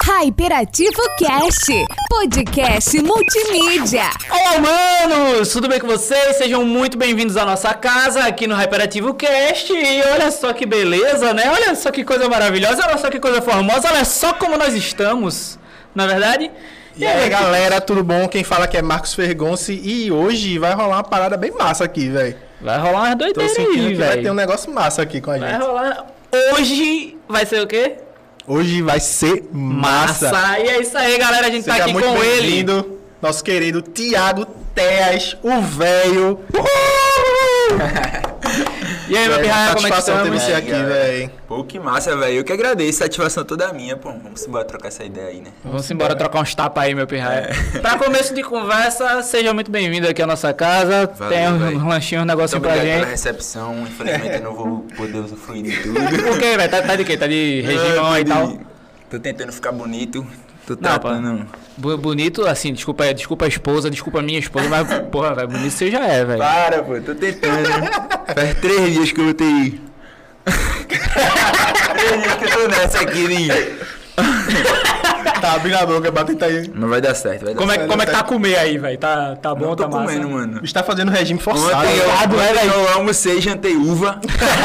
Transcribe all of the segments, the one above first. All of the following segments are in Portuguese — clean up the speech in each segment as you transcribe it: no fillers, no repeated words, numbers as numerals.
Hyperativo Cast, podcast multimídia. Olá, manos! Tudo bem com vocês? Sejam muito bem-vindos à nossa casa aqui no Hyperativo Cast. E olha só que beleza, né? Olha só que coisa maravilhosa, olha só que coisa formosa, olha só como nós estamos, na é verdade? E aí, galera, tudo bom? Quem fala aqui é Marcos Fergonci e hoje vai rolar uma parada bem massa aqui, velho. Vai rolar umas doideiras aí, velho. Vai ter um negócio massa aqui com a gente. Vai rolar... Hoje vai ser o quê? Hoje vai ser massa. E é isso aí, galera. A gente Seja tá aqui muito com ele. Nosso querido Thiago Teas, o velho. E aí, meu pirraia, como é que satisfação ter estamos? você aqui, velho. Pô, que massa, velho. Eu que agradeço. Satisfação toda minha, pô. Vamos embora trocar essa ideia aí, né? Vamos embora trocar uns tapas aí, meu pirraia. Pra começo de conversa, seja muito bem-vindo aqui à nossa casa. Valeu, tem véio. uns lanchinhos, um negocinho Muito pra obrigado pela gente. recepção. Infelizmente eu não vou poder usufruir de tudo. Por quê, velho? Tá de quê? Tá de regimão e tal? Tô tentando ficar bonito. Tô Não, tratando... Bonito, assim, desculpa a esposa, desculpa a minha esposa, mas, porra, velho, bonito você já é, velho. Para, pô. Tô tentando. Faz 3 dias que eu botei... 3 dias que eu tô nessa aqui, Ninho. Tá abrindo a boca, batendo aí. Mas vai dar certo, vai dar Como certo. é que tá comer aí, velho? Tá bom, Não tô tá massa? comendo, mano. Está fazendo regime forçado. Ontem velho. eu almocei e jantei uva.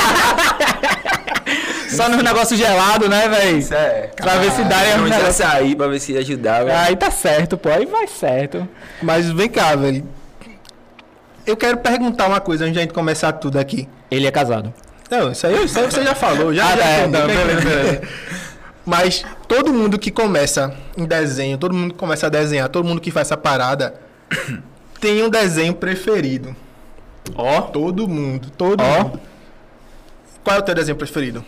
Só nos negócios gelados, né, velho? Isso é. Pra ver se dá um Vamos negócio. açaí pra ver se ajudava. Aí tá certo, pô, aí vai certo. Mas vem cá, velho. Eu quero perguntar uma coisa antes de a gente começar tudo aqui. Ele é casado. Não, isso aí você já falou. Já não, beleza. Mas todo mundo que começa em desenho, todo mundo que começa a desenhar, todo mundo que faz essa parada, tem um desenho preferido. Ó. Todo mundo. Qual é o teu desenho preferido?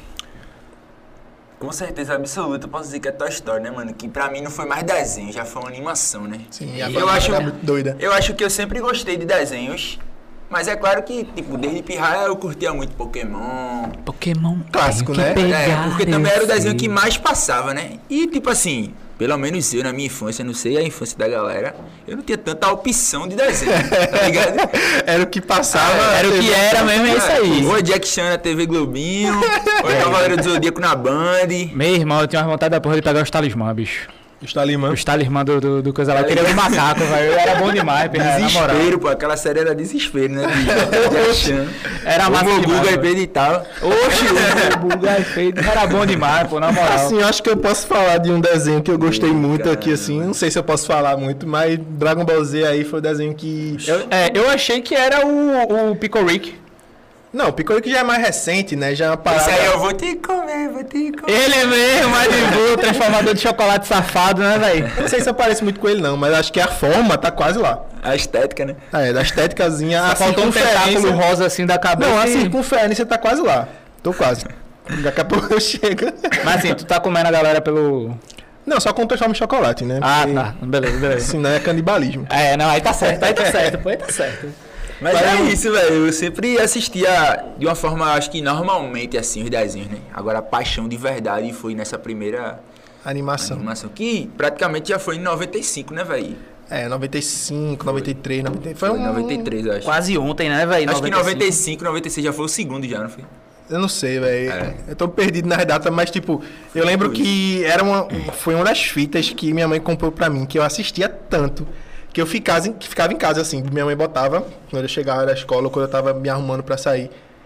Com certeza absoluta, eu posso dizer que é Toy Story, né, mano? Que pra mim não foi mais desenho, já foi uma animação, né? Sim, E a eu acho, é muito doida. eu acho que eu sempre gostei de desenhos, mas é claro que, tipo, desde pirraia eu curtia muito Pokémon. Pokémon Clássico, tem que né? pegar Porque também era o desenho esse. que mais passava, né? E, tipo assim, pelo menos eu, na minha infância, não sei a infância da galera, eu não tinha tanta opção de desenho, tá ligado? Era o que passava. Era o que era mesmo, é isso aí. Ou Jack Chan na TV Globinho, ou Cavaleiro do Zodíaco na Band. Meu irmão, eu tinha uma vontade da porra de pegar os talismãs, bicho. Está ali, mano. Os talismãs do coisa lá. Eu queria ver macaco, velho. Era bom demais, pirraia, na moral. Desespero, pô. Aquela série era desespero, né? Jack Chan. Era massa O demais, Guga velho. acreditava. Oxi, o Bulgar feito. Era bom demais, pô, na moral. Assim, eu acho que eu posso falar de um desenho que eu gostei muito aqui, assim. Não sei se eu posso falar muito, mas Dragon Ball Z aí foi o desenho que... Eu achei que era o Pico Rick. Não, o Piccolo que já é mais recente, né? Já é uma parada... Isso aí eu vou te comer, vou te comer. Ele é mesmo, Madibu, transformador de chocolate safado, né, velho? Não sei se eu pareço muito com ele, não, mas acho que a forma tá quase lá. A estética, né? É, da estéticazinha, a Faltou um tentáculo rosa assim da cabeça. Não, a e- circunferência tá quase lá. Tô quase. Daqui a pouco eu chego. Mas assim, tu tá comendo a galera pelo... Não, só quando transforma em chocolate, né? Ah, Porque tá. Beleza. Senão é canibalismo. É, não, aí tá certo, pô, aí tá certo. Mas é isso, velho. Eu sempre assistia de uma forma, acho que normalmente, assim, os desenhos, né? Agora, a paixão de verdade foi nessa primeira Animação. animação, que praticamente já foi em 95, né, velho? É, 95, 93, 93. Foi em 93, eu acho. Quase ontem, né, velho? Acho que 95, 96 já foi o segundo já, não foi? Eu não sei, velho. É. Eu tô perdido nas datas, mas tipo, eu lembro que foi uma das fitas que minha mãe comprou pra mim, que eu assistia tanto, que eu ficava em casa, assim, minha mãe botava, quando eu chegava da escola, ou quando eu tava me arrumando pra sair,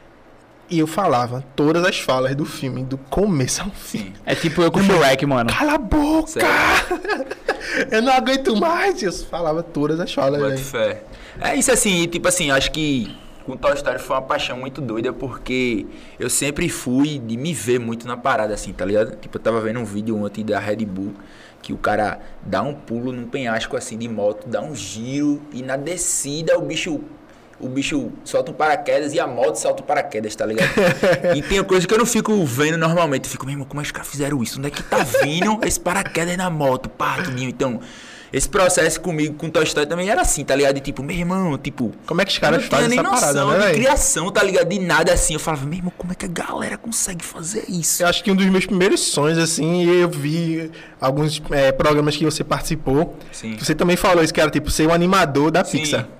e eu falava todas as falas do filme, do começo ao fim. É tipo eu com o Shrek, mano. Cala a boca! Sério? Eu não aguento mais! Eu falava todas as falas, Boto velho. fé. É isso assim, e, tipo assim, acho que com Toy Story foi uma paixão muito doida, porque eu sempre fui de me ver muito na parada, assim, tá ligado? Tipo, eu tava vendo um vídeo ontem da Red Bull, que o cara dá um pulo num penhasco, assim, de moto, dá um giro, e na descida o bicho solta um paraquedas e a moto solta um paraquedas, tá ligado? E tem coisa que eu não fico vendo normalmente. Eu fico, meu irmão, como é que os caras fizeram isso? Onde é que tá vindo esse paraquedas na moto? Pá, tudinho. Então, esse processo comigo, com Toy Story, também era assim, tá ligado? E tipo, meu irmão, tipo... Como é que os caras eu não tinha fazem nem essa parada, noção né, de velho? criação, tá ligado? De nada assim. Eu falava, meu irmão, como é que a galera consegue fazer isso? Eu acho que um dos meus primeiros sonhos, assim, e eu vi alguns programas que você participou, Sim. que você também falou isso, que era tipo ser um animador da Sim. Pixar.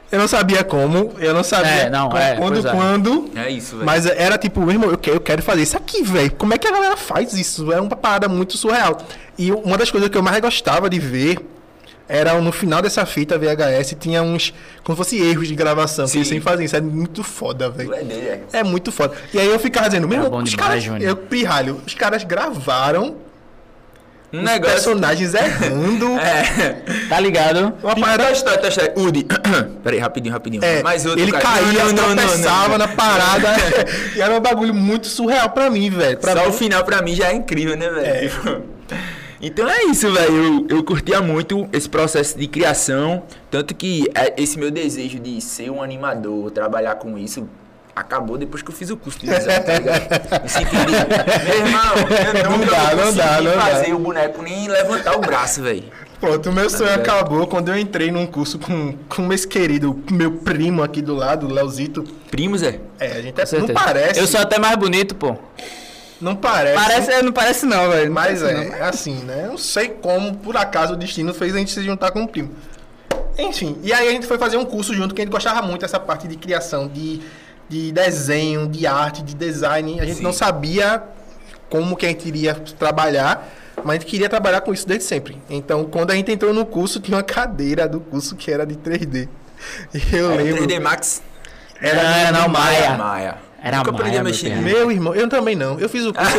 Eu não sabia como, eu não sabia quando. É isso, velho. Mas era tipo, meu irmão, eu quero fazer isso aqui, velho. Como é que a galera faz isso? É uma parada muito surreal. E uma das coisas que eu mais gostava de ver era no final dessa fita VHS, tinha uns, como se fosse erros de gravação, que eles sempre fazem isso. É muito foda, velho. É muito foda. E aí eu ficava dizendo, meu irmão, os caras, eu pirralho, os caras gravaram um os negócio... personagens errando. Tá ligado? Uma parada... Toy Story. Udi. Peraí, rapidinho. Mais outro, ele cara. caía, tropeçava na parada. E era um bagulho muito surreal pra mim, velho. Só o final pra mim já é incrível, né, velho? Então é isso, velho. Eu curtia muito esse processo de criação. Tanto que esse meu desejo de ser um animador, trabalhar com isso, acabou depois que eu fiz o curso de design, tá ligado? Me senti meu irmão, eu não consegui fazer o boneco nem levantar o braço, velho. Pronto, o meu sonho acabou quando eu entrei num curso com esse querido, meu primo aqui do lado, o Leozito. Primo, Zé? A gente não parece. Eu sou até mais bonito, pô. Não parece. Não parece não, velho. Mas é assim, né? Eu não sei como, por acaso, o destino fez a gente se juntar com o primo. Enfim, e aí a gente foi fazer um curso junto, que a gente gostava muito dessa parte de criação, de desenho, de arte, de design. A gente não sabia como que a gente iria trabalhar, mas a gente queria trabalhar com isso desde sempre. Então, quando a gente entrou no curso, tinha uma cadeira do curso que era de 3D. E eu lembro... 3D Max? Era não, Maia. Era Nunca aprendi a mexer. Meu irmão, eu também não. Eu fiz o curso...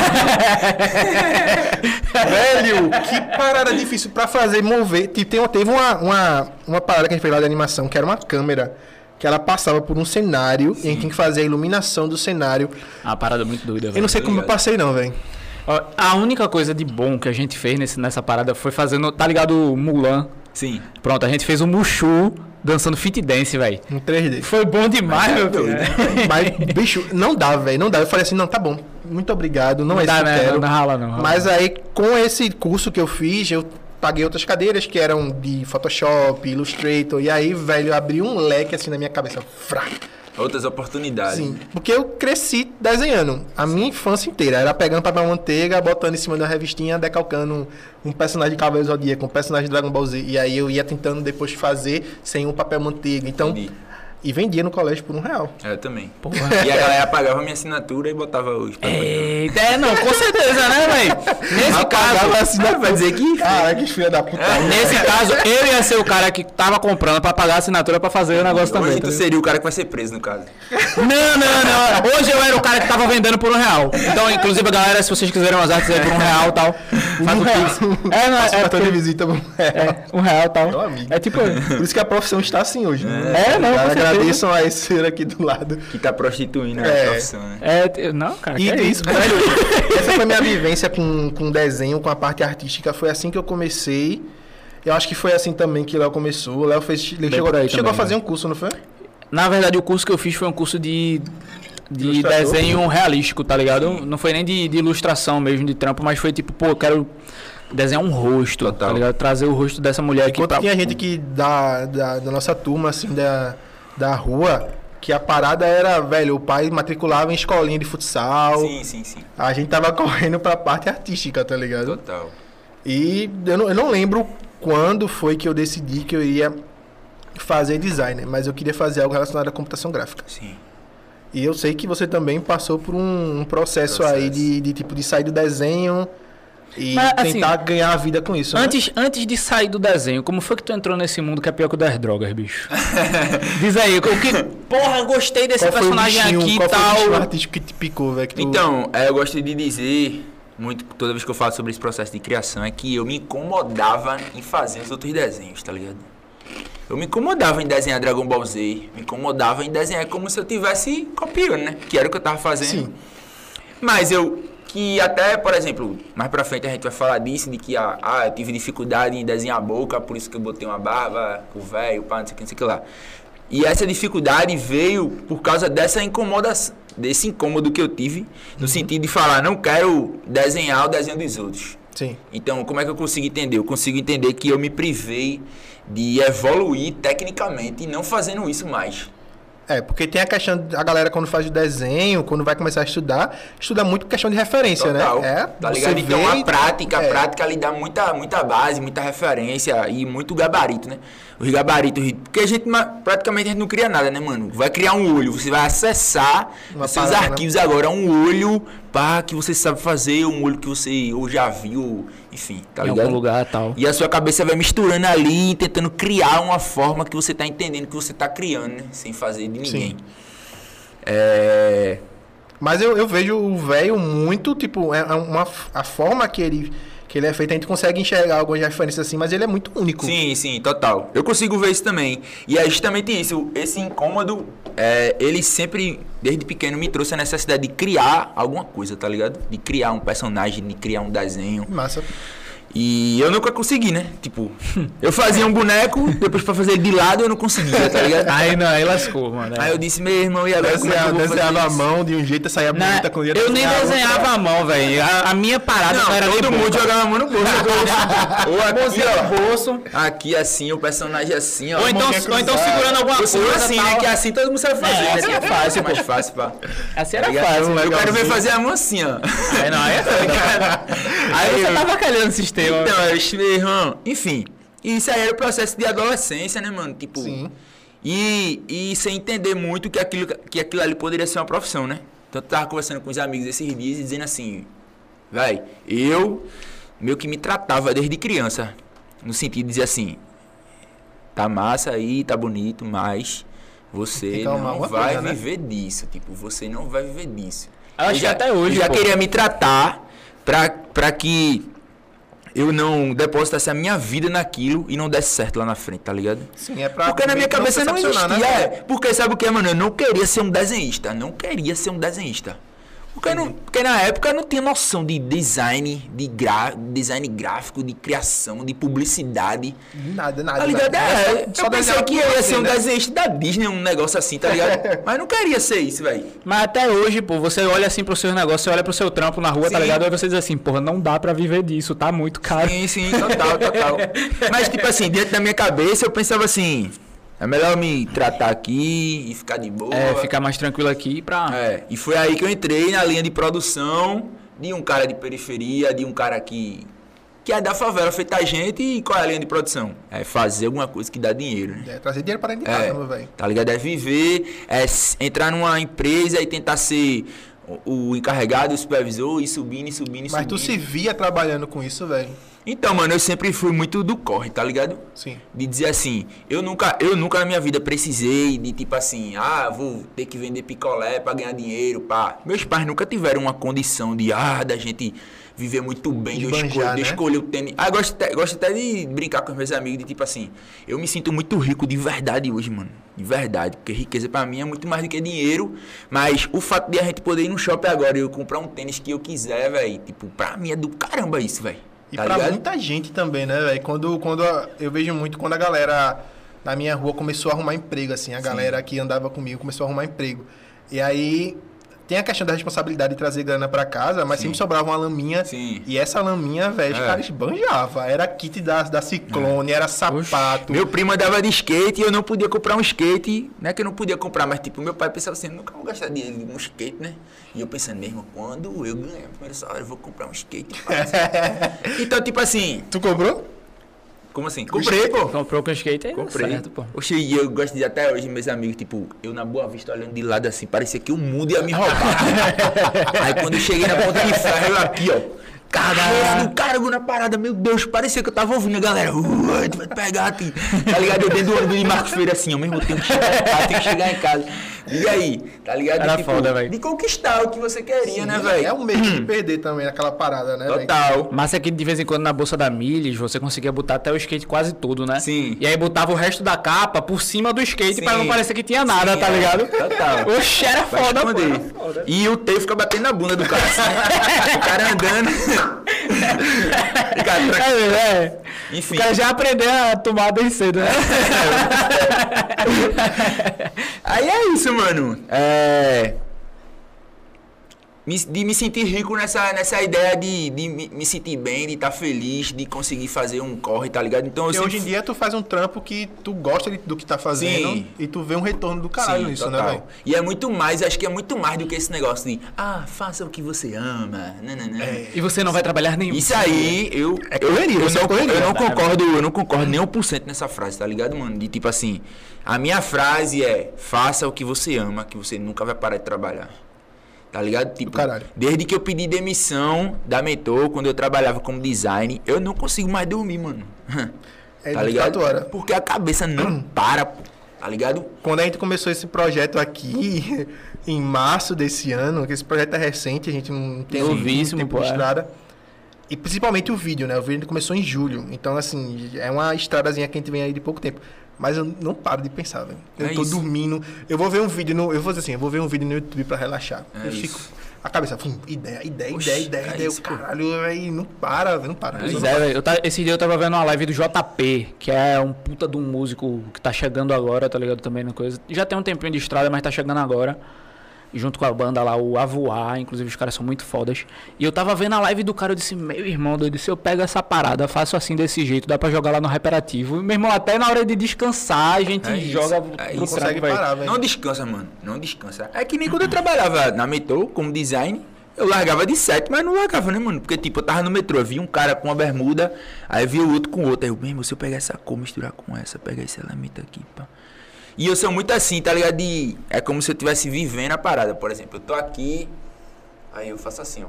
Velho, que parada difícil pra fazer, mover. Teve uma parada que a gente fez lá de animação, que era uma câmera... que ela passava por um cenário e a gente tinha que fazer a iluminação do cenário. Uma parada muito doida, velho. Eu não sei como eu passei não, velho. A única coisa de bom que a gente fez nessa parada foi fazendo, tá ligado, o Mulan? Sim. Pronto, a gente fez o Mushu dançando fit dance, velho. Em 3D. Foi bom demais, meu filho. Mas, bicho, não dá, velho, não dá. Eu falei assim, não, tá bom, muito obrigado, não é isso que eu quero. Não rala, não. Mas aí, com esse curso que eu fiz, eu paguei outras cadeiras que eram de Photoshop, Illustrator, e aí, velho, abriu um leque assim na minha cabeça. Outras oportunidades. Sim, porque eu cresci desenhando. A minha infância inteira era pegando papel manteiga, botando em cima de uma revistinha, decalcando um personagem de Cavaleiro Zodíaco, um personagem de Dragon Ball Z. E aí eu ia tentando depois fazer sem um papel manteiga. Então... Entendi. E vendia no colégio por R$1. Eu também. Porra. E a galera pagava minha assinatura e botava os... Não, com certeza, né, velho? Nesse caso... Vai dizer que... Caralho, que filha da puta. Nesse caso, eu ia ser o cara que tava comprando pra pagar a assinatura pra fazer o negócio também. Hoje tu seria o cara que vai ser preso, no caso. Não. Hoje eu era o cara que tava vendendo por R$1. Então, inclusive, a galera, se vocês quiserem umas artes aí por R$1 e tal, faz o Pix. Cartão de visita por R$1 e tal. Meu amigo. É tipo... Por isso que a profissão está assim hoje. Agradeçam a esse ser aqui do lado. Que tá prostituindo a profissão, né? Não, cara, E que é isso? velho, essa foi a minha vivência com desenho, com a parte artística. Foi assim que eu comecei. Eu acho que foi assim também que o Léo começou. O Léo chegou a fazer um curso, não foi? Na verdade, o curso que eu fiz foi um curso de desenho realístico, tá ligado? Não foi nem de ilustração mesmo, de trampo, mas foi tipo, pô, eu quero desenhar um rosto, tá ligado? Trazer o rosto dessa mulher aqui pra... Tinha gente que da nossa turma, assim, da rua, que a parada era, velho, o pai matriculava em escolinha de futsal. Sim. A gente tava correndo pra parte artística, tá ligado? Total. E eu não lembro quando foi que eu decidi que eu iria fazer design, mas eu queria fazer algo relacionado à computação gráfica. Sim. E eu sei que você também passou por um processo aí de tipo de sair do desenho e tentar assim, ganhar a vida com isso. Antes de sair do desenho, como foi que tu entrou nesse mundo que é pior que o das drogas, bicho? Diz aí, o que... Porra, gostei desse personagem aqui e tal. Qual foi o artístico que te picou, velho? Então, eu gosto de dizer, muito toda vez que eu falo sobre esse processo de criação, é que eu me incomodava em fazer os outros desenhos, tá ligado? Eu me incomodava em desenhar Dragon Ball Z, me incomodava em desenhar como se eu estivesse copiando, né? Que era o que eu tava fazendo. Sim. Mas que até, por exemplo, mais pra frente a gente vai falar disso, de que eu tive dificuldade em desenhar a boca, por isso que eu botei uma barba, o velho, pá, não sei o que lá. E essa dificuldade veio por causa dessa incomodação, desse incômodo que eu tive, no sentido de falar, não quero desenhar o desenho dos outros. Sim. Então, como é que eu consigo entender? Eu consigo entender que eu me privei de evoluir tecnicamente e não fazendo isso mais. Porque tem a questão, a galera quando faz o desenho, quando vai começar a estudar, estuda muito questão de referência, Total. né? Tá ligado? Então a prática lhe dá muita base, muita referência e muito gabarito, né? Os gabaritos, porque a gente praticamente a gente não cria nada, né, mano? Vai criar um olho, você vai acessar os seus arquivos agora, um olho que você sabe fazer, um olho que você ou já viu, enfim, tá ligado? Em algum lugar e tal. E a sua cabeça vai misturando ali, tentando criar uma forma que você tá entendendo que você tá criando, né? Sem fazer de ninguém. Sim. Mas eu vejo o velho muito, tipo, a forma que ele é feito, a gente consegue enxergar algumas referências assim, mas ele é muito único. Sim, total. Eu consigo ver isso também. E é justamente isso, esse incômodo, ele sempre, desde pequeno, me trouxe a necessidade de criar alguma coisa, tá ligado? De criar um personagem, de criar um desenho. Massa. E eu nunca consegui, né? Tipo, eu fazia um boneco, depois pra fazer ele de lado eu não conseguia, tá ligado? Aí lascou, mano. Aí eu disse, meu irmão, e agora como é que eu vou fazer Desenhava a isso? mão de um jeito e saía bonita com o dedo. Eu nem desenhava a mão, velho. A minha parada não era todo nem mundo boca. jogava a mão no bolso. Ou aqui, Mãozinha ó. no bolso. Aqui assim, o personagem assim, ó. Ou então segurando alguma Você coisa. assim, tal. né? Que assim todo mundo sabe fazer. É, né? assim é fácil, mais fácil, pá. Assim era Tá ligado? fácil. Eu quero ver fazer a mão assim, ó. Aí não, aí é foda. Aí você tava calhando o sistema. Então, meu irmão, enfim. E isso aí era o processo de adolescência, né, mano? Tipo. Sim. E sem entender muito que aquilo ali poderia ser uma profissão, né? Então eu tava conversando com os amigos esses dias e dizendo assim, véi, eu meio que me tratava desde criança. No sentido de dizer assim, tá massa aí, tá bonito, mas você não vai viver disso. Tipo, você não vai viver disso. Eu acho que até hoje, eu já pô. queria me tratar pra que eu não depositasse a minha vida naquilo e não desse certo lá na frente, tá ligado? Sim, é pra... Porque na minha cabeça não existia, né? Porque sabe o que, mano? Eu não queria ser um desenhista. Porque na época eu não tinha noção de design, design gráfico, de criação, de publicidade. Nada. Tá ligado? Eu pensei que eu ia ser um né? desenhista da Disney, um negócio assim, tá ligado? Mas não queria ser isso, velho. Mas até hoje, pô, você olha assim pros seus negócios, você olha pro seu trampo na rua, tá Sim. ligado? Aí você diz assim, porra, não dá pra viver disso, tá muito caro. Sim, total. Mas, tipo assim, dentro da minha cabeça eu pensava assim, é melhor me tratar aqui e ficar de boa. Ficar mais tranquilo aqui pra... E foi aí que eu entrei na linha de produção de um cara de periferia, de um cara que é da favela, feito a gente. E qual é a linha de produção? É fazer alguma coisa que dá dinheiro, né? Trazer dinheiro para dentro de casa, meu velho. Tá ligado? É viver, entrar numa empresa e tentar ser o encarregado, o supervisor, e subindo. Mas tu se via trabalhando com isso, velho? Então, mano, eu sempre fui muito do corre, tá ligado? Sim. De dizer assim, eu nunca na minha vida precisei de tipo assim, vou ter que vender picolé pra ganhar dinheiro, pá. Meus pais nunca tiveram uma condição da gente viver muito bem, de eu escolher o tênis. Gosto até de brincar com os meus amigos, de tipo assim, eu me sinto muito rico de verdade hoje, mano. De verdade, porque riqueza pra mim é muito mais do que dinheiro, mas o fato de a gente poder ir no shopping agora e eu comprar um tênis que eu quiser, velho, tipo, pra mim é do caramba isso, velho. E tá pra ligado? muita gente também, né, velho? Quando eu vejo muito quando a galera na minha rua começou a arrumar emprego, assim. A galera que andava comigo começou a arrumar emprego. E aí tem a questão da responsabilidade de trazer grana pra casa, mas sempre sobrava uma laminha. Sim. E essa laminha, velho, os caras esbanjavam. Era kit da Ciclone, era sapato. Meu primo andava de skate e eu não podia comprar um skate. Não é que eu não podia comprar, mas tipo, meu pai pensava assim, nunca vou gastar dinheiro em um skate, né? E eu pensando mesmo, quando eu ganhar o primeiro salário, eu vou comprar um skate. Então, tipo assim... Tu comprou? Como assim? Comprei, pô. Comprou com skate, Comprei. certo, pô. Oxe, e eu gosto de até hoje, meus amigos, tipo, eu na Boa Vista olhando de lado assim, parecia que o mundo ia me roubar. Aí quando eu cheguei na ponta de ferro, eu aqui, ó. Cargo na parada, meu Deus, parecia que eu tava ouvindo a galera. Tu vai pegar aqui. Tá ligado? Eu dentro do ônibus de Marcos Freire assim, ao mesmo tempo tenho que chegar em casa. E aí, tá ligado? Era tipo, foda, velho. de conquistar o que você queria, né, velho? É um medo de perder também naquela parada, né, velho? Total. Mas é que de vez em quando na bolsa da Miles você conseguia botar até o skate quase tudo, né? Sim. E aí botava o resto da capa por cima do skate Sim. pra não parecer que tinha nada, Sim, tá ligado? Total. Oxe, era Vai foda, pô. esconder. Era foda. E o T fica batendo na bunda do cara assim. O cara andando. Enfim. O cara já aprendeu a tomar bem cedo, né? É. Aí é isso, mano. de me sentir rico nessa ideia de me sentir bem, de estar feliz, de conseguir fazer um corre, tá ligado? Então, Porque hoje em dia tu faz um trampo que tu gosta do que tá fazendo. Sim. E tu vê um retorno do caralho nisso, né, velho? E é muito mais, acho que é muito mais do que esse negócio de faça o que você ama. E você não vai trabalhar nenhum. Isso aí, eu não concordo nem 1% nessa frase, tá ligado, mano? De tipo assim, a minha frase é: faça o que você ama, que você nunca vai parar de trabalhar. Tá ligado? Tipo, desde que eu pedi demissão da Mentor, quando eu trabalhava como design, eu não consigo mais dormir, mano. Tá ligado? Porque a cabeça não para, pô. Tá ligado? Quando a gente começou esse projeto aqui, em março desse ano, que esse projeto é recente, a gente não tem novíssimo, tempo de estrada. E principalmente o vídeo, né? O vídeo começou em julho. Então, assim, é uma estradazinha que a gente vem aí de pouco tempo. Mas eu não paro de pensar, velho. Eu tô dormindo. Eu vou ver um vídeo eu vou fazer assim, eu vou ver um vídeo no YouTube pra relaxar. Eu fico. A cabeça, ideia. Caralho, velho. Não para, velho. Não para. Esse dia eu tava vendo uma live do JP, que é um puta de um músico que tá chegando agora, tá ligado? Também na coisa. Já tem um tempinho de estrada, mas tá chegando agora. Junto com a banda lá, o Avoar, inclusive os caras são muito fodas. E eu tava vendo a live do cara, eu disse, meu irmão, eu disse, eu pego essa parada, faço assim desse jeito, dá pra jogar lá no Hyperativo. E, meu irmão, até na hora de descansar, a gente joga pro consegue parar, velho. Não descansa, mano, não descansa. É que nem quando eu trabalhava na Metrô, como design, eu largava de 7, mas não largava, né, mano? Porque, tipo, eu tava no metrô, eu vi um cara com uma bermuda, aí eu vi o outro com outra. Aí eu, mesmo, se eu pegar essa cor, misturar com essa, pegar esse elemento aqui, pá. E eu sou muito assim, tá ligado? É como se eu estivesse vivendo a parada. Por exemplo, eu tô aqui, aí eu faço assim, ó.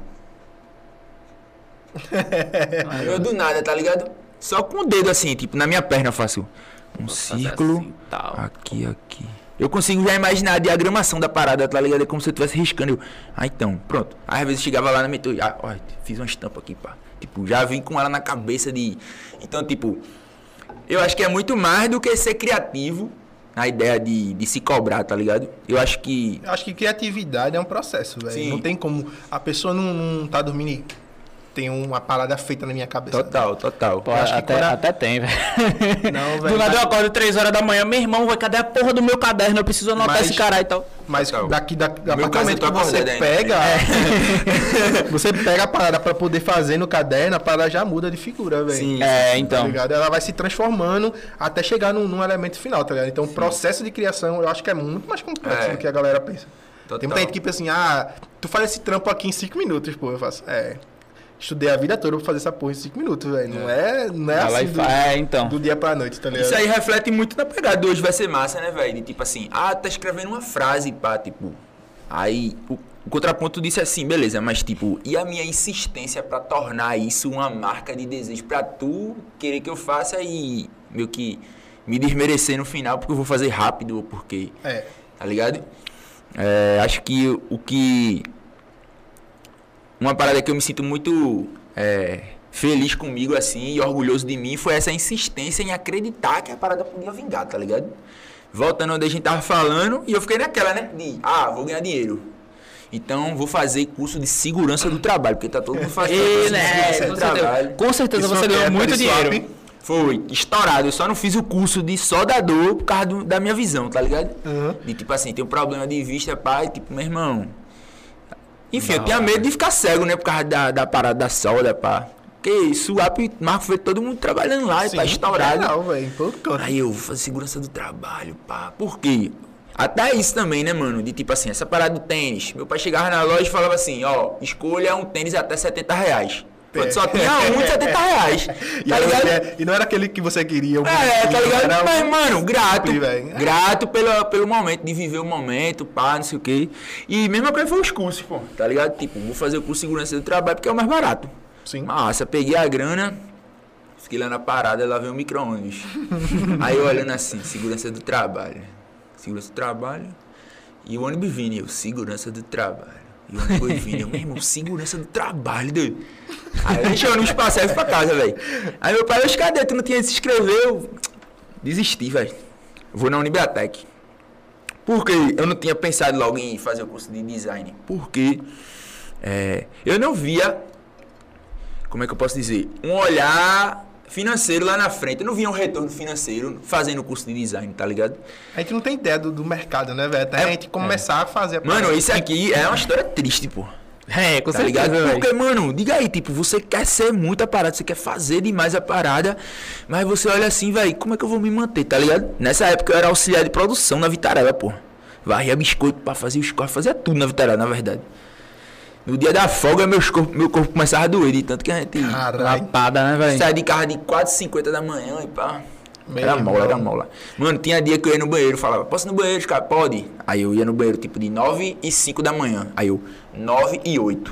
Eu do nada, tá ligado? Só com o dedo assim, tipo, na minha perna eu faço um círculo, assim, aqui. Eu consigo já imaginar a diagramação da parada, tá ligado? É como se eu estivesse riscando. Então, pronto. Aí às vezes eu chegava lá na metrô, ó, fiz uma estampa aqui, pá. Tipo, já vim com ela na cabeça de... Então, tipo, eu acho que é muito mais do que ser criativo. A ideia de se cobrar, tá ligado? Eu acho que criatividade é um processo, velho. Não tem como... A pessoa não tá dormindo e tem uma parada feita na minha cabeça. Total. Pô, até tem, velho. Não, velho. Do nada eu acordo 3 horas da manhã. Meu irmão, cadê a porra do meu caderno? Eu preciso anotar esse caralho e tal. Mas a partir do momento que você pega... você pega a parada pra poder fazer no caderno, a parada já muda de figura, velho. Sim. Então. Tá ligado? Ela vai se transformando até chegar num elemento final, tá ligado? Então o processo de criação eu acho que é muito mais complexo do que a galera pensa. Total. Tem muita gente que pensa assim, tu faz esse trampo aqui em 5 minutos, pô. Eu faço, estudei a vida toda pra fazer essa porra em 5 minutos, velho. Não é assim do dia pra noite, tá ligado? Isso aí reflete muito na pegada de hoje vai ser massa, né, velho? Tipo assim, tá escrevendo uma frase, pá, tipo... Aí o contraponto disso é assim, beleza, mas tipo... E a minha insistência pra tornar isso uma marca de desejo pra tu querer que eu faça e meio que me desmerecer no final porque eu vou fazer rápido ou porque... Tá ligado? Acho que uma parada que eu me sinto muito feliz comigo, assim, e orgulhoso de mim, foi essa insistência em acreditar que a parada podia vingar, tá ligado? Voltando onde a gente tava falando, e eu fiquei naquela, né? Vou ganhar dinheiro. Então, vou fazer curso de segurança do trabalho, porque tá todo mundo fazendo segurança do trabalho. Com certeza você ganhou muito dinheiro. Foi, estourado. Eu só não fiz o curso de soldador por causa da minha visão, tá ligado? De tipo assim, tem um problema de vista, pai, tipo, meu irmão... Enfim, eu tinha medo de ficar cego, né? Por causa da parada da solda, pá. Porque SUAP, Marco, foi todo mundo trabalhando lá, e pá, estourado. Não, velho. Aí eu vou fazer segurança do trabalho, pá. Por quê? Até isso também, né, mano? De tipo assim, essa parada do tênis. Meu pai chegava na loja e falava assim, escolha um tênis até R$70. Pronto, só tinha um de R$70. Tá ligado? E não era aquele que você queria. Tá ligado? Mas, mano, grato pelo momento, de viver o momento, pá, não sei o quê. E mesma coisa foi os cursos, pô, tá ligado? Tipo, vou fazer o curso de segurança do trabalho porque é o mais barato. Sim. Massa, peguei a grana, fiquei lá na parada, lá veio o micro-ônibus. Aí eu olhando assim, segurança do trabalho. Segurança do trabalho. E o ônibus vindo, segurança do trabalho. E o ônibus vindo, meu irmão, segurança do trabalho, doido. Aí eu deixei o ônibus passar e fui pra casa, velho. Aí meu pai, cadê? Tu não tinha se inscrever? Eu desisti, velho. Vou na Unibiatec. Porque eu não tinha pensado logo em fazer o curso de design. Porque eu não via, como é que eu posso dizer, um olhar financeiro lá na frente. Eu não via um retorno financeiro fazendo o curso de design, tá ligado? A gente não tem ideia do mercado, né, velho? Até a gente começar a fazer a Mano, isso aqui é uma história triste, pô. É, com Tá ligado? certeza, velho. Porque, mano, diga aí, tipo, você quer ser muito a parada, você quer fazer demais a parada, mas você olha assim, velho, como é que eu vou me manter, tá ligado? Nessa época eu era auxiliar de produção na Vitarella, pô. Varria biscoito pra fazer os corres, fazia tudo na Vitarella, na verdade. No dia da folga, meu corpo começava a doer, de tanto que a gente Caralho. Lapada, né, velho? saia de carro de 4h50 da manhã e pá. Meu Era mola, irmão. era mola. Mano, tinha dia que eu ia no banheiro, falava, posso ir no banheiro, cara? Pode. Aí eu ia no banheiro, tipo, de 9h05 da manhã. Aí eu, 9h08.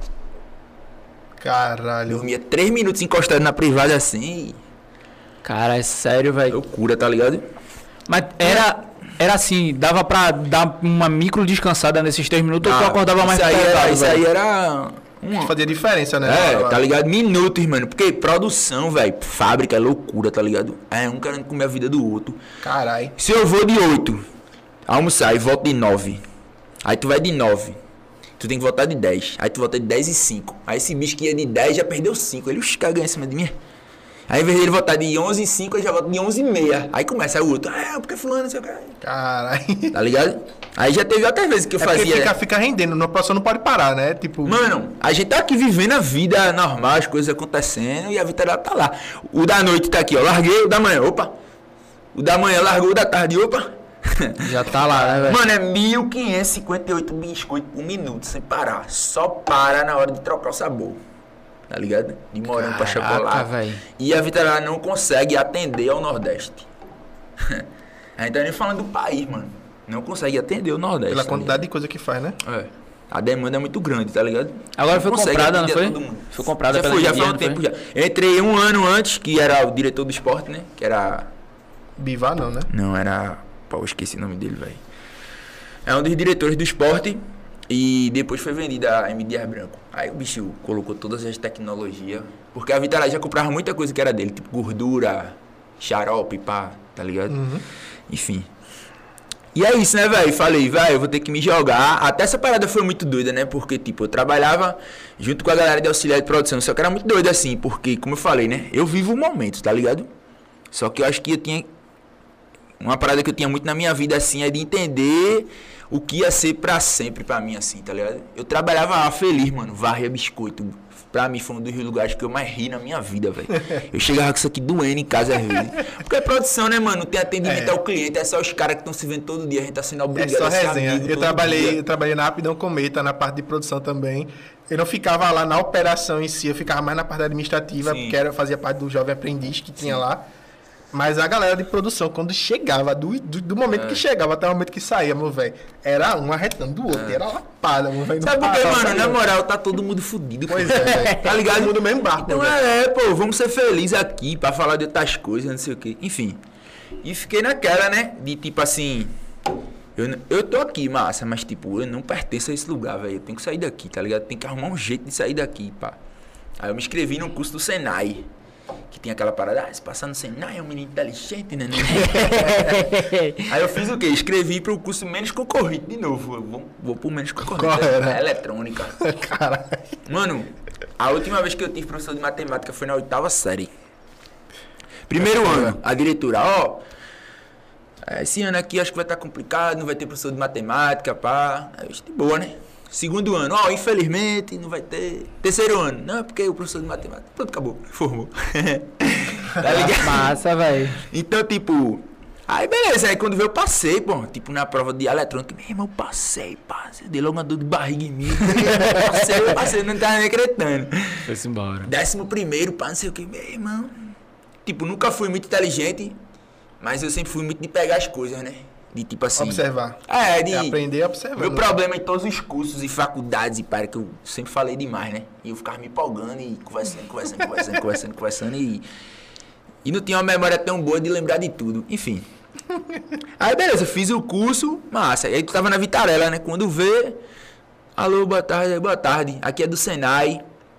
Caralho. Dormia 3 minutos encostado na privada assim. Cara, é sério, velho. Loucura, tá ligado? Mas era assim, dava pra dar uma micro descansada nesses 3 minutos ou tu acordava mais isso aí pesado, isso velho? aí era Fazia diferença, né? tá ligado? Minutos, mano. Porque produção, velho, fábrica é loucura, tá ligado? É um querendo comer a vida do outro. Caralho. Se eu vou de 8, almoçar e volto de 9. Aí tu vai de 9. Tu tem que voltar de 10. Aí tu volta de 10 e 5. Aí esse bicho que ia de 10 já perdeu 5. Ele, os caras ganham em cima de mim. Aí, ao invés dele voltar de 11 e 5, ele já volta de 11 e meia. Aí começa aí o outro. Porque fulano, não sei o que. Caralho. Tá ligado? Aí já teve outras vezes que eu É porque fazia. fica rendendo, a pessoa não pode parar, né? Tipo. Mano, a gente tá aqui vivendo a vida normal, as coisas acontecendo e a Vitória tá lá. O da noite tá aqui, ó. Larguei o da manhã, opa. O da manhã largou o da tarde, opa. Já tá lá, né, velho? Mano, é 1558 biscoitos por minuto, sem parar. Só para na hora de trocar o sabor. Tá ligado? De morango pra Caraca, chocolate. velho. E a Vitória não consegue atender ao Nordeste. A gente tá nem falando do país, mano. Não consegue atender o Nordeste. Pela tá quantidade de coisa que faz, né? ligado? É. A demanda é muito grande, tá ligado? Agora foi consegue comprada, não atender foi? a todo mundo. Foi comprada Já pela foi, já Guiana, faz um não tempo foi? já. Eu entrei 1 ano antes, que era o diretor do esporte, né? Que era... Bivar não, né? Não, era... Pô, eu esqueci o nome dele, velho. É um dos diretores do esporte. E depois foi vendida a M. Dias Branco. Aí o bicho colocou todas as tecnologias. Porque a Vitalá já comprava muita coisa que era dele. Tipo gordura, xarope, pá, tá ligado? Enfim. E é isso, né, velho? Falei, velho, eu vou ter que me jogar. Até essa parada foi muito doida, né? Porque, tipo, eu trabalhava junto com a galera de auxiliar de produção. Só que era muito doido assim, porque, como eu falei, né? Eu vivo o momento, tá ligado? Só que eu acho que eu tinha... Uma parada que eu tinha muito na minha vida, assim, é de entender o que ia ser pra sempre pra mim, assim, tá ligado? Eu trabalhava feliz, mano. Varria biscoito. Pra mim foi um dos lugares que eu mais ri na minha vida, velho. Eu chegava com isso aqui doendo em casa às vezes. Porque é produção, né, mano? Não tem atendimento ao cliente, é só os caras que estão se vendo todo dia. A gente tá sendo É obrigado só a ser resenha. amigo Eu todo dia. trabalhei na Rapidão Cometa, na parte de produção também. Eu não ficava lá na operação em si, eu ficava mais na parte administrativa, Sim. porque fazia parte do Jovem Aprendiz que tinha lá. Mas a galera de produção, quando chegava, do momento que chegava até o momento que saía, meu velho, era um arretando do outro, era lapada, meu velho. Sabe por quê, mano? Na moral, tá todo mundo fudido. Pois é, velho. Tá ligado? Todo mundo no mesmo barco, Então velho. pô, vamos ser felizes aqui pra falar de outras coisas, não sei o quê. Enfim. E fiquei naquela, né? De tipo assim. Eu tô aqui, massa, mas tipo, eu não pertenço a esse lugar, velho. Eu tenho que sair daqui, tá ligado? Tem que arrumar um jeito de sair daqui, pá. Aí eu me inscrevi num curso do Senai. Que tinha aquela parada, se passar no Senai é um menino inteligente, né? Aí eu fiz o quê? Escrevi pro curso menos concorrido de novo. Eu vou pro menos concorrido. Qual era? É eletrônica. Caralho. Mano, a última vez que eu tive professor de matemática foi na 8ª série. Primeiro ano, a diretora, ó. Esse ano aqui acho que vai estar complicado, não vai ter professor de matemática, pá. Aí eu, de boa, né? Segundo ano, ó, infelizmente não vai ter. Terceiro ano, não, porque o professor de matemática. Pronto, acabou, formou. Tá ligado? Massa, velho. Então, tipo. Aí beleza, aí quando veio eu passei, pô, tipo na prova de eletrônica, meu irmão, passei, dei logo uma dor de barriga em mim. passei, não tava nem acreditando. Foi-se embora. 11º, pá, não sei o que, meu irmão. Tipo, nunca fui muito inteligente, mas eu sempre fui muito de pegar as coisas, né? De tipo assim. Observar. De. É aprender observando. Meu problema em todos os cursos e faculdades e para que eu sempre falei demais, né? E eu ficava me empolgando e conversando e não tinha uma memória tão boa de lembrar de tudo. Enfim. Aí beleza, fiz o curso, massa. E aí tu tava na Vitarella, né? Quando vê, alô, boa tarde. Aqui é do Senai.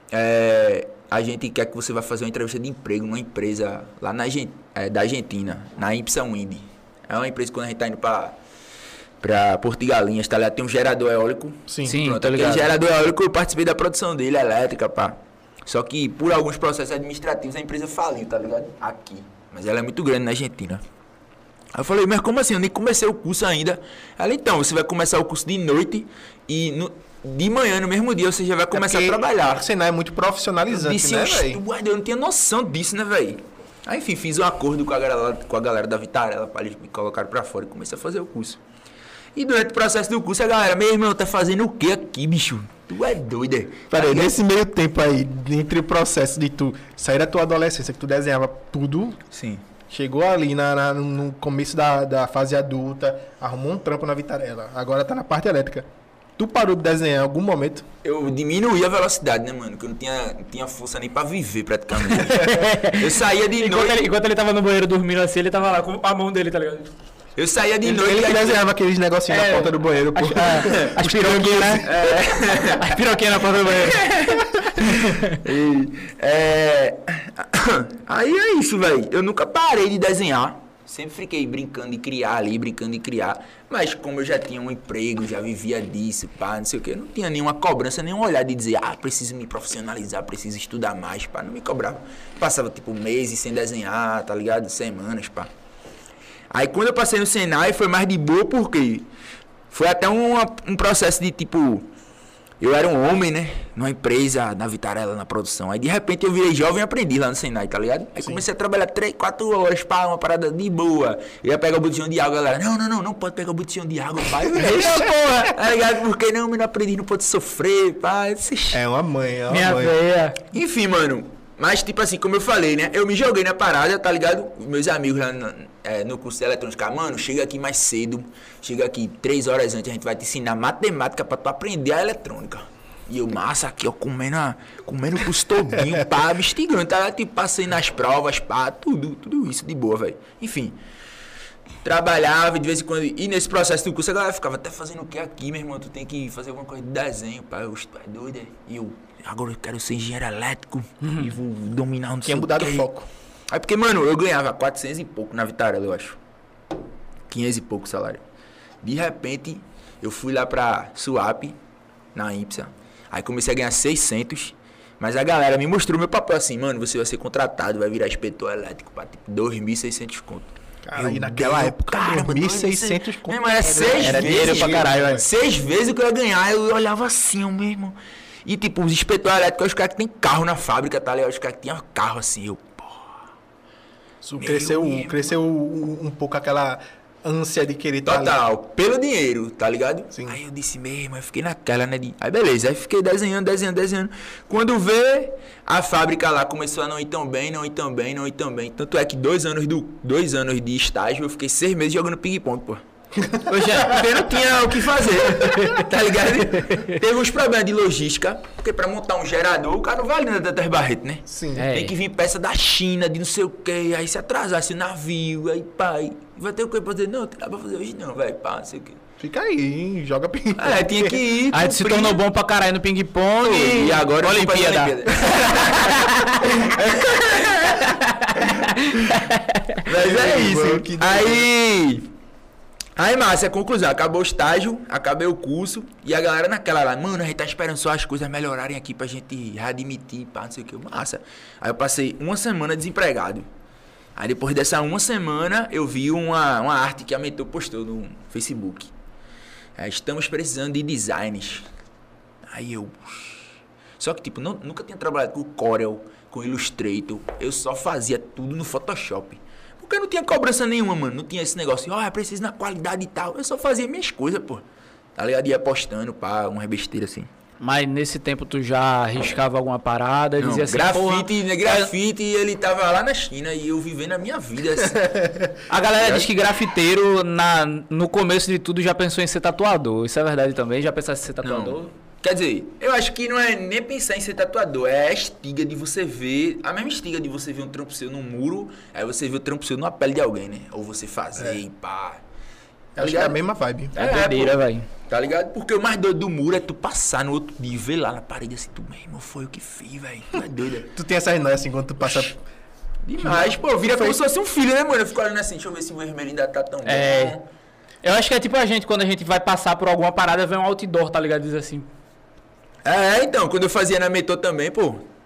A gente quer que você vá fazer uma entrevista de emprego numa empresa lá da Argentina, na Impsa Wind. É uma empresa que quando a gente tá indo pra Porto de Galinhas, tá ligado? Tem um gerador eólico. Sim. Pronto, tô aquele ligado. gerador eólico eu participei da produção dele, elétrica, pá. Só que por alguns processos administrativos a empresa faliu, tá ligado? Aqui. Mas ela é muito grande na Argentina. Aí eu falei, mas como assim? Eu nem comecei o curso ainda. Ela, então, você vai começar o curso de noite e de manhã, no mesmo dia, você já vai começar a trabalhar. O Senai é muito profissionalizante, Disse, né, velho? eu não tinha noção disso, né, velho? Aí, enfim, fiz um acordo com a galera da Vitarella, pra eles me colocarem pra fora e comecei a fazer o curso. E durante o processo do curso, a galera, meu irmão, tá fazendo o que aqui, bicho? Tu é doido, é? Peraí, nesse meio tempo aí, entre o processo de tu sair da tua adolescência, que tu desenhava tudo, Sim. chegou ali no começo da fase adulta, arrumou um trampo na Vitarella, agora tá na parte elétrica. Tu parou de desenhar em algum momento? Eu diminuí a velocidade, né, mano? Que eu não tinha força nem pra viver, praticamente. Eu saía de noite... Enquanto ele tava no banheiro dormindo assim, ele tava lá com a mão dele, tá ligado? Eu saía de noite... Ele que desenhava aqueles negocinhos na porta do banheiro. As piroquinhas, né? As piroquinhas na porta do banheiro. Aí é isso, velho. Eu nunca parei de desenhar. Sempre fiquei brincando de criar ali, brincando de criar. Mas como eu já tinha um emprego, já vivia disso, pá, não sei o quê. Não tinha nenhuma cobrança, nenhum olhar de dizer, preciso me profissionalizar, preciso estudar mais, pá. Não me cobrava. Passava, tipo, meses sem desenhar, tá ligado? Semanas, pá. Aí quando eu passei no Senai foi mais de boa, porque foi até um processo de, tipo... Eu era um homem, né? Numa empresa, na Vitarella, na produção. Aí, de repente, eu virei jovem e aprendi lá no Senai, tá ligado? Aí comecei a trabalhar 3, 4 horas, pá, uma parada de boa. Eu ia pegar o botijão de água, galera. Não pode pegar o botijão de água, pai. Porra, tá ligado? Porque não aprendi, não pode sofrer, pá. É uma mãe, é uma Minha mãe. veia. Enfim, mano. Mas, tipo assim, como eu falei, né? Eu me joguei na parada, tá ligado? Meus amigos lá no curso de eletrônica, mano, chega aqui mais cedo. Chega aqui 3 horas antes, a gente vai te ensinar matemática pra tu aprender a eletrônica. E eu, massa, aqui, ó, comendo o curso todinho, pá, investigando, tá? Tipo, passei nas provas, pá, tudo isso de boa, velho. Enfim, trabalhava de vez em quando. E nesse processo do curso, a galera ficava até fazendo o que aqui, meu irmão? Tu tem que fazer alguma coisa de desenho, pá. Eu, tu é doido, é? E eu, agora eu quero ser engenheiro elétrico e vou dominar um Tinha mudado o foco. Aí porque, mano, eu ganhava 400 e pouco na Vitarella, eu acho. 500 e pouco salário. De repente, eu fui lá pra Suape, na IPSA. Aí comecei a ganhar 600. Mas a galera me mostrou meu papel assim, mano, você vai ser contratado, vai virar inspetor elétrico pra tipo 2.600 conto. Cara, e naquela época, 2.600 conto. Mas era 6 era vezes. dinheiro pra caralho, velho. 6 vezes o que eu ia ganhar, eu olhava assim, eu mesmo. E tipo, os inspetores elétricos, os caras que tem carro na fábrica, tá ligado? Os caras que tinham carro assim, eu, Isso cresceu um pouco aquela ânsia de querer estar ali. total, pelo dinheiro, tá ligado? Sim. Aí eu disse mesmo, eu fiquei naquela, né? Aí beleza, aí fiquei desenhando. Quando vê, a fábrica lá começou a não ir tão bem. Tanto é que 2 anos de estágio, eu fiquei 6 meses jogando ping-pong, pô. Porque não tinha o que fazer, tá ligado? Teve uns problemas de logística, porque pra montar um gerador, o cara não vai ali na das Barreto, né? Sim. É. Tem que vir peça da China, de não sei o que, aí se atrasasse o navio, aí pai, vai ter o que pra fazer? Não, tem nada pra fazer hoje não, velho, pá, não sei o que. Fica aí, joga ping-pong. Tinha que ir. Aí tu se tornou bom pra caralho no ping-pong E agora Olimpíada. Mas é isso. Que Aí, massa, conclusão. Acabou o estágio, acabei o curso. E a galera naquela lá, mano, a gente tá esperando só as coisas melhorarem aqui pra gente readmitir, pá, não sei o que. Massa. Aí eu passei 1 semana desempregado. Aí depois dessa 1 semana, eu vi uma arte que a Mentor postou no Facebook. Estamos precisando de designs. Aí eu... Só que, tipo, nunca tinha trabalhado com Corel, com Illustrator. Eu só fazia tudo no Photoshop. Porque não tinha cobrança nenhuma, mano. Não tinha esse negócio, preciso na qualidade e tal. Eu só fazia minhas coisas, pô. Tá ligado? Ia postando, pá, uma besteira assim. Mas nesse tempo tu já arriscava alguma parada e Não, dizia assim, grafite, ele tava lá na China e eu vivendo a minha vida assim. A galera diz que grafiteiro, no começo de tudo, já pensou em ser tatuador. Isso é verdade também? Já pensaste em ser tatuador? Não. Quer dizer, eu acho que não é nem pensar em ser tatuador, é a estiga de você ver, a mesma estiga de você ver um trampo seu num muro, aí você vê o trampo seu numa pele de alguém, né? Ou você fazer e pá. Acho que é a mesma vibe. É doideira, velho. Tá ligado? Porque o mais doido do muro é tu passar no outro dia e ver lá na parede assim, tu mesmo, foi o que fiz, velho. Tu é doido. Tu tem essas noias assim, quando tu passa... Demais, pô, vira como se fosse um filho, né, mano? Eu fico olhando assim, deixa eu ver se o vermelho ainda tá tão bom. Eu acho que é tipo a gente, quando a gente vai passar por alguma parada, vem um outdoor, tá ligado? Diz assim... Então, quando eu fazia na Mentor também, pô,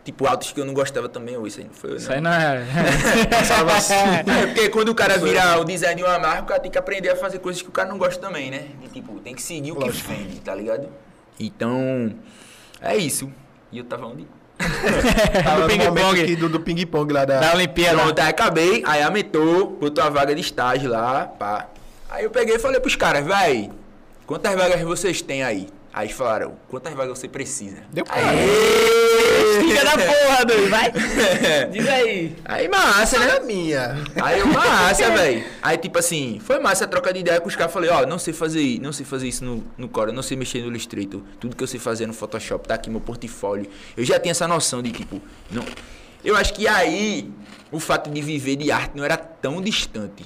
Tipo, autos que eu não gostava também, ou isso aí não foi eu, Isso não. aí não é. Passava assim. É, porque quando o cara vira o design de uma marca, o cara tem que aprender a fazer coisas que o cara não gosta também, né? E, tipo, tem que seguir o que Lógico. vende, tá ligado? Então, é isso. E eu tava onde? Tava no ping-pong. momento aqui do ping-pong lá Da Olimpíada. Pronto, aí acabei, aí aumentou, botou a vaga de estágio lá, pá. Aí eu peguei e falei pros caras, véi, quantas vagas vocês têm aí? Aí eles falaram, quantas vagas você precisa? Deu pra Filha da porra, doido. Vai. Diz aí. Aí massa, né? é minha. Aí eu, massa, velho. Aí, tipo assim, foi massa a troca de ideia com os caras. Falei, ó, não sei fazer isso no Corel, não sei mexer no Illustrator. Tudo que eu sei fazer no Photoshop, tá aqui meu portfólio. Eu já tinha essa noção de, tipo, não. Eu acho que aí, o fato de viver de arte não era tão distante.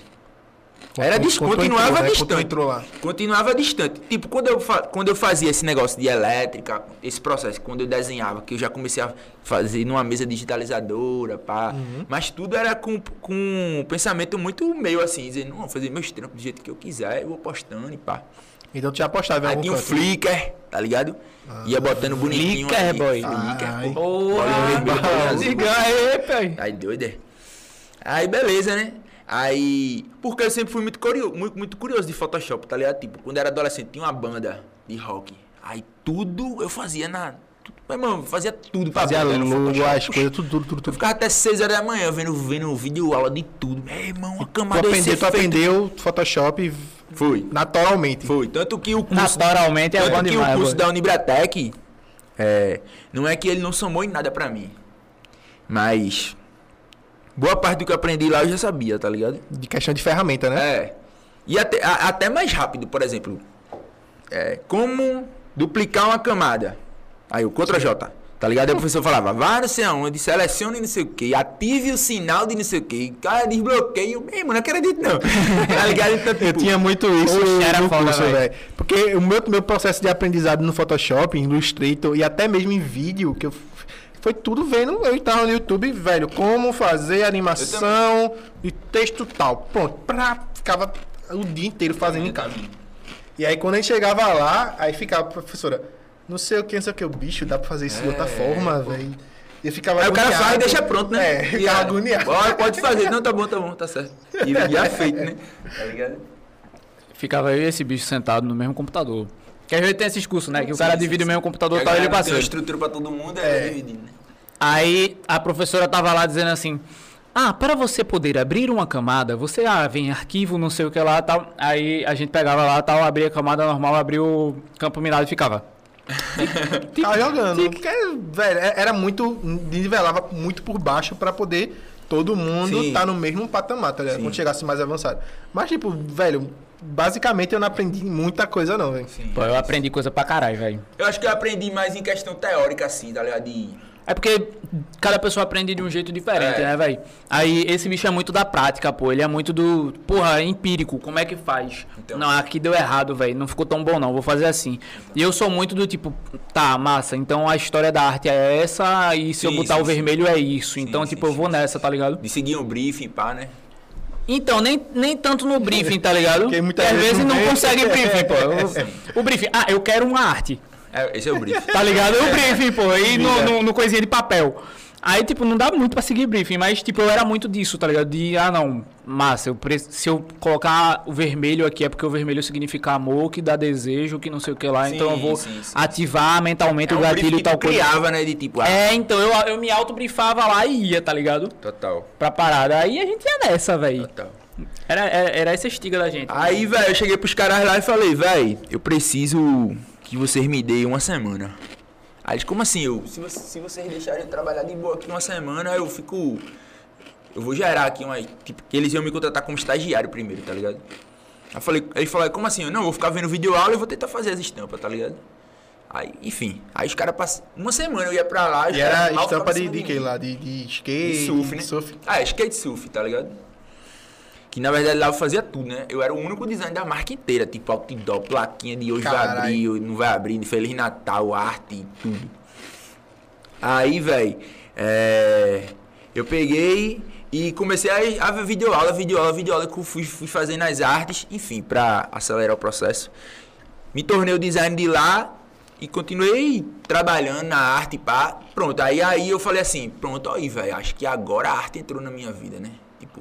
Continuava distante. Entrou lá. Continuava distante. Tipo, quando eu fazia esse negócio de elétrica, esse processo, quando eu desenhava, que eu já comecei a fazer numa mesa digitalizadora, pá. Mas tudo era com um pensamento muito meio assim, dizendo, não, vou fazer meus trampos do jeito que eu quiser, eu vou postando e pá. Então tu já postava em Aí algum tinha um canto. Flickr, tá ligado? Ia botando bonitinho. Flickr, ali. boy. Flickr, pô. Porra, vermelho, bolinha azul. diga aí, pai. Aí doido, é? Aí beleza, né? Aí, porque eu sempre fui muito curioso de Photoshop, tá ligado? Tipo, quando eu era adolescente, tinha uma banda de rock. Aí tudo eu fazia meu irmão, fazia tudo pra Fazia banda no logo, Photoshop. as coisas, tudo. Eu ficava até 6 horas da manhã vendo vídeo aula de tudo. Meu irmão, uma camada Tu aprendeu Photoshop Foi. naturalmente. Foi. Tanto que o curso. Naturalmente é bom Tanto que demais. o curso boy. da Unibratec, não é que ele não somou em nada pra mim. Mas boa parte do que eu aprendi lá eu já sabia, tá ligado? De questão de ferramenta, né? É. E até mais rápido, por exemplo. Como duplicar uma camada. Aí o Ctrl+J, tá ligado? Aí o professor falava, vá não sei aonde, selecione não sei o que, ative o sinal de não sei o que, cara, desbloqueio. Meu irmão, não acredito não. Tá ligado? Então, Eu tipo, tinha muito isso Oxe, era no foda, curso, velho. velho. Porque o meu processo de aprendizado no Photoshop, em Illustrator e até mesmo em vídeo, que eu foi tudo vendo, eu estava no YouTube, velho, como fazer animação e texto tal. Pronto, ficava o dia inteiro fazendo em casa. E aí quando a gente chegava lá, aí ficava, professora, não sei o que, o bicho, dá pra fazer isso de outra forma, velho. E eu ficava Aí o cara agoniado. faz e deixa pronto, né? É, ficava agoniado. Pode fazer. Não, tá bom, tá certo. E já feito, né? Tá ligado? Ficava eu e esse bicho sentado no mesmo computador. Que às vezes tem esses cursos, né? Que o cara divide o mesmo computador e tal, ele Tem uma passou. estrutura pra todo mundo, é dividindo, né? Aí a professora tava lá dizendo assim: para você poder abrir uma camada, você vem em arquivo, não sei o que lá, tal. Aí a gente pegava lá, tal, abria a camada normal, abria o campo minado e ficava. Ficava jogando. Porque, velho, era muito. Nivelava muito por baixo pra poder todo mundo Sim. estar no mesmo patamar, tá ligado? Sim. Quando chegasse mais avançado. Mas, tipo, velho, basicamente eu não aprendi muita coisa, não, velho. Pô, eu aprendi coisa pra caralho, velho. Eu acho que eu aprendi mais em questão teórica, assim, tá ligado? É porque cada pessoa aprende de um jeito diferente, né, velho? Aí esse bicho é muito da prática, pô. Ele é muito do, porra, empírico. Como é que faz? Então. Não, aqui deu errado, velho. Não ficou tão bom, não. Vou fazer assim. E eu sou muito do tipo, tá, massa. Então a história da arte é essa. E se eu Sim, botar sim, o vermelho é isso. Sim, Então, sim, tipo, eu sim, vou sim, nessa, tá ligado? De seguir um briefing, pá, né? Então, nem tanto no briefing, tá ligado? Porque muitas Às vezes vezes não não vem. consegue briefing, pô. O briefing, eu quero uma arte. Esse é o briefing. Tá ligado? O briefing, pô, e no coisinha de papel. Aí, tipo, não dá muito pra seguir briefing, mas, tipo, eu era muito disso, tá ligado? De, não, massa, se eu colocar o vermelho aqui é porque o vermelho significa amor, que dá desejo, que não sei o que lá, Sim, então eu vou sim, sim. ativar mentalmente o briefing gatilho e que tal tu coisa. criava, né? De tipo, Então eu me auto-briefava lá e ia, tá ligado? Total. Pra parada. Aí a gente ia nessa, velho. Total. Era essa estiga da gente. Aí, velho, eu cheguei pros caras lá e falei, velho, eu preciso que vocês me deem uma semana. Aí eles, como assim? Se vocês deixarem eu trabalhar de boa aqui uma semana, eu vou gerar aqui uma... Tipo, que eles iam me contratar como estagiário primeiro, tá ligado? Aí falei, como assim? Eu vou ficar vendo vídeo aula e vou tentar fazer as estampas, tá ligado? Aí, enfim, aí os caras passam... Uma semana eu ia pra lá... os E caras era mal estampa ficavam em de cima que mim. lá? De skate? De surf, né? Surf. Skate surf, tá ligado? Que na verdade lá eu fazia tudo, né? Eu era o único design da marca inteira, tipo outdoor, plaquinha de hoje vai abrir, hoje não vai abrir, de Feliz Natal, arte, tudo. Aí, velho, eu peguei e comecei a ver videoaula, que eu fui fazendo as artes, enfim, pra acelerar o processo. Me tornei o design de lá E continuei trabalhando na arte, pá. Pronto, aí eu falei assim, pronto, aí, velho, acho que agora a arte entrou na minha vida, né? Tipo...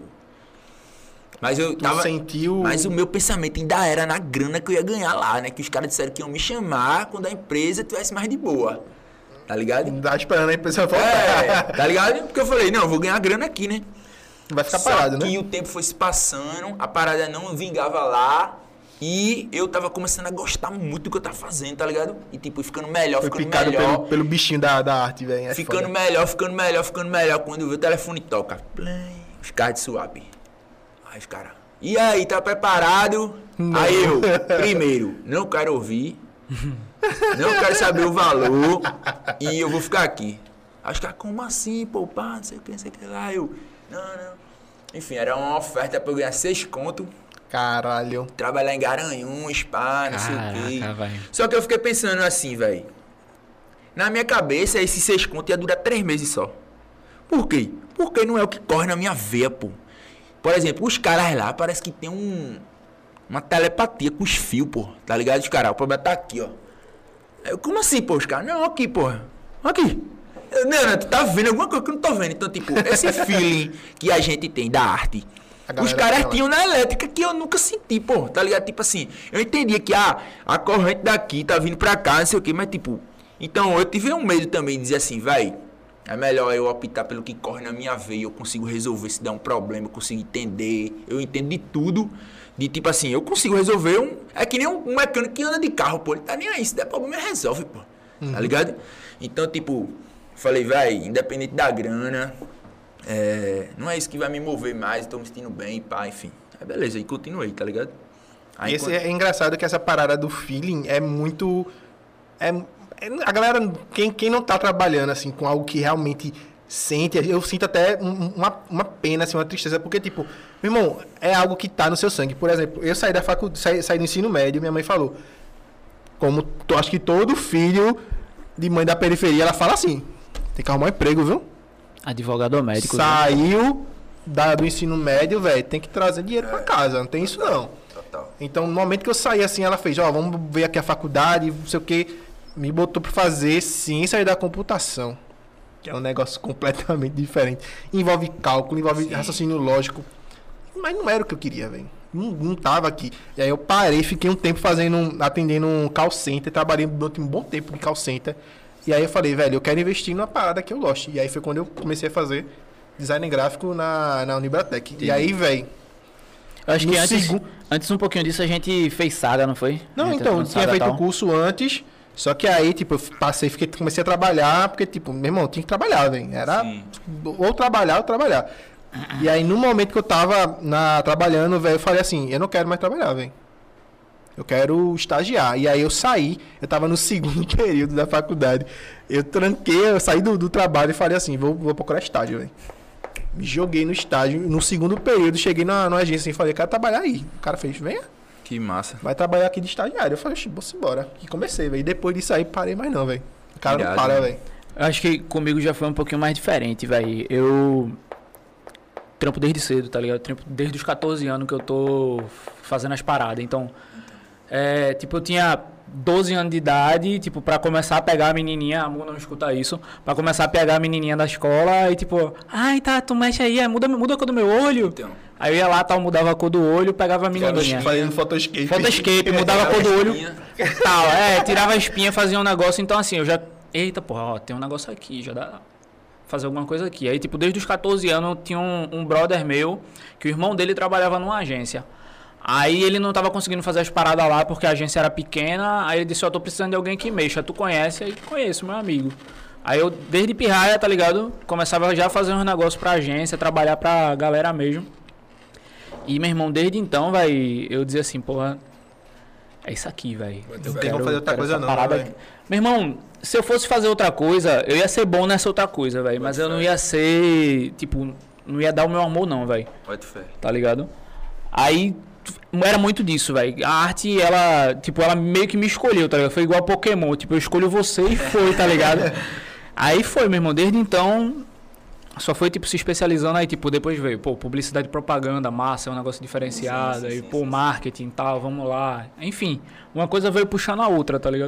Mas eu tava... Mas o meu pensamento ainda era na grana que eu ia ganhar lá, né? Que os caras disseram que iam me chamar quando a empresa tivesse mais de boa. Tá ligado? Tá esperando a empresa voltar. Tá ligado? Porque eu falei, não, eu vou ganhar grana aqui, né? Vai ficar parado, né? Só que o tempo foi se passando, a parada não vingava lá. E eu tava começando a gostar muito do que eu tava fazendo, tá ligado? E tipo, ficando melhor, Foi ficando picado melhor. pelo bichinho da arte, velho. Ficando melhor, ficando melhor, ficando melhor. Quando eu vi o telefone toca. Plém, os caras de swap. Aí os caras. E aí, tá preparado? Não. Aí eu, primeiro, não quero ouvir. Não quero saber o valor. E eu vou ficar aqui. Aí os caras, como assim, pô, pá, não sei o que, não sei o que lá. Eu, não. Enfim, era uma oferta pra eu ganhar 6 conto. Caralho. Trabalhar em Garanhuns, pá, não sei o quê. Véio. Só que eu fiquei pensando assim, velho. Na minha cabeça, esses 6 contos ia durar 3 meses só. Por quê? Porque não é o que corre na minha veia, pô. Por exemplo, os caras lá, parece que tem uma telepatia com os fios, pô. Tá ligado? Os caras, o problema tá aqui, ó. Eu, como assim, pô? Os caras, não, aqui, pô. Aqui. Não, tu tá vendo alguma coisa que eu não tô vendo. Então, tipo, esse feeling que a gente tem da arte... Os caras tinham na elétrica que eu nunca senti, pô, tá ligado? Tipo assim, eu entendia que a corrente daqui tá vindo pra cá, não sei o que, mas tipo... Então, eu tive um medo também de dizer assim, vai, é melhor eu optar pelo que corre na minha veia, eu consigo resolver se der um problema, eu consigo entender, eu entendo de tudo, de tipo assim, eu consigo resolver É que nem um mecânico que anda de carro, pô, ele tá nem aí, se der problema, ele resolve, pô, tá ligado? Então, tipo, falei, vai, independente da grana... não é isso que vai me mover mais, tô me sentindo bem, pá, enfim. Aí beleza, aí continuei, tá ligado? Aí É engraçado que essa parada do feeling é muito... a galera, quem não tá trabalhando, assim, com algo que realmente sente, eu sinto até uma pena, assim, uma tristeza, porque, tipo, meu irmão, é algo que tá no seu sangue. Por exemplo, eu saí da faculdade, saí do ensino médio, minha mãe falou, como acho que todo filho de mãe da periferia, ela fala assim, tem que arrumar um emprego, viu? Advogado ou médico. Saiu do ensino médio, velho, tem que trazer dinheiro pra casa, não tem isso não. Total. Então, no momento que eu saí assim, ela fez, vamos ver aqui a faculdade, não sei o que, me botou pra fazer ciência da computação, que é um negócio completamente diferente. Envolve cálculo, envolve raciocínio lógico, mas não era o que eu queria, velho. Não tava aqui. E aí eu parei, fiquei um tempo atendendo um call center, trabalhei durante um bom tempo de call center. E aí eu falei, velho, eu quero investir numa parada que eu gosto. E aí foi quando eu comecei a fazer design gráfico na Unibratec. E aí, velho... Eu acho que antes um pouquinho disso a gente fez saga, não foi? Não, então, eu tinha feito o curso antes, só que aí, tipo, eu passei, comecei a trabalhar, porque, tipo, meu irmão, tinha que trabalhar, velho. Era ou trabalhar ou trabalhar. E aí, no momento que eu tava trabalhando, velho, eu falei assim, eu não quero mais trabalhar, velho. Eu quero estagiar. E aí eu saí, eu tava no segundo período da faculdade. Eu saí do trabalho e falei assim, vou procurar estágio, velho. Me joguei no estágio, no segundo período, cheguei na agência e falei, quero trabalhar aí. O cara fez, venha. Que massa. Vai trabalhar aqui de estagiário. Eu falei, vou embora. E comecei, velho. E depois disso aí, parei mais não, velho. O cara não para, velho. Eu acho que comigo já foi um pouquinho mais diferente, velho. Eu trampo desde cedo, tá ligado? Trampo desde os 14 anos que eu tô fazendo as paradas. Então... tipo, eu tinha 12 anos de idade, tipo, pra começar a pegar a menininha, a Mu não escuta isso, pra começar a pegar a menininha da escola e tipo, ai, tá, tu mexe aí, muda a cor do meu olho. Então. Aí eu ia lá, tal, mudava a cor do olho, pegava a menininha. Fazendo Photoscape. Photoscape, mudava a cor do olho, tal, tirava a espinha, fazia um negócio, então assim, eu já, eita, porra, ó, tem um negócio aqui, já dá fazer alguma coisa aqui. Aí, tipo, desde os 14 anos, eu tinha um brother meu, que o irmão dele trabalhava numa agência. Aí ele não tava conseguindo fazer as paradas lá porque a agência era pequena. Aí ele disse, tô precisando de alguém que mexa. Tu conhece? Aí conheço, meu amigo. Aí eu, desde pirraia, tá ligado? Começava já a fazer uns negócios pra agência, trabalhar pra galera mesmo. E meu irmão, desde então, vai, eu dizia assim, porra, é isso aqui, velho. Não tem como fazer outra coisa não, velho. Meu irmão, se eu fosse fazer outra coisa, eu ia ser bom nessa outra coisa, velho. Mas eu não ia ser, tipo, não ia dar o meu amor não, velho. Pode fé. Tá ligado? Aí... era muito disso, velho. A arte, ela meio que me escolheu, tá ligado? Foi igual Pokémon, tipo, eu escolho você e foi, tá ligado? Aí foi, meu irmão, desde então, só foi, tipo, se especializando, aí, tipo, depois veio, pô, publicidade e propaganda, massa, é um negócio diferenciado, aí, pô, marketing e tal, vamos lá. Enfim, uma coisa veio puxando a outra, tá ligado?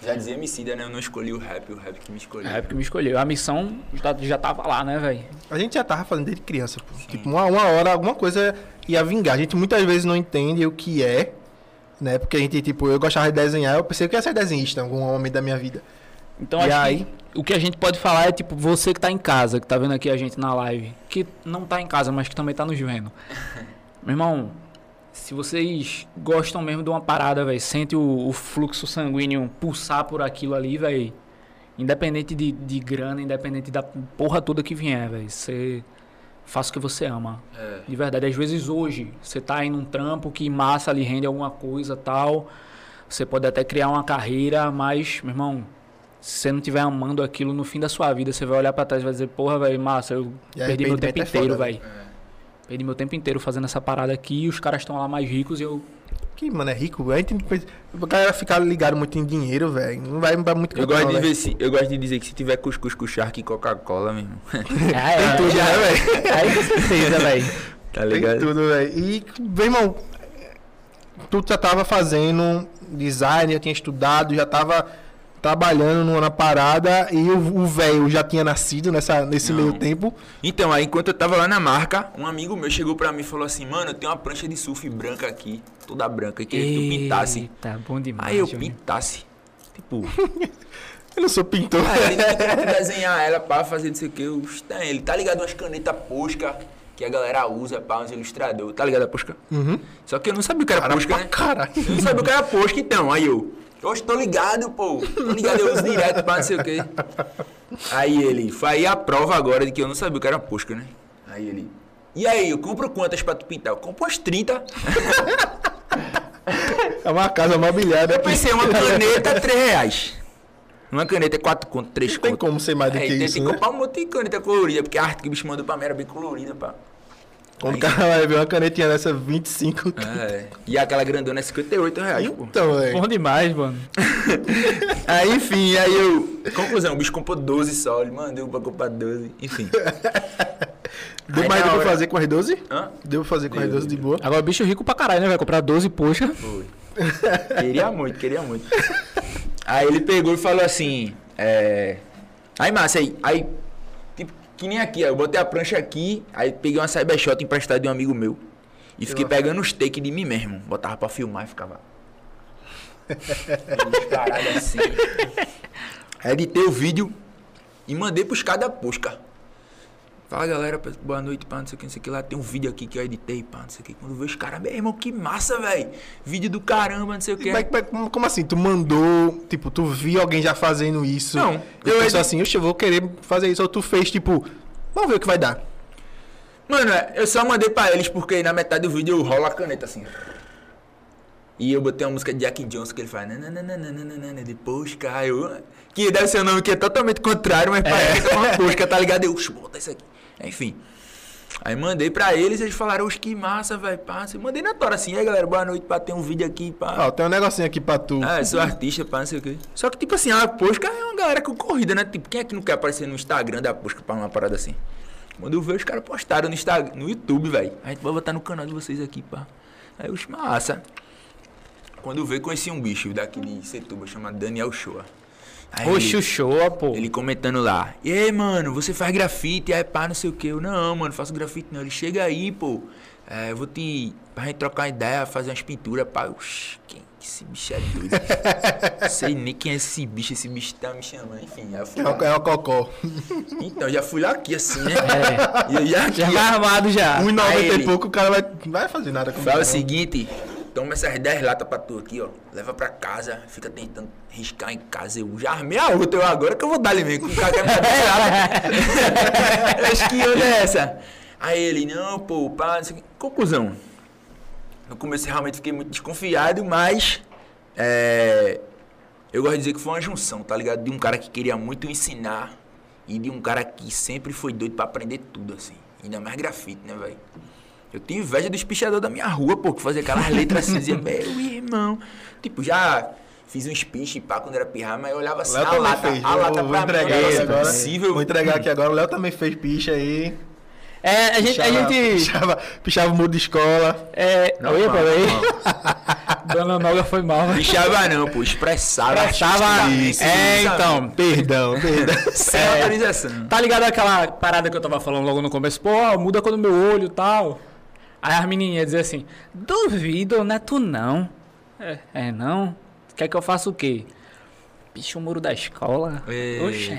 Já dizia Emicida, né? Eu não escolhi o rap que me escolheu. A rap que me escolheu. A missão já tava lá, né, velho? A gente já tava fazendo desde criança, pô. Tipo, uma hora, alguma coisa ia vingar. A gente muitas vezes não entende o que é, né? Porque a gente, tipo, eu gostava de desenhar, eu pensei que eu ia ser desenhista em algum momento da minha vida. Então, E acho aí? que o que a gente pode falar é, tipo, você que tá em casa, que tá vendo aqui a gente na live, que não tá em casa, mas que também tá nos vendo. Meu irmão, se vocês gostam mesmo de uma parada, velho, sente o fluxo sanguíneo pulsar por aquilo ali, velho, independente de grana, independente da porra toda que vier, velho, você faça o que você ama. É. De verdade, às vezes hoje, você tá aí num trampo que massa ali rende alguma coisa tal, você pode até criar uma carreira, mas, meu irmão, se você não estiver amando aquilo no fim da sua vida, você vai olhar pra trás e vai dizer, porra, velho, massa, eu E perdi meu arrependimento tempo é inteiro, foda, velho. Perdi meu tempo inteiro fazendo essa parada aqui e os caras estão lá mais ricos e eu... Que, mano, é rico. A galera ficar ligado muito em dinheiro, velho. Não vai muito Eu conta, gosto, não, de velho. ver eu gosto de dizer que se tiver cuscuz com charque e Coca-Cola, meu irmão. Tem tudo, né, velho? Aí com certeza, velho. Tá Tem ligado? tudo, velho. E, meu irmão, tu já tava fazendo design, já tinha estudado, já tava trabalhando na parada e o velho já tinha nascido nesse Não. meio tempo. Então, aí enquanto eu tava lá na marca, um amigo meu chegou pra mim e falou assim, mano, eu tenho uma prancha de surf branca aqui, toda branca, e queria que tu pintasse. Tá bom demais. Aí eu Júnior. pintasse. Tipo, Eu não sou pintor. aí ele queria que desenhar ela pra fazer não sei o que. Ele tá ligado umas canetas Posca que a galera usa pra uns ilustradores. Tá ligado a Posca? Uhum. Só que eu não sabia o que era Posca, né? Caralho. Eu não sabia o que era Posca, então. Aí eu, hoje tô ligado, pô. Tô ligado, eu uso direto pra não sei o que. Aí ele, foi aí a prova agora de que eu não sabia o que era Posca, né? Aí ele, e aí, eu compro quantas pra tu pintar? Eu compro umas 30. É uma casa mobiliada. Eu pensei, uma caneta, R$3. Uma caneta é 4 conto, 3 Não tem conto. como ser mais do que Tem isso, que né? comprar um monte de caneta colorida, porque a arte que o bicho mandou pra mim era bem colorida, pá. Quando o cara vai ver uma canetinha dessa, 25. É. E aquela grandona é R$58, pô. Então, velho. Bom demais, mano. Aí, enfim, aí eu... Conclusão, o bicho comprou 12 só, ele mandou pra comprar 12, enfim. Deu Aí mais na pra hora- fazer com as 12? Hã? Deu pra fazer com as Deu, 12 de deu. boa. Agora, bicho rico pra caralho, né? Vai comprar 12, poxa. Foi. Queria muito, queria muito. Aí ele pegou e falou assim, Aí, massa, aí, tipo, que nem aqui, ó, eu botei a prancha aqui, aí peguei uma Cybershot emprestada de um amigo meu. E fiquei pegando os takes de mim mesmo. Botava pra filmar e ficava... Caralho, assim. Aí editei o vídeo e mandei pros caras da Posca. Fala, galera, boa noite, pá, não sei o que, não sei o que lá. Tem um vídeo aqui que eu editei, pá, não sei o que. Quando eu vejo os caras, meu irmão, que massa, velho. Vídeo do caramba, não sei o que. Como assim? Tu mandou, tipo, tu viu alguém já fazendo isso? Não, Eu eu pensou assim, eu vou querer fazer isso. Ou tu fez, tipo, vamos ver o que vai dar. Mano, eu só mandei pra eles porque na metade do vídeo eu rolo a caneta assim. E eu botei uma música de Jack Johnson que ele faz nananana, depois caiu. Que deve ser um nome que é totalmente contrário, mas parece que é uma Posca, tá ligado? Eu, bota isso aqui. Enfim. Aí mandei pra eles falaram, oxe, que massa, velho, pá. Mandei na tora assim, aí galera, boa noite, pá, tem um vídeo aqui, pá. Ó, tem um negocinho aqui pra tu. Ah, eu sou artista, pá, não sei o quê. Só que, tipo assim, a Posca é uma galera concorrida, né? Tipo, quem é que não quer aparecer no Instagram da Posca pra uma parada assim? Quando eu vi, os caras postaram no Instagram, no YouTube, velho. A gente vai botar no canal de vocês aqui, pá. Aí, oxe, massa. Quando eu vi, conheci um bicho daqui de Setuba, chamado Daniel Shoa. Aí Oxe, o show, pô. ele comentando lá, e aí, mano, você faz grafite, aí pá, não sei o que. Eu, não, mano, faço grafite não. Ele, chega aí, pô, eu vou pra gente trocar uma ideia, fazer umas pinturas, pá. Oxi, quem que esse bicho é doido? Sei nem quem é esse bicho tá me chamando, enfim. Aí eu fui lá. É o cocó. Então, já fui lá aqui, assim, né? E eu já aqui, Já vai armado já. 1,90 Aí ele- e pouco, o cara vai fazer nada com fala o isso, não. seguinte, toma essas 10 latas pra tu aqui, ó. Leva pra casa, fica tentando riscar em casa. Eu já armei a outra, eu agora que eu vou dar ali mesmo. Com o cara quer me dar 10 latas. Acho que onda é essa? Aí ele, não, pô, pá, não sei o que. Conclusão. No começo eu realmente fiquei muito desconfiado, mas eu gosto de dizer que foi uma junção, tá ligado? De um cara que queria muito ensinar e de um cara que sempre foi doido pra aprender tudo, assim. Ainda mais grafite, né, velho? Eu tenho inveja dos pichadores da minha rua, pô, que fazia aquelas letras assim, dizia, meu irmão. Tipo, já fiz um piche, pá, quando era pirrar, mas eu olhava assim, Léo a também lata, fez. a lata Vou pra mim, entregar é aqui agora. impossível. Vou entregar aqui agora. O Léo também fez picha aí. A gente... Pichava o muro de escola. Oi, Normal, peraí. normal. Dona Noga foi mal, velho. Pichava não, pô. Expressava. Isso, então. Perdão. Sem autorização. Tá ligado aquela parada que eu tava falando logo no começo? Pô, muda a cor do meu olho e tal. Aí as menininhas diziam assim, duvido, não é tu não. É não? Quer que eu faça o quê? Picha o muro da escola. Oxê.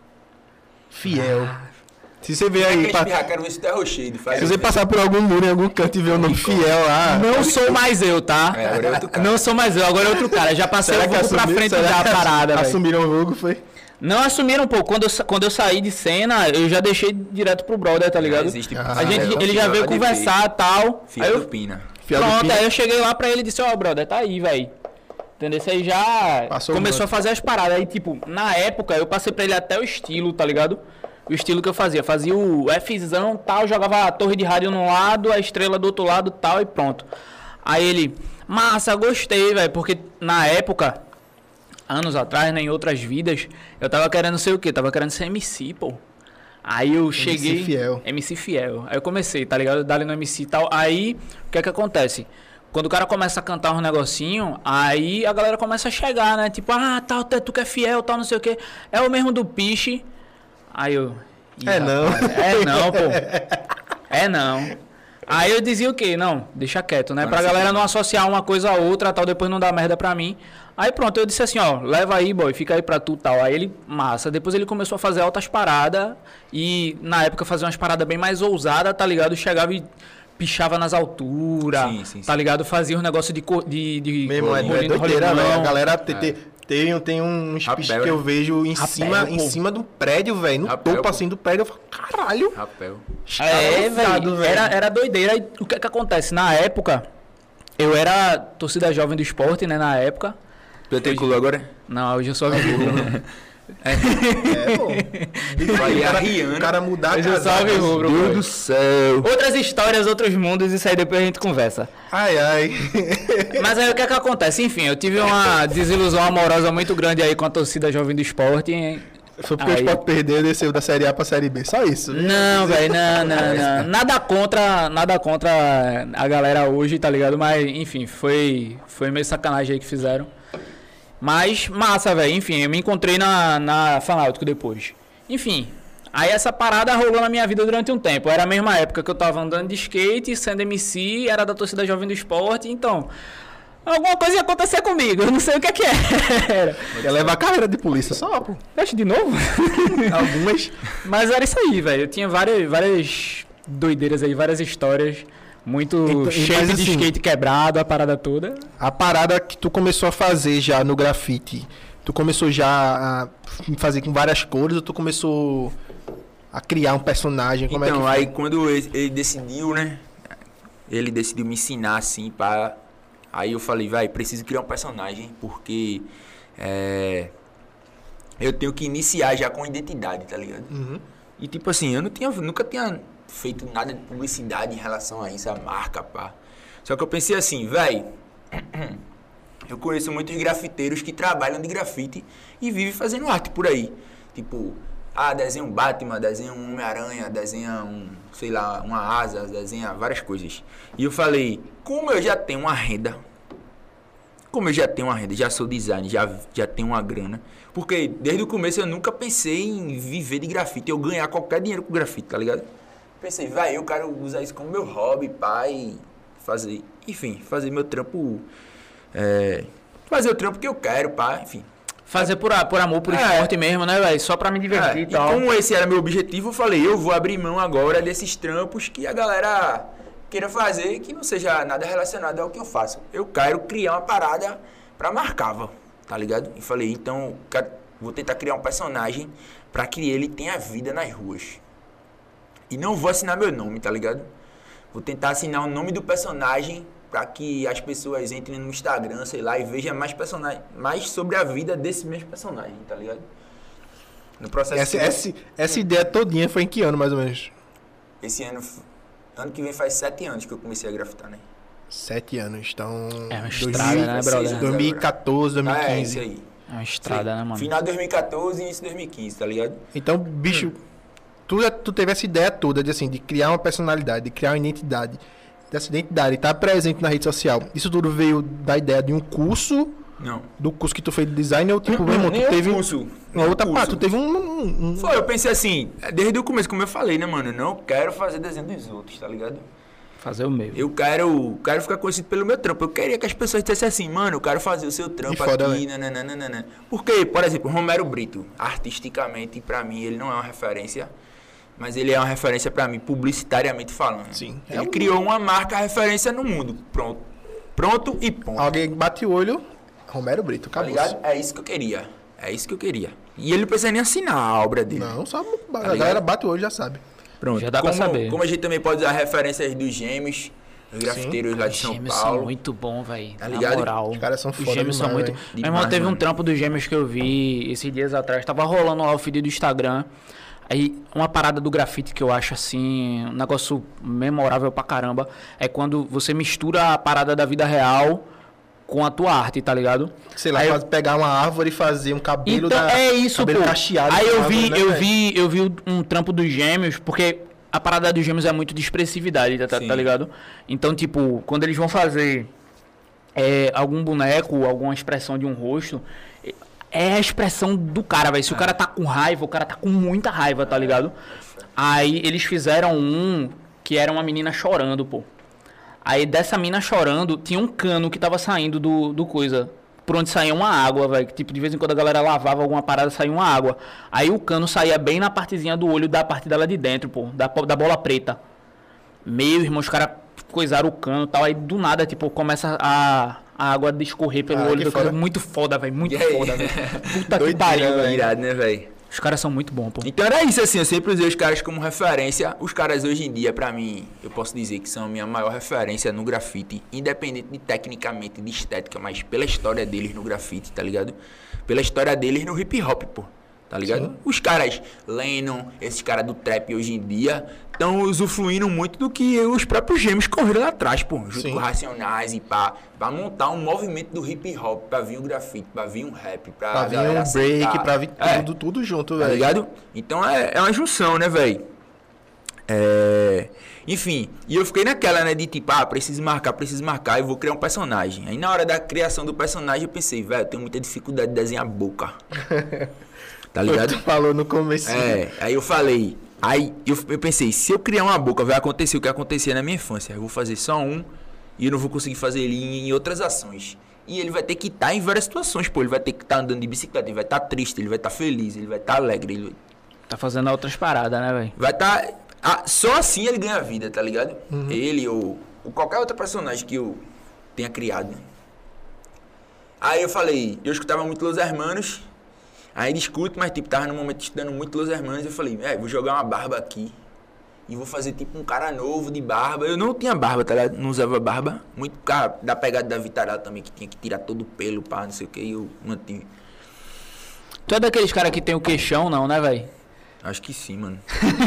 Fiel. Se você ver aí... Quero ver se tu é rochedo. Se você passar por algum muro em algum canto e ver o nome Fiel lá... Não sou mais eu, tá? Agora é outro cara. Não sou mais eu, agora é outro cara. Já passei o vulgo pra frente da parada, velho. Assumiram o vulgo, foi? Não assumiram, pô. Quando eu saí de cena, eu já deixei direto pro brother, tá ligado? Ele já veio conversar e tal. Fiel do Pina. Pronto, aí eu cheguei lá pra ele e disse, ó, brother, tá aí, velho. Entendeu? Isso aí já começou a fazer as paradas. Aí, tipo, na época, eu passei pra ele até o estilo, tá ligado? O estilo que eu fazia. Fazia o Fzão, tal, jogava a torre de rádio num lado, a estrela do outro lado, tal, e pronto. Aí ele, massa, gostei, velho, porque na época, anos atrás, né, em outras vidas, eu tava querendo ser o quê? Tava querendo ser MC, pô. Aí eu cheguei... MC Fiel. Aí eu comecei, tá ligado? Dali no MC e tal. Aí, o que é que acontece? Quando o cara começa a cantar um negocinho, aí a galera começa a chegar, né? Tipo, tal, tu que é fiel, tal, não sei o quê. É o mesmo do Piche. Aí eu... não. É não, pô. É não. Aí eu dizia o quê? Não, deixa quieto, né? Pra galera não associar uma coisa a outra, tal, depois não dar merda pra mim. Aí pronto, eu disse assim, ó, leva aí, boy, fica aí pra tu, tal. Aí ele, massa. Depois ele começou a fazer altas paradas e na época fazia umas paradas bem mais ousadas, tá ligado? Chegava e pichava nas alturas, tá ligado? Fazia um negócio de mesmo, é doideira, velho. A galera tem uns pichos que eu vejo em cima do prédio, velho. No topo assim do prédio, eu falo, caralho. Rapel. Velho. Era doideira. Aí o que que acontece? Na época, eu era torcida jovem do esporte, né? Na época. Tu é tricolor agora? Não, hoje eu sou rubro. O cara mudar hoje eu sou rubro. Meu Deus do céu. Outras histórias, outros mundos, isso aí depois a gente conversa. Ai. Mas aí o que é que acontece? Enfim, eu tive uma desilusão amorosa muito grande aí com a torcida jovem do esporte. Foi porque o Sport perdeu e desceu da Série A pra Série B. Só isso. Não, velho, não. Nada contra a galera hoje, tá ligado? Mas, enfim, foi meio sacanagem aí que fizeram. Mas, massa, velho. Enfim, eu me encontrei na Fanáutico depois. Enfim, aí essa parada rolou na minha vida durante um tempo. Era a mesma época que eu tava andando de skate, sendo MC, era da torcida jovem do esporte, então... Alguma coisa ia acontecer comigo, eu não sei o que é que era. Ia levar a carreira de polícia só, pô. Deixa de novo? Algumas. Mas era isso aí, velho. Eu tinha várias doideiras aí, várias histórias. Muito cheio de skate quebrado, a parada toda. A parada que tu começou a fazer já no grafite, tu começou já a fazer com várias cores ou tu começou a criar um personagem? Como então, é que foi? aí quando ele decidiu, né? Ele decidiu me ensinar assim, pá. Aí eu falei, vai, preciso criar um personagem, porque eu tenho que iniciar já com identidade, tá ligado? Uhum. E tipo assim, eu nunca tinha feito nada de publicidade em relação a isso, a marca, pá. Só que eu pensei assim, vai, eu conheço muitos grafiteiros que trabalham de grafite e vivem fazendo arte por aí. Tipo, desenha um Batman, desenha um Homem-Aranha, desenha sei lá, uma asa, desenha várias coisas. E eu falei, como eu já tenho uma renda, já sou designer, já tenho uma grana. Porque desde o começo eu nunca pensei em viver de grafite, eu ganhar qualquer dinheiro com grafite, tá ligado? Pensei, eu quero usar isso como meu hobby, pai, fazer meu trampo, fazer o trampo que eu quero, pá, enfim. Fazer por amor, por esporte mesmo, né, velho? Só pra me divertir e tal. E como esse era meu objetivo, eu falei, eu vou abrir mão agora desses trampos que a galera queira fazer, que não seja nada relacionado ao que eu faço. Eu quero criar uma parada pra marcava, tá ligado? E falei, então, vou tentar criar um personagem pra que ele tenha vida nas ruas. E não vou assinar meu nome, tá ligado? Vou tentar assinar o nome do personagem para que as pessoas entrem no Instagram, sei lá, e vejam mais sobre a vida desse mesmo personagem, tá ligado? No processo... Essa ideia todinha foi em que ano, mais ou menos? Esse ano que vem faz 7 anos que eu comecei a grafitar, né? 7 anos, então... É uma estrada, né, brother? 2014, 2015. É, isso aí. É uma estrada, né, mano? Final de 2014 e início de 2015, tá ligado? Então, bicho, tu teve essa ideia toda de criar uma personalidade, de criar uma identidade. dessa identidade, tá presente na rede social, isso tudo veio da ideia de um curso, Não. do curso que tu fez de design, ou tipo, meu irmão, tu teve curso. uma outra curso. parte, tu teve um... Foi, eu pensei assim, desde o começo, como eu falei, né, mano? Eu não quero fazer desenho dos outros, tá ligado? Fazer o meu. Eu quero ficar conhecido pelo meu trampo. Eu queria que as pessoas dissessem assim, mano, eu quero fazer o seu trampo foda, aqui, nananana. Porque, por exemplo, Romero Brito, artisticamente, pra mim, ele não é uma referência, mas ele é uma referência pra mim, publicitariamente falando. Sim. Ele criou uma marca referência no mundo. Pronto e ponto. Alguém bate o olho, Romero Brito, Tá acabou. ligado? É isso que eu queria. É isso que eu queria. E ele não precisa nem assinar a obra dele. Não, só a ligado? galera bate o olho, já sabe. Pronto. Já dá pra saber. Como a gente também pode usar referências dos Gêmeos, os grafiteiros lá de Os São gêmeos Paulo. são muito bons, velho. Tá Na ligado? moral. Os caras são Os foda gêmeos são demais, muito... velho. Meu irmão, Demais, teve um mano. trampo dos gêmeos que eu vi esses dias atrás. Tava rolando lá o feed do Instagram. Aí, uma parada do grafite que eu acho, assim, um negócio memorável pra caramba, é quando você mistura a parada da vida real com a tua arte, tá ligado? Sei lá, Aí eu- pegar uma árvore e fazer um cabelo Então, é isso, cabelo pô. cacheado. Aí da eu árvore, vi, né, eu velho? vi, eu vi um trampo dos gêmeos, porque a parada dos gêmeos é muito de expressividade, tá Sim. ligado? Então, tipo, quando eles vão fazer algum boneco, alguma expressão de um rosto, é a expressão do cara, velho. Se o cara tá com raiva, o cara tá com muita raiva, tá ligado? Aí eles fizeram um que era uma menina chorando, pô. Aí dessa mina chorando, tinha um cano que tava saindo do coisa. Por onde saía uma água, velho. Tipo, de vez em quando a galera lavava alguma parada, saía uma água. Aí o cano saía bem na partezinha do olho da parte dela de dentro, pô. Da bola preta. Meu irmão, os caras coisaram o cano e tal. Aí do nada, tipo, começa a água a discorrer pelo Ah, olho que do cano. foda. Muito foda, velho. Muito E aí? foda, velho. Puta que Doideira, pariu, velho. Irado, né, velho? Os caras são muito bons, pô. Então era isso, assim, eu sempre usei os caras como referência. Os caras hoje em dia, pra mim, eu posso dizer que são a minha maior referência no grafite, independente de tecnicamente, de estética, mas pela história deles no grafite, tá ligado? Pela história deles no hip hop, pô. Tá ligado? Sim. Os caras, Lennon, esses caras do trap hoje em dia, estão usufruindo muito do que os próprios gêmeos correram lá atrás, pô. Junto Sim. com Racionais e pá. Pra montar um movimento do hip hop, pra vir o grafite, pra vir um rap, Pra vir galera um break, aceitar. pra vir É. tudo junto, Tá velho. ligado? Então é uma junção, né, velho? Enfim, e eu fiquei naquela, né, de tipo, preciso marcar, eu vou criar um personagem. Aí na hora da criação do personagem eu pensei, velho, eu tenho muita dificuldade de desenhar a boca. Tá Foi o que ligado? tu falou no começo. Aí eu falei, eu pensei, se eu criar uma boca, vai acontecer o que acontecia na minha infância. Eu vou fazer só um e eu não vou conseguir fazer ele em outras ações. E ele vai ter que estar em várias situações, pô. Ele vai ter que estar andando de bicicleta, ele vai estar triste, ele vai estar feliz, ele vai estar alegre, ele Tá fazendo outras paradas, né, velho? vai estar... só assim ele ganha vida, tá ligado? Ele ou qualquer outro personagem que eu tenha criado. Né? Aí eu falei, eu escutava muito Los Hermanos, ainda escuto, mas tipo, tava no momento estudando muito Los Hermanos, eu falei, vou jogar uma barba aqui. E vou fazer tipo um cara novo de barba. Eu não tinha barba, tá ligado? Não usava barba. Muito cara da pegada da Vitarada também, que tinha que tirar todo o pelo, pá, não sei o que, e eu mantive. Tu é daqueles caras que tem o queixão, não, né, velho? Acho que sim, mano.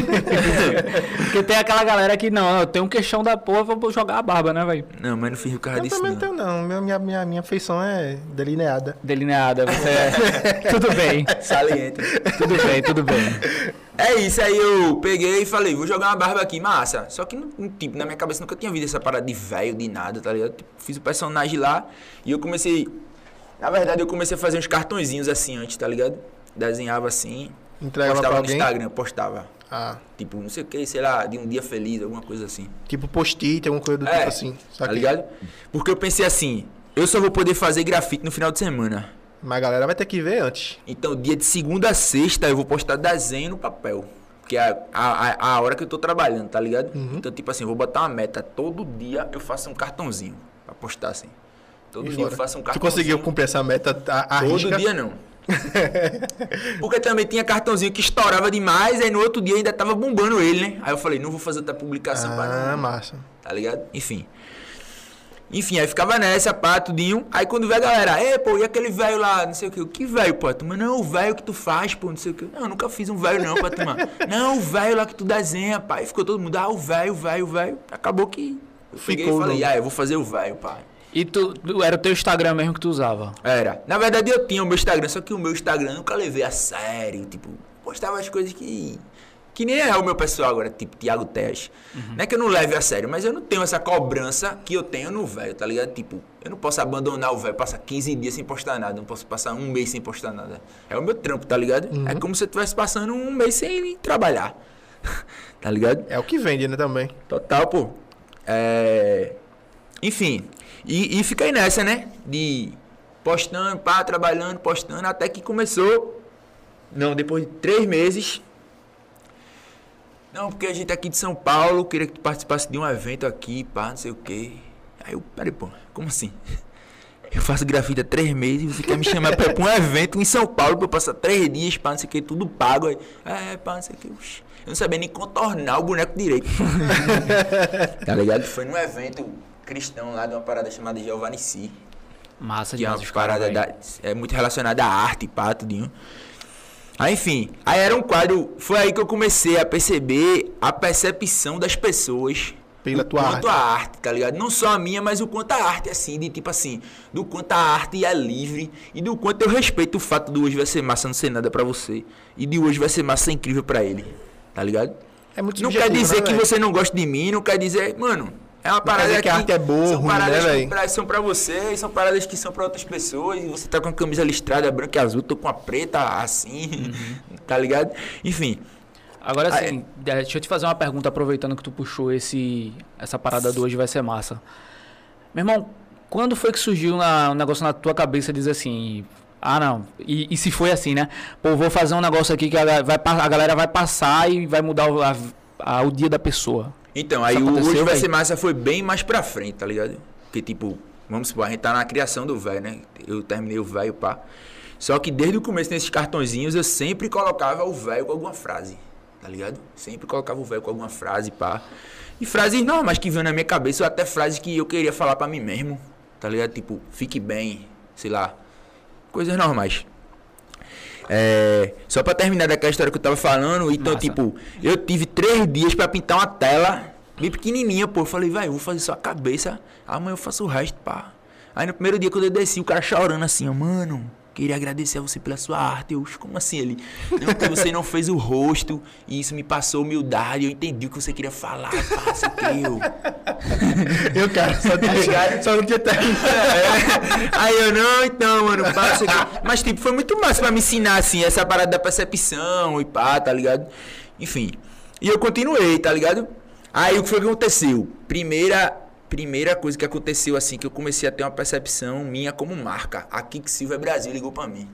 Porque tem aquela galera que, não, eu tenho um queixão da porra, vou jogar a barba, né, velho? Não, mas não fiz o cara Eu disso, também não. não tenho, não. Minha feição é delineada. Delineada, você é... Tudo bem, Saliente. tudo bem, tudo bem. É isso, aí eu peguei e falei, vou jogar uma barba aqui, massa. Só que, tipo, na minha cabeça nunca tinha visto essa parada de velho, de nada, tá ligado? Tipo, fiz o personagem lá e eu comecei... Na verdade, eu comecei a fazer uns cartõezinhos assim antes, tá ligado? Desenhava assim, Entregava postava pra no alguém? Instagram, postava. Ah, Tipo, não sei o que, sei lá, de um dia feliz, alguma coisa assim. tipo post-it, alguma coisa do tipo assim. tá Saquei. ligado? Porque eu pensei assim, eu só vou poder fazer grafite no final de semana. Mas a galera vai ter que ver antes. Então, dia de segunda a sexta, eu vou postar desenho no papel. Que é a hora que eu tô trabalhando, tá ligado? Então, tipo assim, eu vou botar uma meta. Todo dia eu faço um cartãozinho pra postar assim. Todo E dia eu fora. faço um Tu cartãozinho. conseguiu cumprir essa meta a Todo risca? dia não. Porque também tinha cartãozinho que estourava demais, aí no outro dia ainda tava bombando ele, né? Aí eu falei, não vou fazer outra publicação pra Ah, não. massa. Tá ligado? Enfim, aí ficava nessa, pá, tudinho. Aí quando vê a galera, pô, e aquele velho lá, não sei o que. Que velho, pô? Tu, mas não, o velho que tu faz, pô, não sei o que. Não, eu nunca fiz um velho não, pra tomar. Não, o velho lá que tu desenha, pá. E ficou todo mundo, o velho. Acabou que eu peguei Ficou e falei, o eu vou fazer o velho, pá. E tu era o teu Instagram mesmo que tu usava? Era. Na verdade eu tinha o meu Instagram, só que o meu Instagram eu nunca levei a sério. Tipo, postava as coisas que Que nem é o meu pessoal agora, tipo Thiago Teas. Não é que eu não leve a sério, mas eu não tenho essa cobrança que eu tenho no velho, tá ligado? Tipo, eu não posso abandonar o velho, passar 15 dias sem postar nada, não posso passar um mês sem postar nada. É o meu trampo, tá ligado? É como se eu estivesse passando um mês sem ir trabalhar. Tá ligado? É o que vende, né, também. Total, pô. Enfim, e fiquei nessa, né? De postando, pá, trabalhando, postando, até que começou. Não, depois de 3 meses. Não, porque a gente é aqui de São Paulo, queria que tu participasse de um evento aqui, pá, não sei o quê. Aí eu, peraí, pô, como assim? Eu faço grafite há 3 meses e você quer me chamar pra ir pra um evento em São Paulo pra eu passar 3 dias, pá, não sei o que, tudo pago. Aí, pá, não sei o que. Eu não sabia nem contornar o boneco direito. Tá ligado? Foi num evento cristão lá de uma parada chamada Jeovanici. Massa Que é demais uma os caras, parada é muito relacionada à arte, pá, tudinho. Aí, enfim, aí era um quadro. Foi aí que eu comecei a perceber a percepção das pessoas Pela tua quanto a arte, tá ligado? Não só a minha, mas o quanto a arte, assim, de tipo assim, do quanto a arte é livre e do quanto eu respeito o fato de hoje vai ser massa não ser nada pra você e de hoje vai ser massa ser incrível pra ele, tá ligado? É muito Não subjetivo, quer dizer né, que velho? você não gosta de mim, não quer dizer, mano, é uma quer parada dizer que a arte é boa, são ruim, paradas né, que velho? são pra você, e são paradas que são pra outras pessoas, e você tá com a camisa listrada branca e azul, tô com a preta assim, tá ligado? Enfim, Agora sim, deixa eu te fazer uma pergunta, aproveitando que tu puxou essa parada do hoje vai ser massa. Meu irmão, quando foi que surgiu um negócio na tua cabeça dizer assim, não, e se foi assim, né? Pô, vou fazer um negócio aqui que a galera vai passar e vai mudar o dia da pessoa. então, aí Isso o aconteceu, hoje vai véi? ser massa foi bem mais pra frente, tá ligado? Porque tipo, vamos supor, a gente tá na criação do velho, né? Eu terminei o velho, pá. Só que desde o começo nesses cartõezinhos eu sempre colocava o velho com alguma frase. Tá ligado? Sempre colocava o velho com alguma frase, pá. E frases normais que vinham na minha cabeça, ou até frases que eu queria falar pra mim mesmo. Tá ligado? Tipo, fique bem, sei lá. Coisas normais. Só pra terminar daquela história que eu tava falando, então, Massa. tipo, eu tive 3 dias pra pintar uma tela bem pequenininha, pô. Eu falei, vai, eu vou fazer só a cabeça, amanhã eu faço o resto, pá. Aí no primeiro dia quando eu desci, o cara chorando assim, ó, mano, queria agradecer a você pela sua arte. Eu, como assim? Ele, não, porque você não fez o rosto e isso me passou humildade. Eu entendi o que você queria falar, pá, sei o que eu. Eu, cara, só não tinha terminado. Aí eu, não, então, mano, pá, sei o que. Mas, tipo, foi muito massa pra me ensinar, assim, essa parada da percepção e pá, tá ligado? Enfim. E eu continuei, tá ligado? Aí o que foi que aconteceu? Primeira coisa que aconteceu assim, que eu comecei a ter uma percepção minha como marca. A Quicksilver Brasil ligou pra mim.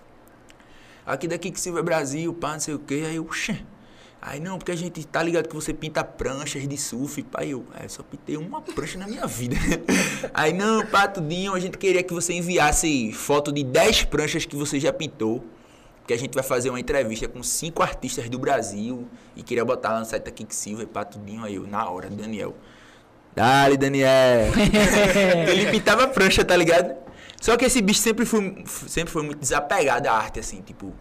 Aqui da Quicksilver Brasil, pá, não sei o que. Aí eu, aí não, porque a gente tá ligado que você pinta pranchas de surf, pá. Eu só pintei uma prancha na minha vida. Aí não, pá, tudinho, a gente queria que você enviasse foto de 10 pranchas que você já pintou. Que a gente vai fazer uma entrevista com 5 artistas do Brasil. E queria botar lá no site da Quicksilver, pá, tudinho. Aí eu, na hora, Daniel. Dale, Daniel. Ele pintava prancha, tá ligado? Só que esse bicho sempre foi muito desapegado à arte, assim, tipo...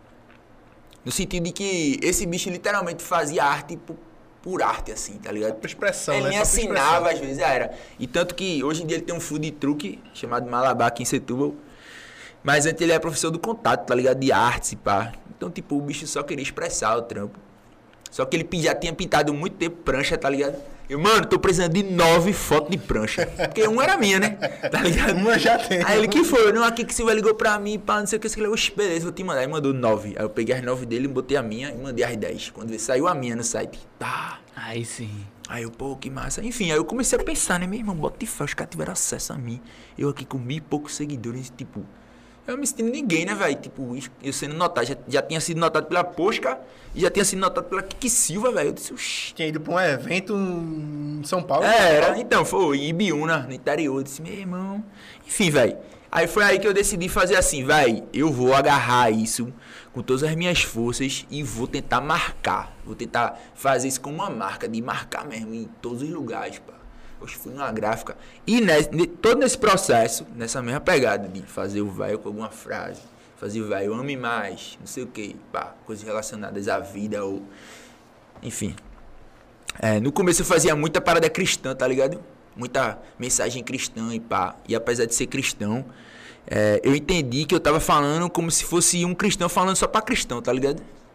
No sentido de que esse bicho literalmente fazia arte por arte, assim, tá ligado? Por expressão, ele né? me Só por assinava, expressão. às vezes, era. E tanto que hoje em dia ele tem um food truck chamado Malabar aqui em Setúbal. Mas antes ele era professor do contato, tá ligado? De artes e pá. Então, tipo, o bicho só queria expressar o trampo. Só que ele já tinha pintado muito tempo prancha, tá ligado? Eu, mano, tô precisando de 9 fotos de prancha. Porque uma era minha, né? Tá ligado? Uma já tem. Aí ele, que foi? Não, aqui que você ligou pra mim, pá, não sei o que. Você falou, oxe, beleza, vou te mandar. Aí mandou 9. Aí eu peguei as 9 dele, botei a minha e mandei as 10. Quando saiu a minha no site. Tá. Aí sim. Aí eu, pô, que massa. Enfim, aí eu comecei a pensar, né? Meu irmão, bota de fé, os caras tiveram acesso a mim. Eu aqui com 1.000 e poucos seguidores, tipo... Eu me sentindo ninguém, né, velho? Tipo, eu sendo notado. Já tinha sido notado pela Posca e já tinha sido notado pela Quicksilver, velho. Eu disse, oxi. Tinha ido pra um evento em São Paulo. Era, então, foi em Ibiúna, no interior. Eu disse, meu irmão. Enfim, velho. Aí foi aí que eu decidi fazer assim, velho. Eu vou agarrar isso com todas as minhas forças e vou tentar marcar. Vou tentar fazer isso como uma marca, de marcar mesmo em todos os lugares, pá. Hoje fui numa gráfica. E todo nesse processo, nessa mesma pegada de fazer o velho com alguma frase, fazer o velho ame mais, não sei o que, pá, coisas relacionadas à vida ou... Enfim. No começo eu fazia muita parada cristã, tá ligado? Muita mensagem cristã e pá. E apesar de ser cristão, eu entendi que eu tava falando como se fosse um cristão falando só pra cristão, tá ligado?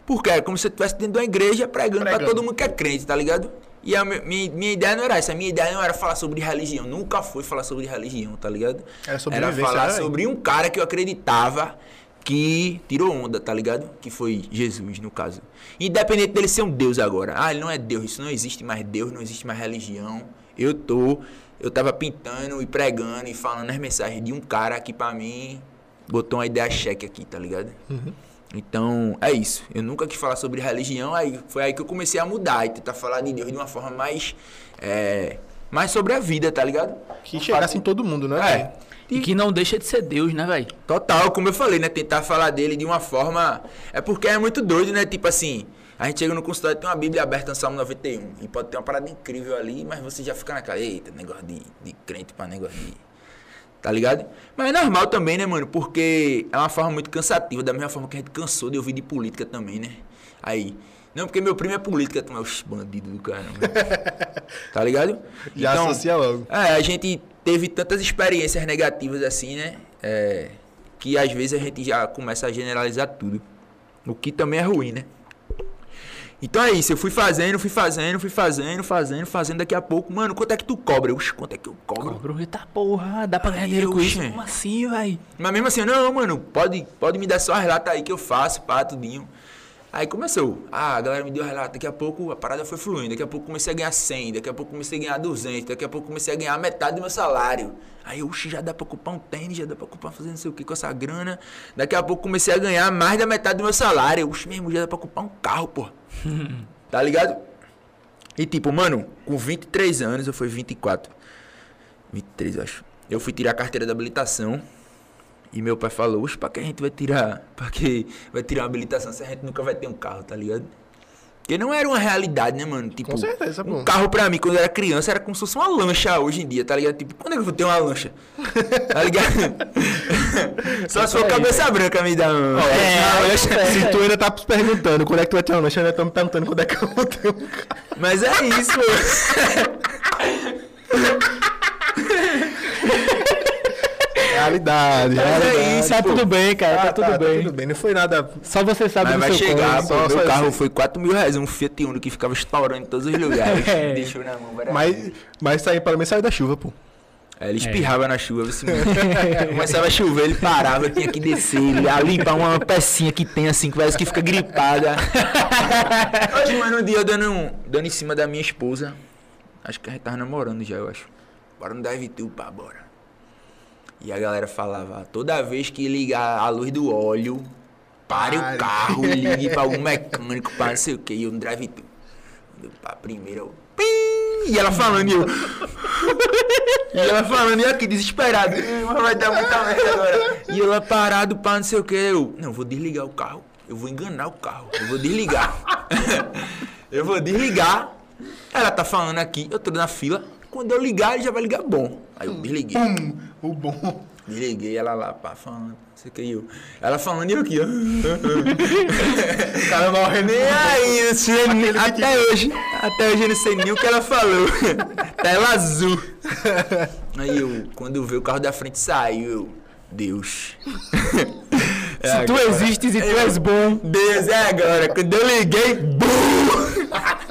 Porque é como se eu estivesse dentro de uma igreja pregando pra todo mundo que é crente, tá ligado? E a minha ideia não era essa. A minha ideia não era falar sobre religião. Nunca foi falar sobre religião, tá ligado? Era falar sobre um cara que eu acreditava que tirou onda, tá ligado? Que foi Jesus, no caso. Independente dele ser um Deus agora. Ah, ele não é Deus. Isso não existe mais Deus, não existe mais religião. Eu tava pintando e pregando e falando as mensagens de um cara que pra mim botou uma ideia cheque aqui, tá ligado? Uhum. Então, é isso. Eu nunca quis falar sobre religião, aí foi aí que eu comecei a mudar e tentar falar de Deus de uma forma mais sobre a vida, tá ligado? Que chegasse em todo mundo, né? E que não deixa de ser Deus, né, velho? Total, como eu falei, né? Tentar falar dele de uma forma... É porque é muito doido, né? Tipo assim, a gente chega no consultório e tem uma Bíblia aberta no Salmo 91. E pode ter uma parada incrível ali, mas você já fica naquela... Eita, negócio de crente pra negócio de... Tá ligado? Mas é normal também, né, mano? Porque é uma forma muito cansativa, da mesma forma que a gente cansou de ouvir de política também, né? Aí... Não, porque meu primo é política, tu é os bandidos do caramba. Tá ligado? Já então, associa logo. A gente teve tantas experiências negativas assim, né? Que às vezes a gente já começa a generalizar tudo. O que também é ruim, né? Então é isso, eu fui fazendo. Daqui a pouco, mano, quanto é que tu cobra? Oxe, quanto é que eu cobro? Cobro, eita porra, dá pra ganhar dinheiro com isso? Como assim, velho? Mas mesmo assim, não, mano, pode me dar só relato aí que eu faço, pá, tudinho. Aí começou, a galera me deu relato, daqui a pouco a parada foi fluindo, daqui a pouco comecei a ganhar 100, daqui a pouco comecei a ganhar 200, daqui a pouco comecei a ganhar metade do meu salário. Aí, oxe, já dá pra comprar um tênis, já dá pra comprar fazer não sei o que com essa grana. Daqui a pouco comecei a ganhar mais da metade do meu salário. Oxe, mesmo, já dá pra comprar um carro, pô. Tá ligado? E tipo, mano, com 23 anos, eu fui 24, 23 eu acho, eu fui tirar a carteira de habilitação. E meu pai falou, oxe, pra que a gente vai tirar? Pra que vai tirar uma habilitação se a gente nunca vai ter um carro, tá ligado? Porque não era uma realidade, né, mano? Tipo, com certeza, pô. Um carro pra mim, quando eu era criança, era como se fosse uma lancha hoje em dia, tá ligado? Tipo, quando é que eu vou ter uma lancha? Tá ligado? Só se for cabeça branca me dá uma lancha. Se tu ainda tá perguntando quando é que tu vai ter uma lancha, eu ainda tô me perguntando quando é que eu vou ter um carro. Mas é isso, pô. Realidade. É isso, tá tudo bem, cara, tá tudo bem. Tudo bem, não foi nada... Só você sabe do seu chegar, corpo. pô, meu carro foi 4 mil reais, um Fiat Uno que ficava estourando em todos os lugares. Deixou na mão, mas isso aí, pelo menos, saiu da chuva, pô. Ele espirrava na chuva, assim, começava a chover, ele parava, tinha que descer, a limpar uma pecinha que tem assim, que parece que fica gripada. Hoje, mano, um dia eu dando em cima da minha esposa, acho que a gente tava namorando já, eu acho. Bora no drive-thru, pá, bora. E a galera falava, toda vez que ligar a luz do óleo, pare o carro, ligue pra algum mecânico, pra não sei o que, e eu no drive-thru. Pra primeiro, eu... Pim! E ela falando, e eu... e aqui, desesperado, mas vai dar muita merda agora. E ela parado, pra não sei o que, eu... Não, vou desligar o carro, eu vou enganar o carro, eu vou desligar. Eu vou desligar. Ela tá falando aqui, eu tô na fila. Quando eu ligar, ele já vai ligar bom. Aí eu desliguei. O bom. Desliguei, ela lá, pá, falando, não sei o que, eu. Ela falando e eu aqui, ó. O cara morrendo. Nem aí, eu sei, até hoje eu não sei nem o que ela falou. Tela azul. Aí eu, quando eu vi o carro da frente saiu, eu, Deus. Se tu existes e tu és bom. Deus, é agora. Quando eu liguei, BUM!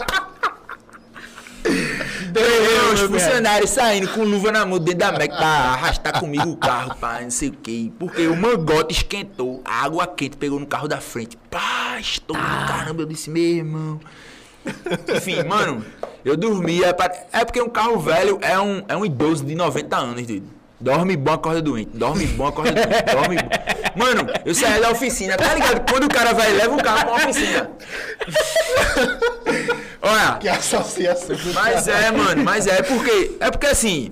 Os funcionários saindo com luva na mão dentro da Mac pra arrastar comigo o carro, pá, não sei o que. Porque o mangote esquentou, a água quente pegou no carro da frente. Pá, estourou, caramba, eu disse, meu irmão. Enfim, mano, eu dormia. É porque um carro velho é um idoso de 90 anos, doido. Dorme bom, acorda doente. Dorme bom, acorda doente. Dorme bom. Mano, eu saí da oficina, tá ligado? Quando o cara vai e leva o carro pra oficina. Olha. Que associação. Mas mano, é porque assim.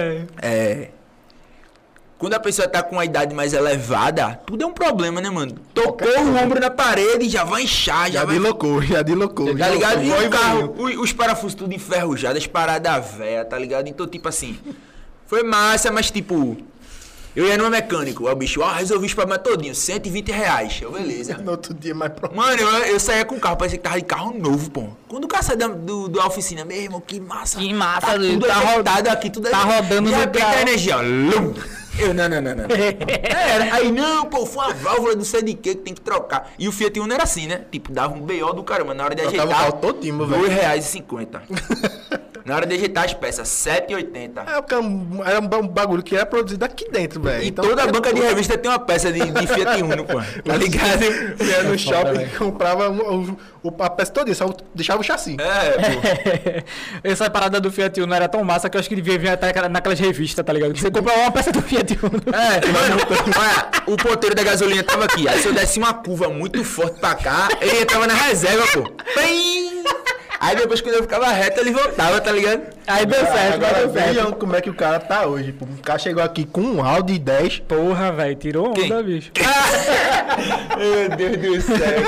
Quando a pessoa tá com uma idade mais elevada, tudo é um problema, né, mano? Tocou o ombro na parede, já vai inchar, já deslocou. Tá ligado? E o carro, os parafusos tudo enferrujados, as paradas velhas, tá ligado? Então, tipo assim, foi massa, mas tipo, eu ia no mecânico, o bicho, resolvi os problemas todinho, 120 reais. Eu, beleza. No outro dia, mais problema. Mano, eu saía com o carro, parecia que tava de carro novo, pô. Quando o cara sai da oficina, mesmo, que massa. Que massa, tá tudo tá rodado aqui, tudo tá rodando de no repente carro. a energia, Eu, não. Era. Aí, não, pô, foi uma válvula do sei de que tem que trocar. E o Fiat Uno era assim, né? Tipo, dava um BO do caramba. Na hora de Trocava ajeitar, o carro todinho, velho. R$2,50. Na hora de ajeitar as peças, R$7,80. É, porque era um bagulho que era produzido aqui dentro, velho. E Então, toda a banca de revista tem uma peça de Fiat Uno, pô. Tá ligado? eu ia no shopping, velho. comprava a peça todinha, só deixava o chassi. É, pô. Essa parada do Fiat Uno era tão massa que eu acho que devia vir até naquelas revistas, tá ligado? Que você comprava uma peça do Fiat Uno. Mano, olha, o ponteiro da gasolina tava aqui. Aí se eu desse uma curva muito forte pra cá, ele entrava na reserva, pô. Pim! Aí depois quando eu ficava reto, ele voltava, tá ligado? Aí deu certo, mas Agora deu certo. vejam como é que o cara tá hoje. Pô. O cara chegou aqui com um Audi 10. Porra, velho, tirou onda, Quem? bicho. Meu Deus do céu.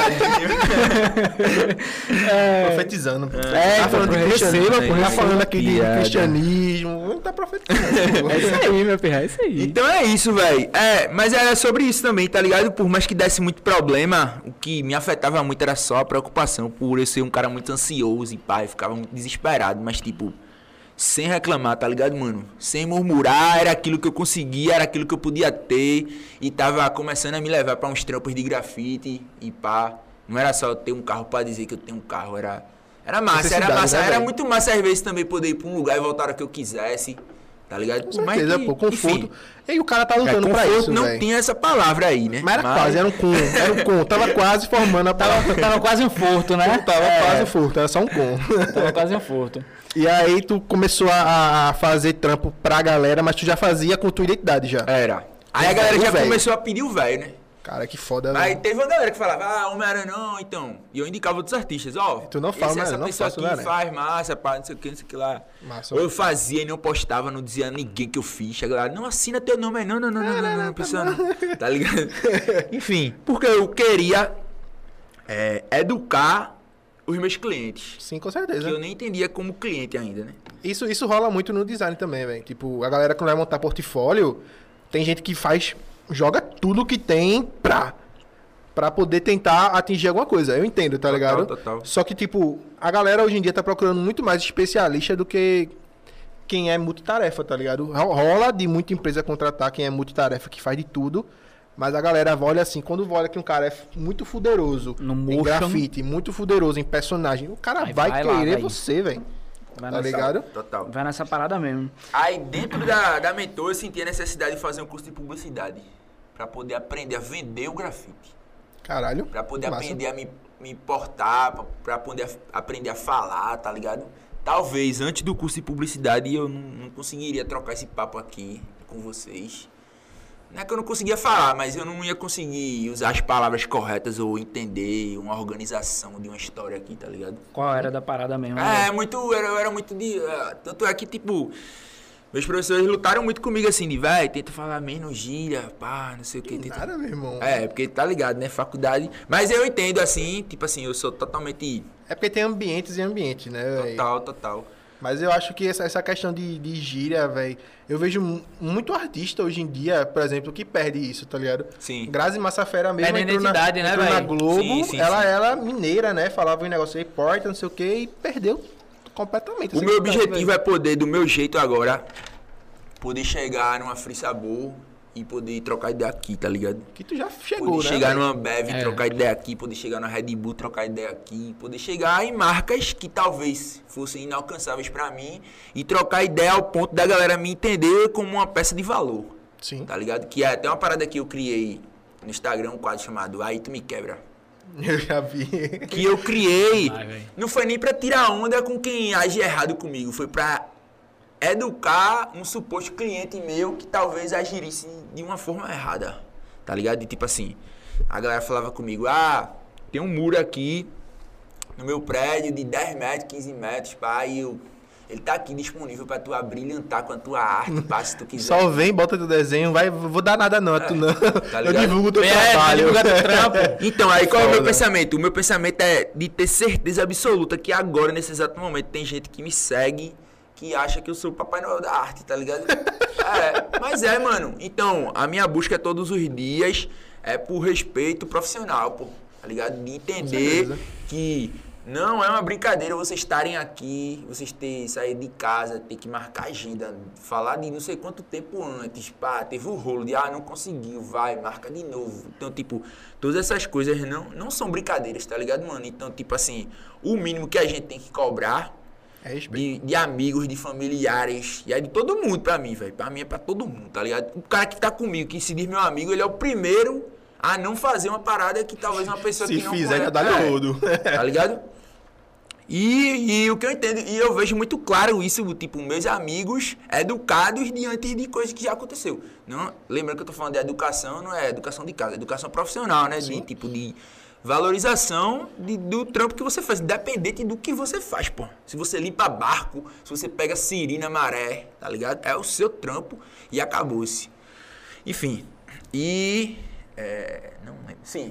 Profetizando. Pô. É, Tá falando de então, cristianismo, receba, pô. Tá receba falando aqui de piada. cristianismo. Não tá profetizando. Pô. É isso aí, meu pirra, é isso aí. Então é isso, velho. É, mas era sobre isso também, tá ligado? Por mais que desse muito problema, o que me afetava muito era só a preocupação por eu ser um cara muito ansioso e pá, eu ficava muito desesperado, mas tipo, sem reclamar, tá ligado, mano? Sem murmurar, era aquilo que eu conseguia, era aquilo que eu podia ter e tava começando a me levar pra uns trampos de grafite e pá. Não era só ter um carro pra dizer que eu tenho um carro, era massa, Necessidade, né, era velho? muito massa às vezes também poder ir pra um lugar e voltar a hora que eu quisesse, tá ligado? Com certeza, pô. Conforto. Enfim, E o cara tá lutando pra conforto isso, não velho. tinha essa palavra aí, né? Mas era quase, era um com. Tava quase formando a palavra. Tava quase um furto, né? Tava quase um furto, era só um com. Tava quase um furto. E aí tu começou a fazer trampo pra galera, mas tu já fazia com tua identidade já. Era. Aí a galera O já velho. começou a pedir o velho, né? Cara, que foda, Aí velho. teve uma galera que falava, Homem-Aranha não, então. E eu indicava outros artistas, ó. Tu não fala, essa né? Não pessoa faço, aqui né? faz massa, pá, não sei o que, não sei o que lá. Massa. Ou eu fazia e não postava, não dizia a ninguém que eu fiz. A galera, não assina teu nome aí, não, precisa não. Tá ligado? Enfim, porque eu queria educar os meus clientes. Sim, com Que certeza. eu nem entendia como cliente ainda, né? Isso rola muito no design também, velho. Tipo, a galera quando vai montar portfólio, tem gente que joga tudo que tem pra poder tentar atingir alguma coisa. Eu entendo, tá Total, ligado? total. Só que, tipo, a galera hoje em dia tá procurando muito mais especialista do que quem é multitarefa, tá ligado? Rola de muita empresa contratar quem é multitarefa, que faz de tudo. Mas a galera olha assim, quando olha que um cara é muito fuderoso No em motion. grafite, muito fuderoso em personagem, o cara Aí vai vai lá, querer velho. você, velho. Vai Tá nessa- ligado? Total. Vai nessa parada mesmo. Aí dentro da mentor eu senti a necessidade de fazer um curso de publicidade. Pra poder aprender a vender o grafite. Caralho. Pra poder Massa. aprender a me portar, pra poder aprender a falar, tá ligado? Talvez antes do curso de publicidade eu não conseguiria trocar esse papo aqui com vocês. Não é que eu não conseguia falar, mas eu não ia conseguir usar as palavras corretas ou entender uma organização de uma história aqui, tá ligado? Qual era da parada mesmo? Eu era muito de... tanto é que, tipo... Meus professores lutaram muito comigo assim, de, véi, tenta falar menos gíria, pá, não sei o que. Tenta... Nada, meu irmão. Porque tá ligado, né? Faculdade. Mas eu entendo assim, tipo assim, eu sou totalmente É porque tem ambientes e ambientes, né, velho? total. Mas eu acho que essa questão de gíria, velho, eu vejo muito artista hoje em dia, por exemplo, que perde isso, tá ligado? Sim. Grazi Massafera mesmo Perde a identidade, né, entrou na velho? Globo, Sim, ela era mineira, né? Falava um negócio aí, porta, não sei o que, e perdeu completamente. O essa meu identidade, objetivo é poder, do meu jeito agora, poder chegar numa Free Sabor e poder trocar ideia aqui, tá ligado? que tu já chegou, Poder né? chegar velho? numa Ambev, trocar ideia aqui, poder chegar na Red Bull, trocar ideia aqui, poder chegar em marcas que talvez fossem inalcançáveis pra mim e trocar ideia ao ponto da galera me entender como uma peça de valor, Sim. tá ligado? Que é até uma parada que eu criei no Instagram, um quadro chamado Aí Tu Me Quebra. Eu já vi. Que eu criei, Vai, véi. não foi nem pra tirar onda com quem age errado comigo, foi pra educar um suposto cliente meu que talvez agirisse de uma forma errada, tá ligado? E tipo assim, a galera falava comigo, tem um muro aqui no meu prédio de 10 metros, 15 metros, pá, e ele tá aqui disponível pra tu brilhantar com a tua arte, pá, se tu quiser. Só vem, bota teu desenho, vou dar nada não, tu não. tá Eu ligado? divulgo teu Vai trabalho. divulgar teu trampo. Então, aí qual é o meu Foda. pensamento? O meu pensamento é de ter certeza absoluta que agora, nesse exato momento, tem gente que me segue que acha que eu sou o Papai Noel da arte, tá ligado? Mas mano. Então, a minha busca todos os dias é por respeito profissional, pô. Tá ligado? De entender certeza. que Não é uma brincadeira vocês estarem aqui, vocês sair de casa, ter que marcar agenda, falar de não sei quanto tempo antes, pá, teve o rolo de, não conseguiu, vai, marca de novo. Então, tipo, todas essas coisas não são brincadeiras, tá ligado, mano? Então, tipo assim, o mínimo que a gente tem que cobrar de amigos, de familiares, e é de todo mundo pra mim, velho. Pra mim é pra todo mundo, tá ligado? O cara que tá comigo, que se diz meu amigo, ele é o primeiro a não fazer uma parada que talvez uma pessoa que não fizer, já dá rodo. Tá ligado? E o que eu entendo, e eu vejo muito claro isso, tipo, meus amigos educados diante de coisas que já aconteceu. Não, lembrando que eu tô falando de educação, não é educação de casa, é educação profissional, né? De tipo de valorização do trampo que você faz, independente do que você faz, pô. Se você limpa barco, se você pega siri na maré, tá ligado? É o seu trampo e acabou-se. Enfim, não lembro, sim.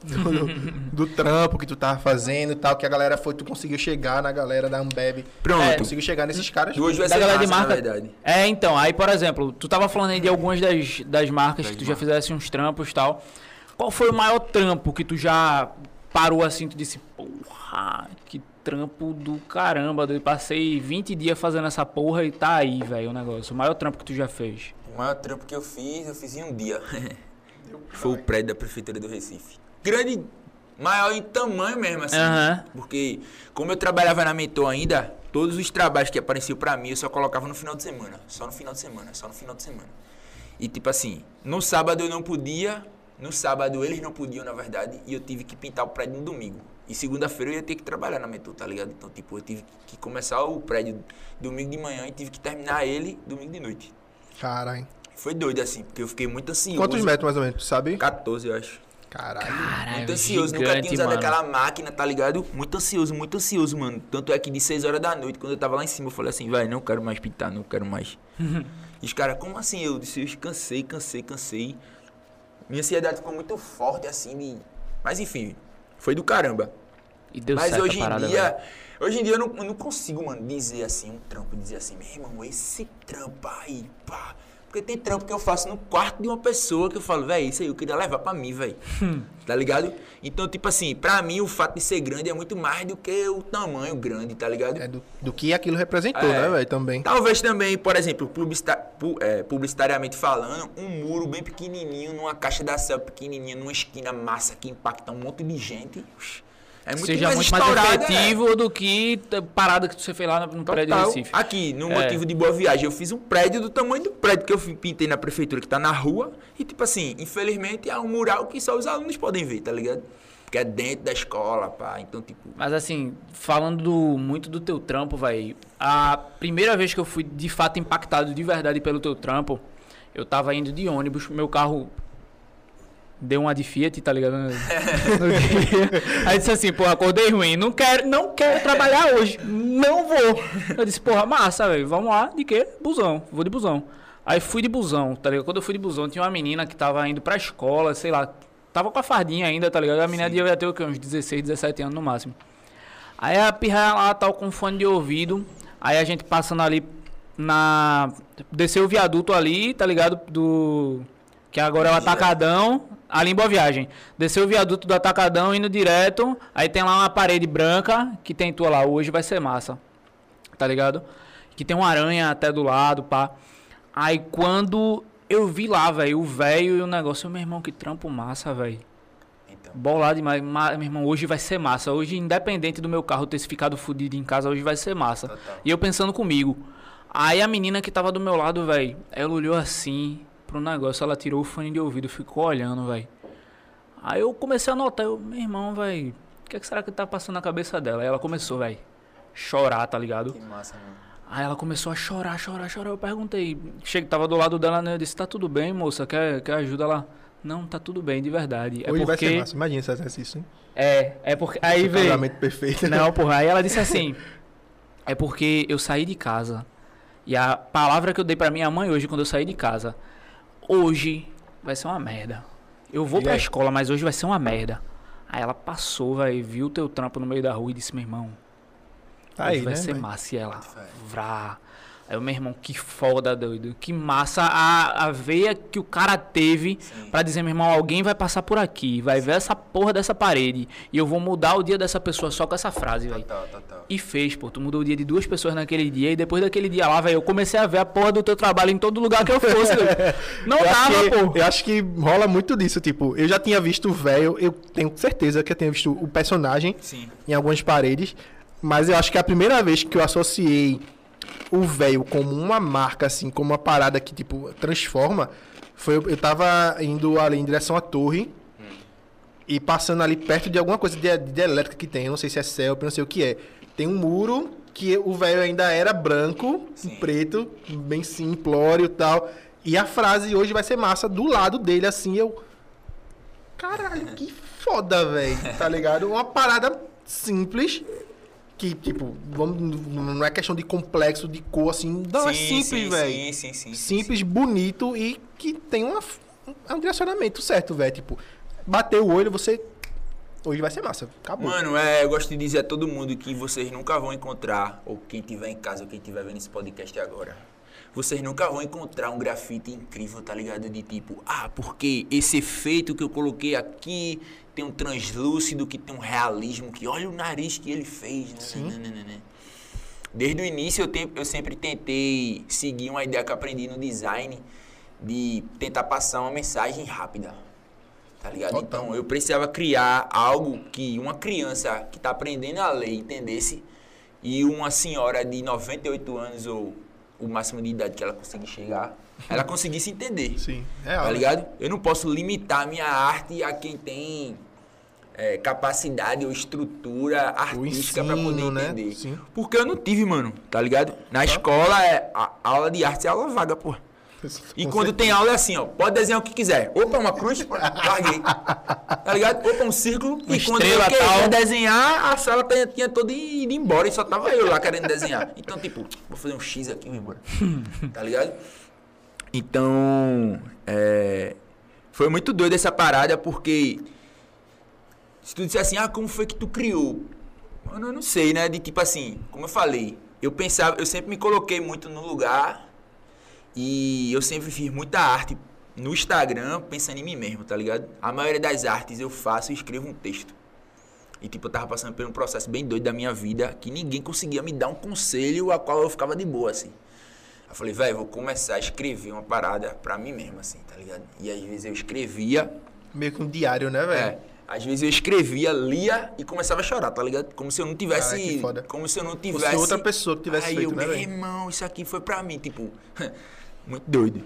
Do trampo que tu tava fazendo e tal, que a galera tu conseguiu chegar na galera da Ambev. Pronto. Conseguiu chegar nesses caras. E hoje vai Da ser galera de massa, marca. na verdade. Então, aí, por exemplo, tu tava falando aí de algumas das marcas que tu já fizesse uns trampos e tal. Qual foi o maior trampo que tu já parou assim, tu disse, porra, que trampo do caramba, eu passei 20 dias fazendo essa porra e tá aí, velho, o negócio. O maior trampo que tu já fez. O maior trampo que eu fiz em um dia. Foi o prédio da Prefeitura do Recife. Grande, maior em tamanho mesmo, assim. Porque, como eu trabalhava na Mentor ainda, todos os trabalhos que apareciam pra mim, eu só colocava no final de semana. Só no final de semana. E, tipo assim, no sábado eu não podia, no sábado eles não podiam, na verdade, e eu tive que pintar o prédio no domingo. E segunda-feira eu ia ter que trabalhar na Mentor, tá ligado? Então, tipo, eu tive que começar o prédio domingo de manhã e tive que terminar ele domingo de noite. Caralho. Foi doido, assim, porque eu fiquei muito ansioso. Quantos metros, mais ou menos, tu sabe? 14, eu acho. Caralho. Muito ansioso, nunca tinha usado aquela máquina, tá ligado? Muito ansioso, mano. Tanto é que de 6 horas da noite, quando eu tava lá em cima, eu falei assim, vai, não quero mais pintar, não quero mais. E os caras, como assim? Eu disse, eu cansei. Minha ansiedade ficou muito forte, assim, Mas enfim, foi do caramba. E deu Mas certo hoje a parada, em dia, velho. eu não consigo, mano, dizer assim, um trampo, dizer assim, meu irmão, esse trampo aí, pá. Porque tem trampo que eu faço no quarto de uma pessoa que eu falo, velho, isso aí eu queria levar pra mim, velho. Tá ligado? Então, tipo assim, pra mim o fato de ser grande é muito mais do que o tamanho grande, tá ligado? É do que aquilo representou, né, velho, também. Talvez também, por exemplo, publicitariamente falando, um muro bem pequenininho, numa caixa da céu pequenininha, numa esquina massa que impacta um monte de gente. É muito Seja muito mais efetivo do que parada que você fez lá no prédio do Recife. Aqui, no motivo de Boa Viagem, eu fiz um prédio do tamanho do prédio que eu pintei na prefeitura, que tá na rua. E, tipo assim, infelizmente, é um mural que só os alunos podem ver, tá ligado? Porque é dentro da escola, pá. Então, tipo... Mas, assim, falando muito do teu trampo, velho, a primeira vez que eu fui, de fato, impactado de verdade pelo teu trampo, eu tava indo de ônibus, meu carro... Deu uma de Fiat, tá ligado? Aí disse assim, pô, acordei ruim, não quero trabalhar hoje, não vou. Eu disse, porra, massa, velho, vamos lá, de quê? Busão, vou de busão. Aí fui de busão, tá ligado? Quando eu fui de busão, tinha uma menina que tava indo pra escola, sei lá, tava com a fardinha ainda, tá ligado? A menina devia ter o quê? Uns 16, 17 anos no máximo. Aí a pirraia lá, tal, com fone de ouvido, aí a gente passando ali desceu o viaduto ali, tá ligado? Que agora é o Atacadão, ali em Boa Viagem. Desceu o viaduto do Atacadão, indo direto. Aí tem lá uma parede branca, que tem tua lá. Hoje vai ser massa. Tá ligado? Que tem uma aranha até do lado, pá. Aí quando eu vi lá, velho, o velho e o negócio, meu irmão, que trampo massa, velho. Então. Bolado demais. Meu irmão, hoje vai ser massa. Hoje, independente do meu carro ter ficado fudido em casa, hoje vai ser massa. Total. E eu pensando comigo. Aí a menina que tava do meu lado, velho, ela olhou assim... pro negócio, ela tirou o fone de ouvido, ficou olhando, velho. Aí eu comecei a notar, meu irmão, velho, o que será que tá passando na cabeça dela? Aí ela começou, velho, chorar, tá ligado? Que massa, mano. Aí ela começou a chorar. Eu perguntei, tava do lado dela, né? Eu disse, tá tudo bem, moça? Quer ajuda lá? Não, tá tudo bem, de verdade. É hoje porque... vai ser massa, imagina esse exercício, hein? É porque... Aí veio... Casamento perfeito. Não, porra, aí ela disse assim, é porque eu saí de casa, e a palavra que eu dei pra minha mãe hoje, quando eu saí de casa... Hoje vai ser uma merda. Eu vou pra escola, mas hoje vai ser uma merda. Aí ela passou, velho, viu o teu trampo no meio da rua e disse, meu irmão, tá hoje aí, vai né, ser véio? massa. E ela, vrá. Aí o meu irmão, que foda, doido. Que massa a veia que o cara teve pra dizer, meu irmão, alguém vai passar por aqui, vai ver essa porra dessa parede e eu vou mudar o dia dessa pessoa só com essa frase, velho. Total. E fez, pô. Tu mudou o dia de 2 pessoas naquele dia e depois daquele dia lá, velho, eu comecei a ver a porra do teu trabalho em todo lugar que eu fosse, doido. Não dava, pô. Eu acho que rola muito disso, tipo, eu já tinha visto o velho, eu tenho certeza que eu tinha visto o personagem em algumas paredes, mas eu acho que a primeira vez que eu associei o velho como uma marca, assim, como uma parada que, tipo, transforma, foi, eu tava indo ali em direção à torre e passando ali perto de alguma coisa de elétrica que tem, eu não sei se é CELP, não sei o que é. Tem um muro que o velho ainda era branco, preto, bem simplório e tal, e a frase hoje vai ser massa do lado dele, assim, eu... Caralho, que foda, velho, tá ligado? Uma parada simples... Que, tipo, não é questão de complexo, de cor, assim. Não, é simples, velho. Sim. Simples, bonito e que tem um direcionamento certo, velho. Tipo, bateu o olho, você... Hoje vai ser massa. Acabou. Mano, eu gosto de dizer a todo mundo que vocês nunca vão encontrar, ou quem estiver em casa, ou quem estiver vendo esse podcast agora, vocês nunca vão encontrar um grafite incrível, tá ligado? De tipo, porque esse efeito que eu coloquei aqui tem um translúcido, que tem um realismo, que olha o nariz que ele fez. Né? Desde o início eu sempre tentei seguir uma ideia que eu aprendi no design, de tentar passar uma mensagem rápida, tá ligado? Total. Então eu precisava criar algo que uma criança que tá aprendendo a ler entendesse, e uma senhora de 98 anos ou o máximo de idade que ela conseguir chegar, ela conseguisse entender. Sim, tá ligado? Eu não posso limitar minha arte a quem tem capacidade ou estrutura artística pra poder entender. Né? Sim. Porque eu não tive, mano, tá ligado? Na escola, a aula de arte é aula vaga, pô. E quando tem aula é assim, ó, pode desenhar o que quiser. Opa, uma cruz, larguei. Tá ligado? Opa, um círculo. E quando eu queria desenhar, a sala tinha toda ido embora e só tava eu lá querendo desenhar. Então, tipo, vou fazer um X aqui e vou embora. Tá ligado? Então, foi muito doido essa parada, porque se tu disser assim, como foi que tu criou? Mano, eu não sei, né? De tipo assim, como eu falei, eu sempre me coloquei muito no lugar. E eu sempre fiz muita arte no Instagram pensando em mim mesmo, tá ligado? A maioria das artes eu faço e escrevo um texto. E tipo, eu tava passando por um processo bem doido da minha vida, que ninguém conseguia me dar um conselho a qual eu ficava de boa, assim. Eu falei, velho, vou começar a escrever uma parada pra mim mesmo, assim, tá ligado? E às vezes eu escrevia... Meio que um diário, né, velho? Às vezes eu escrevia, lia e começava a chorar, tá ligado? Como se eu não tivesse... que foda. Como se eu não tivesse... Fosse outra pessoa que tivesse feito, né, meu velho? irmão, isso aqui foi pra mim, tipo... Muito doido.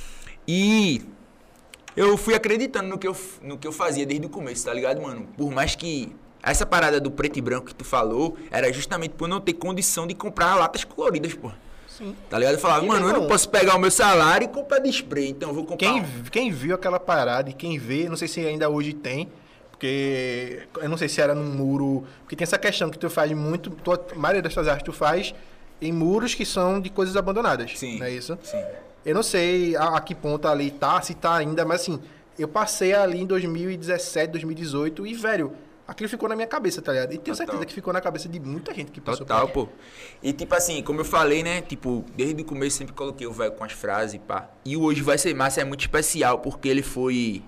E eu fui acreditando no que eu fazia desde o começo, tá ligado, mano? Por mais que essa parada do preto e branco que tu falou, era justamente por não ter condição de comprar latas coloridas, pô. Sim. Tá ligado? Eu falava, mano, eu não posso pegar o meu salário e comprar de spray, então eu vou comprar... Quem viu aquela parada e quem vê, não sei se ainda hoje tem, porque eu não sei se era num muro... Porque tem essa questão que tu faz muito... A maioria das tuas artes tu faz em muros que são de coisas abandonadas. Sim. Não é isso? Sim. Eu não sei a que ponto ali tá, se tá ainda, mas assim, eu passei ali em 2017, 2018 e, velho, aquilo ficou na minha cabeça, tá ligado? E tenho certeza que ficou na cabeça de muita gente que passou por pô. E tipo assim, como eu falei, né? Tipo, desde o começo sempre coloquei o velho com as frases, pá. E o Hoje Vai Ser Massa é muito especial, porque ele foi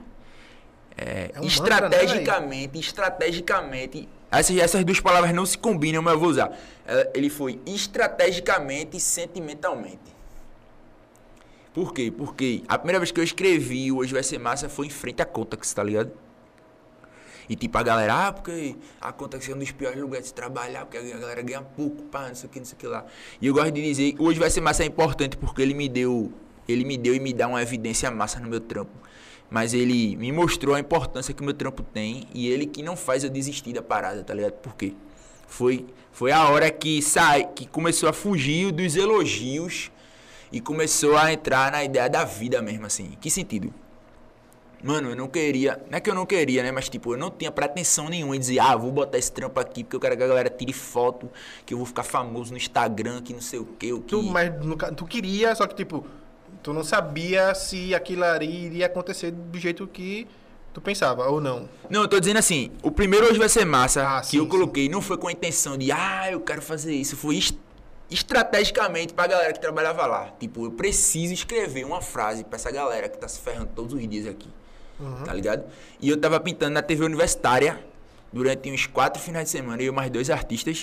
estrategicamente... Essas duas palavras não se combinam, mas eu vou usar. Ele foi estrategicamente e sentimentalmente. Por quê? Porque a primeira vez que eu escrevi o Hoje Vai Ser Massa foi em frente à Contax, tá ligado? E tipo, a galera, porque a Contax é um dos piores lugares de se trabalhar, porque a galera ganha pouco, pá, não sei o que lá. E eu gosto de dizer, o Hoje Vai Ser Massa é importante porque ele me deu e me dá uma evidência massa no meu trampo. Mas ele me mostrou a importância que o meu trampo tem e ele que não faz eu desistir da parada, tá ligado? Por quê? Foi a hora que começou a fugir dos elogios e começou a entrar na ideia da vida mesmo, assim. Que sentido? Mano, eu não queria... Não é que eu não queria, né? Mas, tipo, eu não tinha pretensão nenhuma em dizer, vou botar esse trampo aqui porque eu quero que a galera tire foto, que eu vou ficar famoso no Instagram, que não sei o quê. Mas tu queria, só que, tipo... Tu não sabia se aquilo ali iria acontecer do jeito que tu pensava, ou não? Não, eu tô dizendo assim, o primeiro Hoje Vai Ser Massa, que sim, eu coloquei, não foi com a intenção de, eu quero fazer isso, foi estrategicamente pra galera que trabalhava lá. Tipo, eu preciso escrever uma frase pra essa galera que tá se ferrando todos os dias aqui. Tá ligado? E eu tava pintando na TV universitária durante uns 4 finais de semana, eu e mais 2 artistas.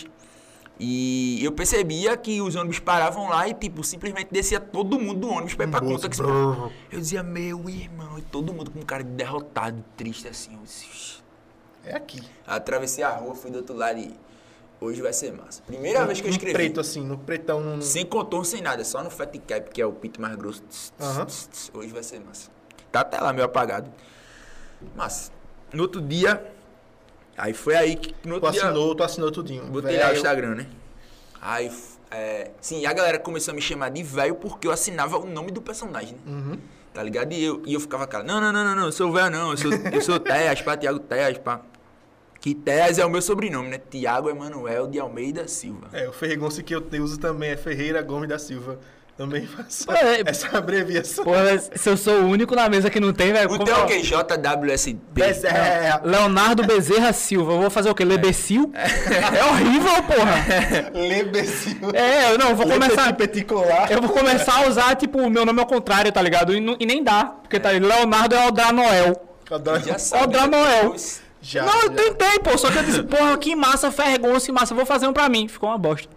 E eu percebia que os ônibus paravam lá e, tipo, simplesmente descia todo mundo do ônibus pra ir pra conta. Que eu dizia, meu irmão, e todo mundo com um cara de derrotado, triste assim. Eu disse, É aqui. atravessei a rua, fui do outro lado e hoje vai ser massa. Primeira vez que eu escrevi. No preto, assim, no pretão. Sem contorno, sem nada, só no fat cap, que é o pinto mais grosso. Hoje vai ser massa. Tá até lá meio apagado. Mas, no outro dia, aí foi aí que no outro dia, Tu assinou tudinho. botei lá o Instagram, né? Aí, sim, a galera começou a me chamar de velho porque eu assinava o nome do personagem, né? Tá ligado? E eu ficava, cara, não, eu sou velho não, eu sou Teas, pá, Thiago Teas, pá. Que Teas é o meu sobrenome, né? Tiago Emanuel de Almeida Silva. O Ferregonce que eu uso também é Ferreira Gomes da Silva. Também faço É, essa abreviação. Porra, se eu sou o único na mesa que não tem, velho. O teu é o quê? JWSB? Leonardo Bezerra Silva. Eu vou fazer o quê? Lebecil? É horrível, porra. Lebecil. Eu vou começar. Peticolar. Eu vou começar a usar, tipo, o meu nome ao contrário, tá ligado? E nem dá. Porque tá aí, Leonardo é Aldra Noel. Já sabe. Aldra Noel. Já. Não, eu tentei, pô. Só que eu disse, porra, que massa, Fergonce, massa. Vou fazer um pra mim. Ficou uma bosta.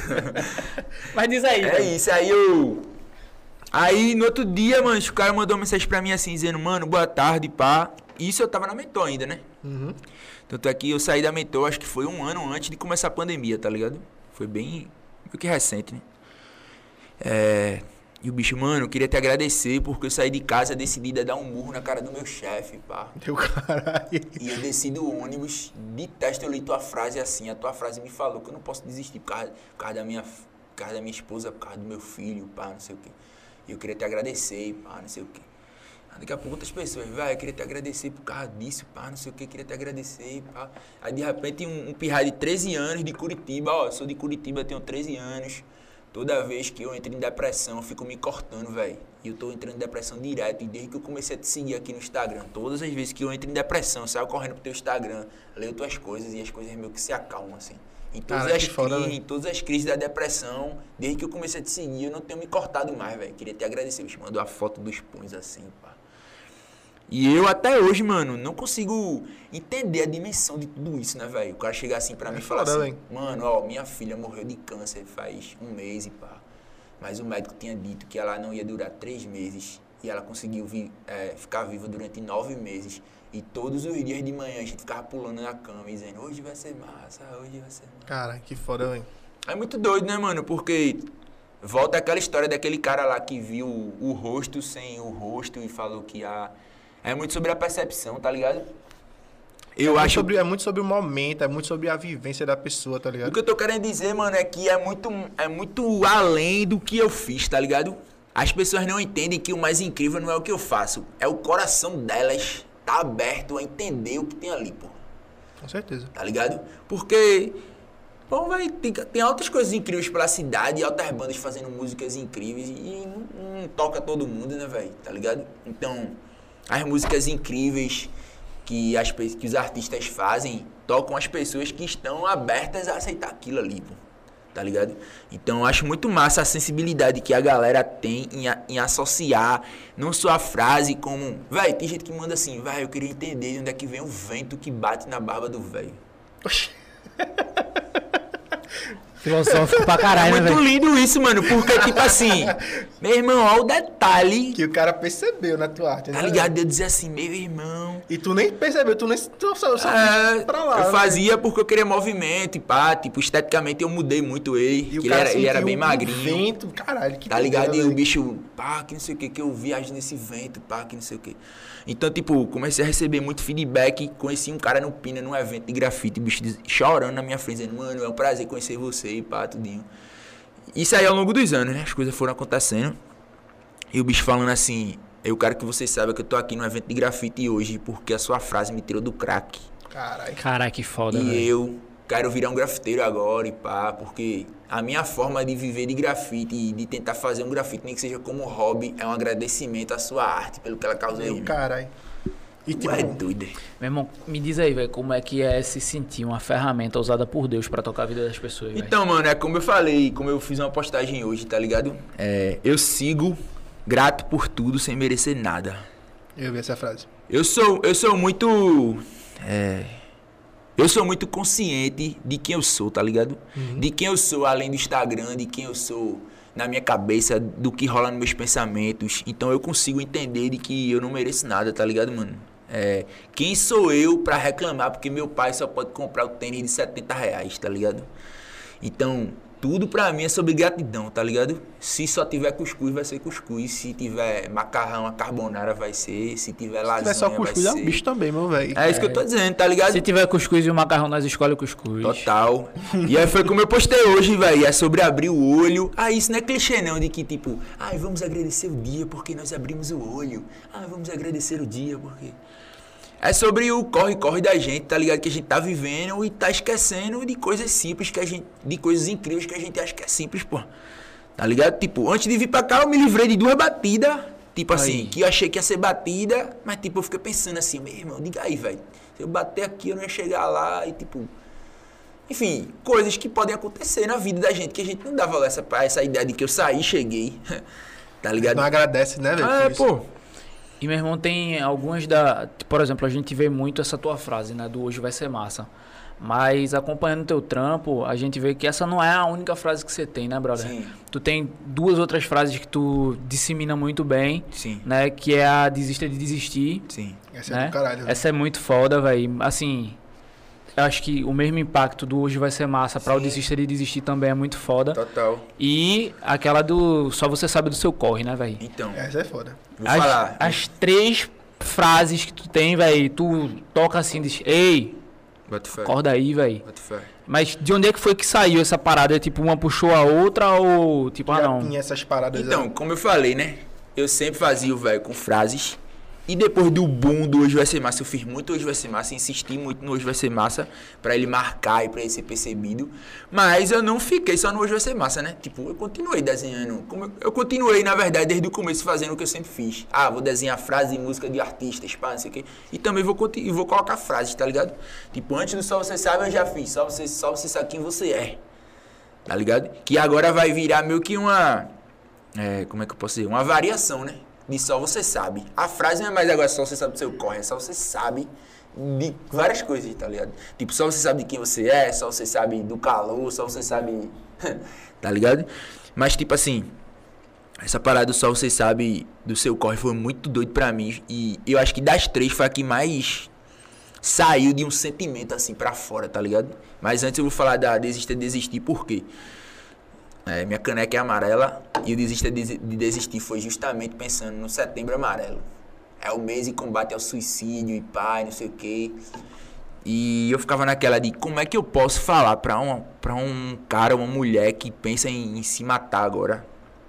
Mas diz aí. É isso, Aí no outro dia, mano, o cara mandou uma mensagem pra mim assim, dizendo, mano, boa tarde, pá. Isso eu tava na Mentor ainda, né? Tanto é que eu saí da Mentor, acho que foi 1 ano antes de começar a pandemia, tá ligado? Foi bem, meio que recente, né? E o bicho, mano, eu queria te agradecer porque eu saí de casa decidida a dar um murro na cara do meu chefe, pá. Meu caralho. E eu desci do ônibus, de teste eu li tua frase assim, a tua frase me falou que eu não posso desistir por causa da minha esposa, por causa do meu filho, pá, não sei o quê. E eu queria te agradecer, pá, não sei o quê. Aí daqui a pouco outras pessoas, velho, eu queria te agradecer por causa disso, pá, não sei o quê, queria te agradecer, pá. Aí de repente um pirra de 13 anos de Curitiba, ó, eu sou de Curitiba, tenho 13 anos. Toda vez que eu entro em depressão, eu fico me cortando, velho. E eu tô entrando em depressão direto. E desde que eu comecei a te seguir aqui no Instagram, todas as vezes que eu entro em depressão, eu saio correndo pro teu Instagram, leio tuas coisas e as coisas meio que se acalmam, assim. Em todas as crises da depressão, desde que eu comecei a te seguir, eu não tenho me cortado mais, velho. Queria te agradecer. Bicho, mandou a foto dos punhos assim, pá. E eu até hoje, mano, não consigo entender a dimensão de tudo isso, né, velho? O cara chegar assim pra mim e falar assim, mano, ó, minha filha morreu de câncer faz 1 mês e pá. Mas o médico tinha dito que ela não ia durar 3 meses. E ela conseguiu ficar viva durante 9 meses. E todos os dias de manhã a gente ficava pulando na cama e dizendo, hoje vai ser massa, hoje vai ser massa. Cara, que foda, velho. É muito doido, né, mano? Porque volta aquela história daquele cara lá que viu o rosto sem o rosto e falou que é muito sobre a percepção, tá ligado? É muito sobre o momento, é muito sobre a vivência da pessoa, tá ligado? O que eu tô querendo dizer, mano, é que é muito além do que eu fiz, tá ligado? As pessoas não entendem que o mais incrível não é o que eu faço. É o coração delas tá aberto a entender o que tem ali, pô. Com certeza. Tá ligado? Porque, bom, vai, tem altas coisas incríveis pela cidade, altas bandas fazendo músicas incríveis e não toca todo mundo, né, velho? Tá ligado? Então, as músicas incríveis que os artistas fazem tocam as pessoas que estão abertas a aceitar aquilo ali, pô. Tá ligado? Então eu acho muito massa a sensibilidade que a galera tem em associar não só a frase como... Véi, tem gente que manda assim, véi, eu queria entender de onde é que vem o vento que bate na barba do véio. Filosófico pra caralho, É né, muito velho? lindo isso, mano, porque tipo assim, meu irmão, olha o detalhe, Que o cara percebeu na tua arte, né? tá ligado? Eu dizer assim, meu irmão... E tu nem percebeu, tu só pra lá. eu né? fazia porque eu queria movimento e pá, tipo, esteticamente eu mudei muito ele, E o que cara ele era sentiu bem um magrinho. vento, caralho, que Tá ligado? doideira, E o velho. bicho, pá, que não sei o que eu viajo nesse vento, pá, que não sei o que. Então, tipo, comecei a receber muito feedback. Conheci um cara no Pina, num evento de grafite, o bicho chorando na minha frente, dizendo, mano, é um prazer conhecer você e pá, tudinho. Isso aí ao longo dos anos, né? As coisas foram acontecendo. E o bicho falando assim, eu quero que vocês saibam que eu tô aqui no evento de grafite hoje porque a sua frase me tirou do crack. Caralho. Caralho, que foda, E velho. eu quero virar um grafiteiro agora e pá, porque a minha forma de viver de grafite e de tentar fazer um grafite, nem que seja como hobby, é um agradecimento à sua arte, pelo que ela causou em Meu mim. caralho. E Tu é doido. Meu irmão, me diz aí, velho, como é que é se sentir uma ferramenta usada por Deus pra tocar a vida das pessoas, velho? Então, mano, é como eu falei, como eu fiz uma postagem hoje, tá ligado? Eu sigo grato por tudo sem merecer nada. Eu vi essa frase. Eu sou muito... eu sou muito consciente de quem eu sou, tá ligado? De quem eu sou além do Instagram, de quem eu sou na minha cabeça, do que rola nos meus pensamentos. Então eu consigo entender de que eu não mereço nada, tá ligado, mano? Quem sou eu pra reclamar porque meu pai só pode comprar o tênis de R$70, tá ligado? Então, tudo pra mim é sobre gratidão, tá ligado? Se só tiver cuscuz, vai ser cuscuz. Se tiver macarrão, a carbonara vai ser. Se tiver lasanha, Se tiver só cuscuz, é vai um ser. bicho também, meu velho. É isso que eu tô dizendo, tá ligado? Se tiver cuscuz e o macarrão, nós escolhemos o cuscuz. Total. E aí foi como eu postei hoje, velho. É sobre abrir o olho. Isso não é clichê não, de que tipo, vamos agradecer o dia porque nós abrimos o olho. Vamos agradecer o dia porque... É sobre o corre-corre da gente, tá ligado? Que a gente tá vivendo e tá esquecendo de coisas simples de coisas incríveis que a gente acha que é simples, pô. Tá ligado? Tipo, antes de vir pra cá eu me livrei de 2 batidas, tipo assim, que eu achei que ia ser batida, mas tipo, eu fiquei pensando assim, meu irmão, diga aí, velho. Se eu bater aqui eu não ia chegar lá e tipo... Enfim, coisas que podem acontecer na vida da gente, que a gente não dá valor a essa ideia de que eu saí e cheguei, tá ligado? Não agradece, né, velho? Pô. E, meu irmão, tem algumas por exemplo, a gente vê muito essa tua frase, né? Do hoje vai ser massa. Mas acompanhando o teu trampo, a gente vê que essa não é a única frase que você tem, né, brother? Sim. Tu tem 2 outras frases que tu dissemina muito bem. Sim. Né? Que é a desista de desistir. Sim. Essa Né? é do caralho, velho. Essa é muito foda, velho. Assim, eu acho que o mesmo impacto do hoje vai ser massa pra o Sim. desista de desistir também é muito foda. Total. E aquela do só você sabe do seu corre, né, velho? Então, Essa é foda. vou falar. As 3 frases que tu tem, velho, tu toca assim, diz, ei, Bota fé. acorda aí, velho. Bota fé. Mas de onde é que foi que saiu essa parada? Tipo, uma puxou a outra ou tipo, Já não? tinha essas paradas. Então, como eu falei, né? Eu sempre fazia o velho com frases. E depois do boom do Hoje Vai Ser Massa, eu fiz muito Hoje Vai Ser Massa, insisti muito no Hoje Vai Ser Massa, pra ele marcar e pra ele ser percebido. Mas eu não fiquei só no Hoje Vai Ser Massa, né? Tipo, eu continuei desenhando. Eu continuei, na verdade, desde o começo fazendo o que eu sempre fiz. Vou desenhar frase e música de artistas, pá, não sei o quê. E também vou colocar frases, tá ligado? Tipo, antes do Só Você Sabe, eu já fiz. Só você sabe quem você é. Tá ligado? Que agora vai virar meio que uma... como é que eu posso dizer? Uma variação, né? De só você sabe. A frase não é mais agora só você sabe do seu corre, é só você sabe de várias coisas, tá ligado? Tipo, só você sabe de quem você é, só você sabe do calor, só você sabe... tá ligado? Mas, tipo assim, essa parada do só você sabe do seu corre foi muito doido pra mim. E eu acho que das 3 foi a que mais saiu de um sentimento, assim, pra fora, tá ligado? Mas antes eu vou falar da Desistir, por quê? Minha caneca é amarela e o Desista de Desistir foi justamente pensando no Setembro Amarelo. É o mês de combate ao suicídio e pá, não sei o quê. E eu ficava naquela de como é que eu posso falar pra um cara, uma mulher que pensa em se matar agora.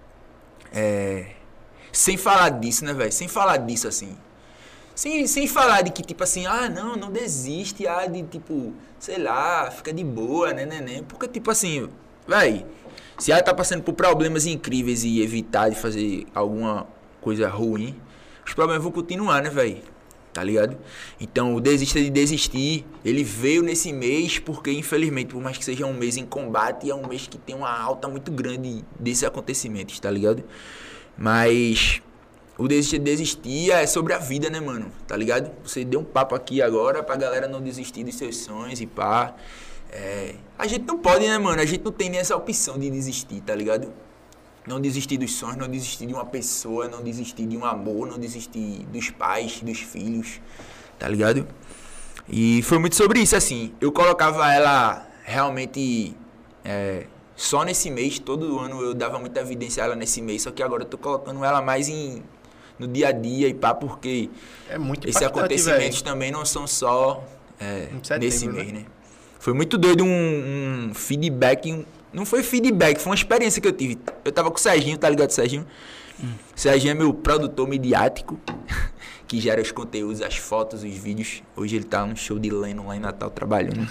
Sem falar disso, né, velho? Sem falar disso, assim. Sem falar de que, tipo assim, não desiste, de, tipo, sei lá, fica de boa, né. Porque, tipo assim, velho... Se ela tá passando por problemas incríveis e evitar de fazer alguma coisa ruim, os problemas vão continuar, né, velho? Tá ligado? Então, o Desista de Desistir, ele veio nesse mês porque, infelizmente, por mais que seja um mês em combate, é um mês que tem uma alta muito grande desses acontecimentos, tá ligado? Mas o Desista de Desistir é sobre a vida, né, mano? Tá ligado? Você deu um papo aqui agora pra galera não desistir dos seus sonhos e pá... A gente não pode, né, mano? A gente não tem nem essa opção de desistir, tá ligado? Não desistir dos sonhos, não desistir de uma pessoa, não desistir de um amor, não desistir dos pais, dos filhos, tá ligado? E foi muito sobre isso, assim. Eu colocava ela realmente só nesse mês, todo ano eu dava muita evidência a ela nesse mês, só que agora eu tô colocando ela mais no dia a dia e pá, porque é muito esses acontecimentos também não são só nesse mês, né? Foi muito doido um feedback, não foi feedback, foi uma experiência que eu tive. Eu tava com o Serginho, tá ligado, Serginho? O Serginho é meu produtor midiático, que gera os conteúdos, as fotos, os vídeos. Hoje ele tá num show de Leno lá em Natal trabalhando.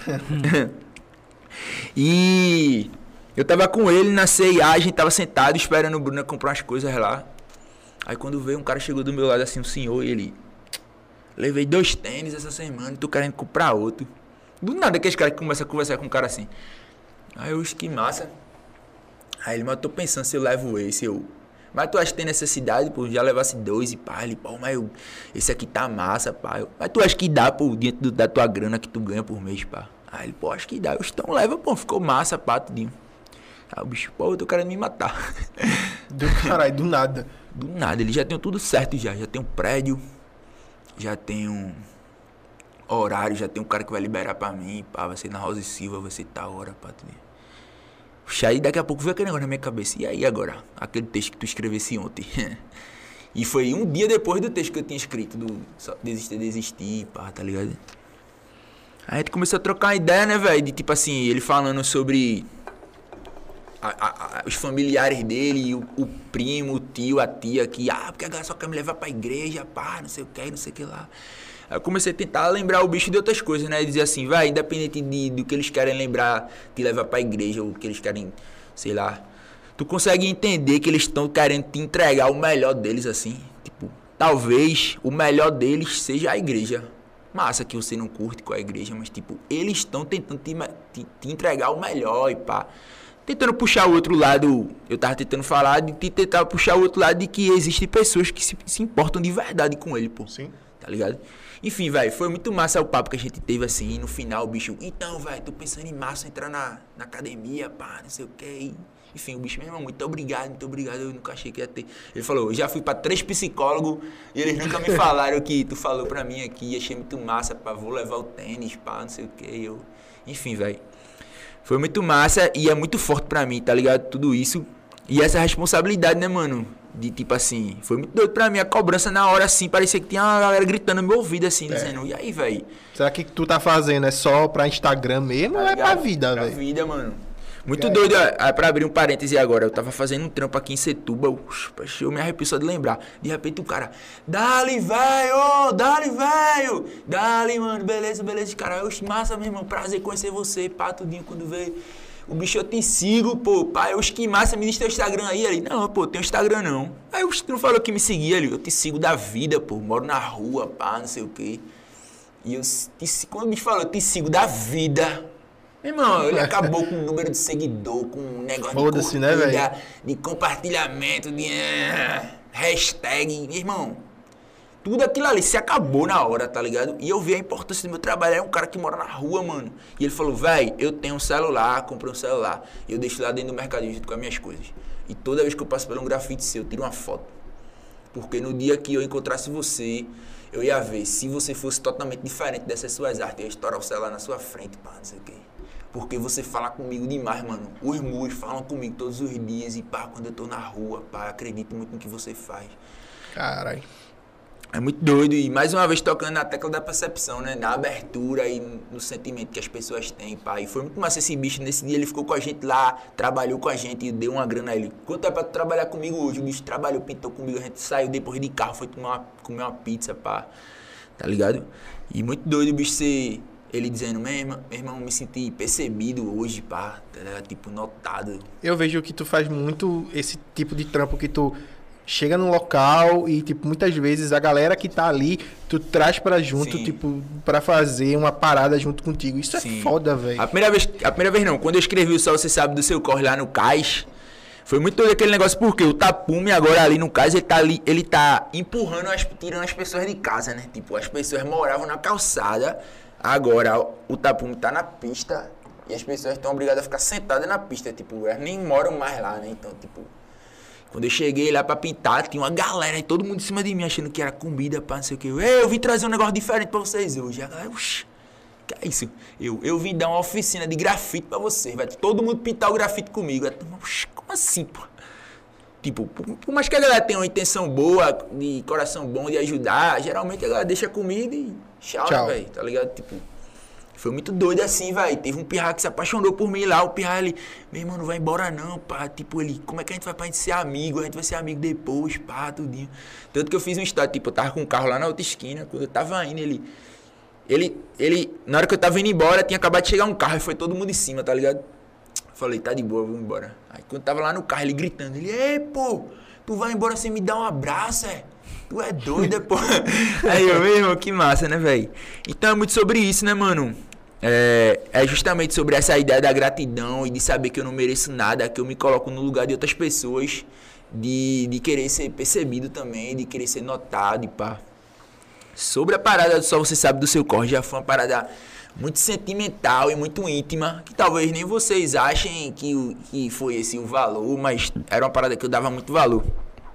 E eu tava com ele na CIA, a gente tava sentado esperando o Bruno comprar umas coisas lá. Aí quando veio, um cara chegou do meu lado assim, um senhor, e ele... Levei 2 tênis essa semana e tô querendo comprar outro. Do nada aqueles caras que começam a conversar com um cara assim. Aí eu, que massa. Aí ele, mas eu tô pensando se eu levo esse, mas tu acha que tem necessidade, pô, já levasse 2 e pá, ele, pô, mas esse aqui tá massa, pá. Mas tu acha que dá, pô, dentro da tua grana que tu ganha por mês, pá. Aí ele, pô, acho que dá. Eu, então leva, pô, ficou massa, pá, tudinho. Aí o bicho, pô, eu tô querendo me matar. Do caralho, do nada. Do nada, ele já tem tudo certo já tem um prédio, já tem um horário, já tem um cara que vai liberar pra mim, pá, vai ser na Rosa e Silva, vai ser tal hora, pá, tudinho. Aí daqui a pouco veio aquele negócio na minha cabeça. E aí agora? Aquele texto que tu escrevesse ontem. E foi um dia depois do texto que eu tinha escrito, do desistir, pá, tá ligado? Aí a gente começou a trocar uma ideia, né, velho? De tipo assim, ele falando sobre os familiares dele, o primo, o tio, a tia, que, porque a galera só quer me levar pra igreja, pá, não sei o que, não sei o que lá. Aí eu comecei a tentar lembrar o bicho de outras coisas, né? E dizer assim, vai, independente do que eles querem lembrar, te levar pra igreja, ou que eles querem, sei lá. Tu consegue entender que eles estão querendo te entregar o melhor deles, assim. Tipo, talvez o melhor deles seja a igreja. Massa que você não curte com a igreja, mas tipo, eles estão tentando te entregar o melhor e pá. Tentando puxar o outro lado, eu tava tentando falar de tentar puxar o outro lado de que existem pessoas que se importam de verdade com ele, pô. Sim. Tá ligado? Enfim, velho, foi muito massa o papo que a gente teve assim, no final o bicho, então, velho, tô pensando em março entrar na academia, pá, não sei o que. Enfim, o bicho, meu irmão, muito obrigado, eu nunca achei que ia ter. Ele falou, eu já fui pra 3 psicólogos e eles nunca me falaram o que tu falou pra mim aqui, achei muito massa, pá, vou levar o tênis, pá, não sei o que. Enfim, velho, foi muito massa e é muito forte pra mim, tá ligado? Tudo isso. E essa responsabilidade, né, mano? De tipo assim, foi muito doido pra mim. A cobrança na hora, assim, parecia que tinha uma galera gritando no meu ouvido, assim, dizendo, e aí, velho? Será que tu tá fazendo é só pra Instagram mesmo ou é pra vida, velho? Pra vida, mano. Muito doido, pra abrir um parêntese agora, eu tava fazendo um trampo aqui em Setuba, eu me arrepio só de lembrar. De repente o cara, dali, velho, dali, mano, beleza, cara, oxe, massa, meu irmão, prazer conhecer você, pá, tudinho, quando veio. O bicho, eu te sigo, pô, pai, oxe, que massa, me diz teu Instagram aí, ali, não, pô, tem Instagram não. Aí, oxe, tu não falou que me seguia ali, eu te sigo da vida, pô, moro na rua, pá, não sei o quê. E eu, quando o bicho falou, eu te sigo da vida. Meu irmão, ele acabou com o número de seguidor, com um negócio de curtida, né, velho? De compartilhamento, de hashtag. Meu irmão, tudo aquilo ali se acabou na hora, tá ligado? E eu vi a importância do meu trabalho. É um cara que mora na rua, mano. E ele falou, velho, eu tenho um celular, comprei um celular. E eu deixo lá dentro do mercadinho junto com as minhas coisas. E toda vez que eu passo por um grafite seu, eu tiro uma foto. Porque no dia que eu encontrasse você, eu ia ver. Se você fosse totalmente diferente dessas suas artes, eu ia estourar o celular na sua frente, pá, não sei o quê. Porque você fala comigo demais, mano. Os mus falam comigo todos os dias. E pá, quando eu tô na rua, pá, acredito muito no que você faz. Caralho. É muito doido. E mais uma vez tocando na tecla da percepção, né? Na abertura e no sentimento que as pessoas têm, pá. E foi muito massa esse bicho. Nesse dia ele ficou com a gente lá, trabalhou com a gente e deu uma grana a ele. Quanto é pra tu trabalhar comigo hoje? O bicho trabalhou, pintou comigo. A gente saiu depois de carro, foi comer uma pizza, pá. Tá ligado? E muito doido o bicho ser... Ele dizendo, meu irmão, me senti percebido hoje, pá, tipo, notado. Eu vejo que tu faz muito esse tipo de trampo que tu chega num local e, tipo, muitas vezes a galera que tá ali, tu traz pra junto, sim, tipo, pra fazer uma parada junto contigo. Isso sim, é foda, velho. A primeira vez não, quando eu escrevi o Só Você Sabe do Seu Corre lá no Cais, foi muito todo aquele negócio, porque o Tapume agora ali no Cais, ele tá empurrando, tirando as pessoas de casa, né? Tipo, as pessoas moravam na calçada. Agora, o Tapume tá na pista e as pessoas estão obrigadas a ficar sentadas na pista, tipo, elas nem moram mais lá, né? Então, tipo, quando eu cheguei lá pra pintar, tinha uma galera e todo mundo em cima de mim, achando que era comida, pá, não sei o que. Eu vim trazer um negócio diferente pra vocês hoje. A galera, oxi, que é isso? Eu vim dar uma oficina de grafite pra vocês, vai todo mundo pintar o grafite comigo. Oxi, como assim, pô? Tipo, por mais que a galera tenha uma intenção boa, de coração bom, de ajudar, geralmente a galera deixa comida e tchau. Velho, tá ligado? Tipo, foi muito doido assim, velho. Teve um pirra que se apaixonou por mim lá, o pirra, ele, meu irmão, não vai embora não, pá. Tipo, ele, como é que a gente vai pra gente ser amigo? A gente vai ser amigo depois, pá, tudinho. Tanto que eu fiz um estado, tipo, eu tava com o carro lá na outra esquina, quando eu tava indo, ele, na hora que eu tava indo embora, tinha acabado de chegar um carro e foi todo mundo em cima, tá ligado? Falei, tá de boa, vamos embora. Aí quando tava lá no carro, ele gritando, ele, ei, pô, tu vai embora sem me dar um abraço, é? Tu é doido, pô. Aí eu, meu irmão, que massa, né, velho? Então é muito sobre isso, né, mano? É justamente sobre essa ideia da gratidão e de saber que eu não mereço nada, que eu me coloco no lugar de outras pessoas, de querer ser percebido também, de querer ser notado e pá. Sobre a parada do Só Você Sabe do Seu Corre, já foi uma parada muito sentimental e muito íntima, que talvez nem vocês achem que foi esse o valor, mas era uma parada que eu dava muito valor.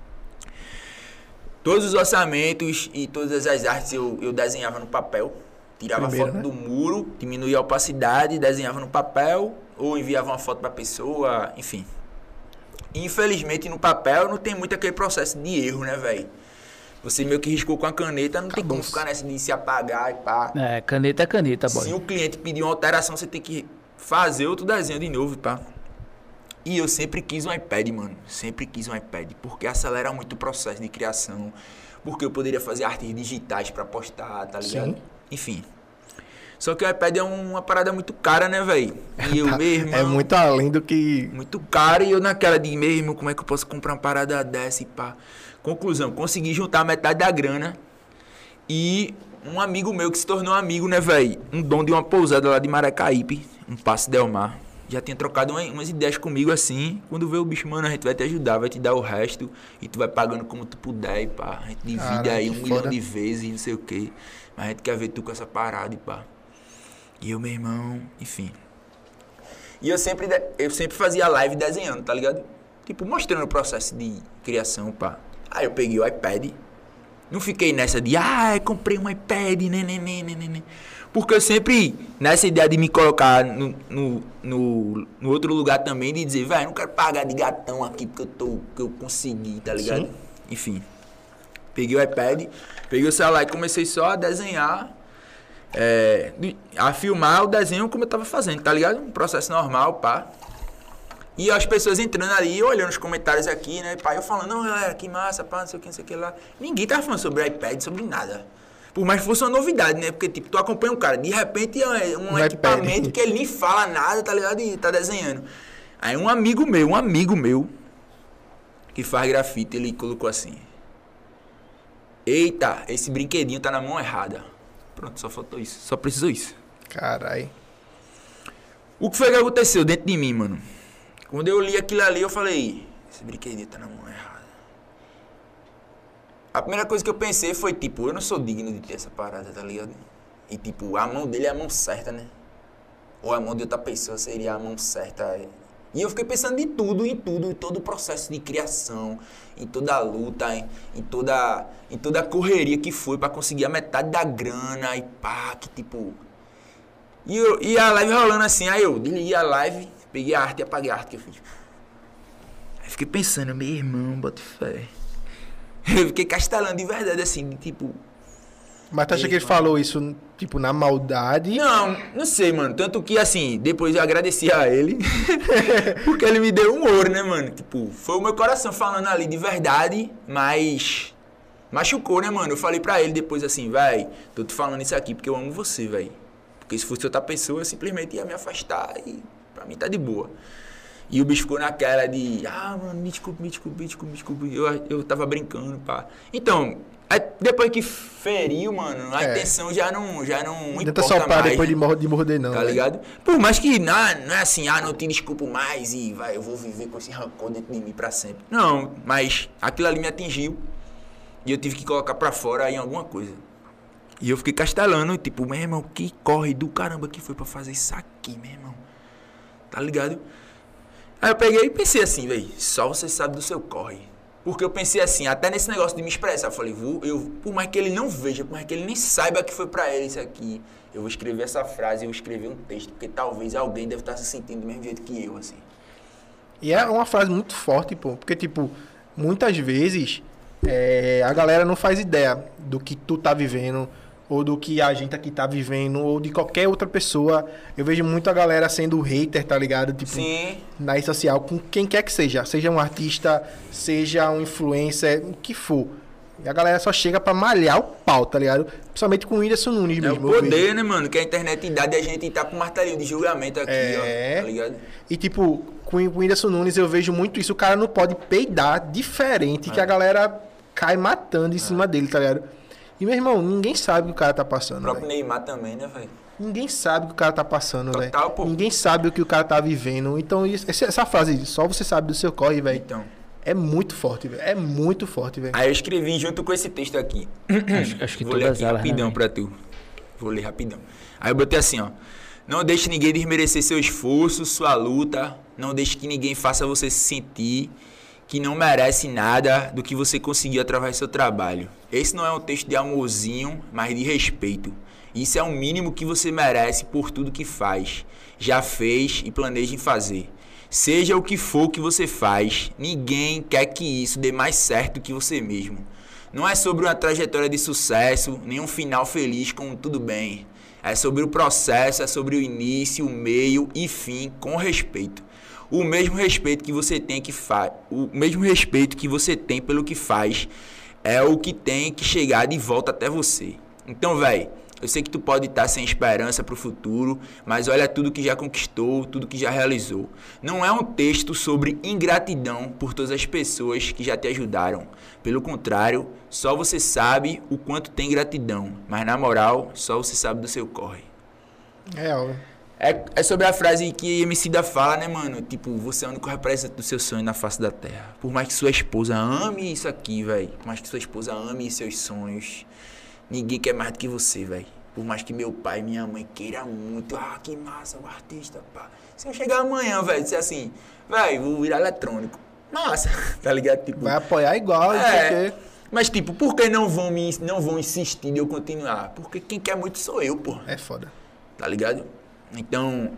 Todos os orçamentos e todas as artes eu desenhava no papel. Tirava Primeiro, foto né? do muro, diminuía a opacidade, desenhava no papel ou enviava uma foto pra pessoa, enfim. Infelizmente no papel não tem muito aquele processo de erro, né, velho? Você meio que riscou com a caneta, não tem como ficar nessa de se apagar e pá. Caneta é caneta, boy. Se o cliente pedir uma alteração, você tem que fazer outro desenho de novo, pá. E eu sempre quis um iPad, mano. Sempre quis um iPad, porque acelera muito o processo de criação. Porque eu poderia fazer artes digitais pra postar, tá ligado? Sim. Enfim. Só que o iPad é uma parada muito cara, né, velho? E eu mesmo. É muito além do que... Muito caro. E eu naquela de mesmo, como é que eu posso comprar uma parada dessa e pá? Conclusão, consegui juntar metade da grana. E um amigo meu que se tornou amigo, né, velho? Um dono de uma pousada lá de Maracaípe, um Passo Del Mar. Já tinha trocado umas ideias comigo assim. Quando vê o bicho, mano, a gente vai te ajudar, vai te dar o resto. E tu vai pagando como tu puder e pá. A gente divide Cara, aí que 1 milhão foda. de vezes e não sei o quê. Mas a gente quer ver tu com essa parada e pá. E eu, meu irmão, enfim. E eu sempre fazia live desenhando, tá ligado? Tipo, mostrando o processo de criação, pá. Aí eu peguei o iPad. Não fiquei nessa de, comprei um iPad, né. Porque eu sempre, nessa ideia de me colocar no outro lugar também, de dizer, velho, não quero pagar de gatão aqui porque eu consegui, tá ligado? Sim. Enfim. Peguei o iPad, peguei o celular e comecei só a desenhar, a filmar o desenho como eu tava fazendo, tá ligado? Um processo normal, pá. E as pessoas entrando ali, olhando os comentários aqui, né? Pá, eu falando, não, galera, que massa, pá, não sei o que lá. Ninguém tava falando sobre iPad, sobre nada. Por mais que fosse uma novidade, né? Porque, tipo, tu acompanha um cara, de repente é um equipamento que ele nem fala nada, tá ligado? E tá desenhando. Aí um amigo meu, que faz grafite, ele colocou assim: eita, esse brinquedinho tá na mão errada. Pronto, só faltou isso. Só precisou isso. Carai. O que foi que aconteceu dentro de mim, mano? Quando eu li aquilo ali, eu falei, esse brinquedinho tá na mão errada. A primeira coisa que eu pensei foi, tipo, eu não sou digno de ter essa parada, tá ligado? E, tipo, a mão dele é a mão certa, né? Ou a mão de outra pessoa seria a mão certa. E eu fiquei pensando em tudo, em todo o processo de criação, em toda a luta, em toda a correria que foi pra conseguir a metade da grana e pá, que tipo... E a live rolando assim, aí eu desliguei a live, peguei a arte e apaguei a arte que eu fiz. Aí fiquei pensando, meu irmão, bota fé. Eu fiquei castelando de verdade, assim, tipo... Mas tu acha que ele falou isso, tipo, na maldade? Não sei, mano. Tanto que, assim, depois eu agradeci a ele. Porque ele me deu um ouro, né, mano? Tipo, foi o meu coração falando ali de verdade, mas... machucou, né, mano? Eu falei pra ele depois assim, véi, tô te falando isso aqui porque eu amo você, véi. Porque se fosse outra pessoa, eu simplesmente ia me afastar e pra mim tá de boa. E o bicho ficou naquela de, mano, me desculpe. Eu tava brincando, pá. Então, depois que feriu, mano, a intenção já não tenta soprar mais, depois né? de morder, não. Tá ligado? Por mais que não é assim, não te desculpo mais e vai, eu vou viver com esse rancor dentro de mim pra sempre. Não, mas aquilo ali me atingiu e eu tive que colocar pra fora em alguma coisa. E eu fiquei castelando, tipo, meu irmão, que corre do caramba que foi pra fazer isso aqui, meu irmão. Tá ligado? Aí eu peguei e pensei assim, velho, só você sabe do seu corre. Porque eu pensei assim, até nesse negócio de me expressar, eu falei, por mais que ele não veja, por mais que ele nem saiba que foi pra ele isso aqui, eu vou escrever essa frase, eu vou escrever um texto, porque talvez alguém deve estar se sentindo do mesmo jeito que eu, assim. E é uma frase muito forte, pô, porque, tipo, muitas vezes a galera não faz ideia do que tu tá vivendo, ou do que a gente aqui tá vivendo, ou de qualquer outra pessoa. Eu vejo muito a galera sendo hater, tá ligado? Tipo, sim, na rede social, com quem quer que seja. Seja um artista, seja um influencer, o que for. E a galera só chega pra malhar o pau, tá ligado? Principalmente com o Whindersson Nunes é mesmo. o poder, né, mano? Que a internet dá de a gente tá com um martelinho de julgamento aqui, ó, tá ligado? E tipo, com o Whindersson Nunes eu vejo muito isso. O cara não pode peidar diferente que a galera cai matando em cima dele, tá ligado? E, meu irmão, ninguém sabe o que o cara tá O passando, próprio velho. Neymar também, né, velho? Ninguém sabe o que o cara tá passando, velho. Total, pô. Ninguém sabe o que o cara tá vivendo. Então, essa frase, só você sabe do seu corre, velho, Então. é muito forte, velho. É muito forte, velho. Aí eu escrevi junto com esse texto aqui. Acho que Vou ler todas aqui elas, rapidão né, pra tu. Vou ler rapidão. Aí eu botei assim, ó. Não deixe ninguém desmerecer seu esforço, sua luta. Não deixe que ninguém faça você se sentir que não merece nada do que você conseguiu através do seu trabalho. Esse não é um texto de amorzinho, mas de respeito. Isso é o mínimo que você merece por tudo que faz, já fez e planeja em fazer. Seja o que for que você faz, ninguém quer que isso dê mais certo que você mesmo. Não é sobre uma trajetória de sucesso, nem um final feliz com tudo bem. É sobre o processo, é sobre o início, o meio e fim com respeito. O mesmo respeito que você tem pelo que faz é o que tem que chegar de volta até você. Então, velho, eu sei que tu pode estar sem esperança pro futuro, mas olha tudo que já conquistou, tudo que já realizou. Não é um texto sobre ingratidão por todas as pessoas que já te ajudaram. Pelo contrário, só você sabe o quanto tem gratidão, mas na moral, só você sabe do seu corre. Real, velho. É sobre a frase que Emicida fala, né, mano? Tipo, você é o único representante do seu sonho na face da terra. Por mais que sua esposa ame isso aqui, velho. Por mais que sua esposa ame seus sonhos, ninguém quer mais do que você, velho. Por mais que meu pai e minha mãe queiram muito. Ah, que massa, o artista, pá. Se eu chegar amanhã, velho, dizer assim, velho, vou virar eletrônico. Massa, tá ligado? Tipo, Vai apoiar igual, não sei o quê. mas tipo, por que não vão insistir de eu continuar? Porque quem quer muito sou eu, pô. É foda. Tá ligado? Então,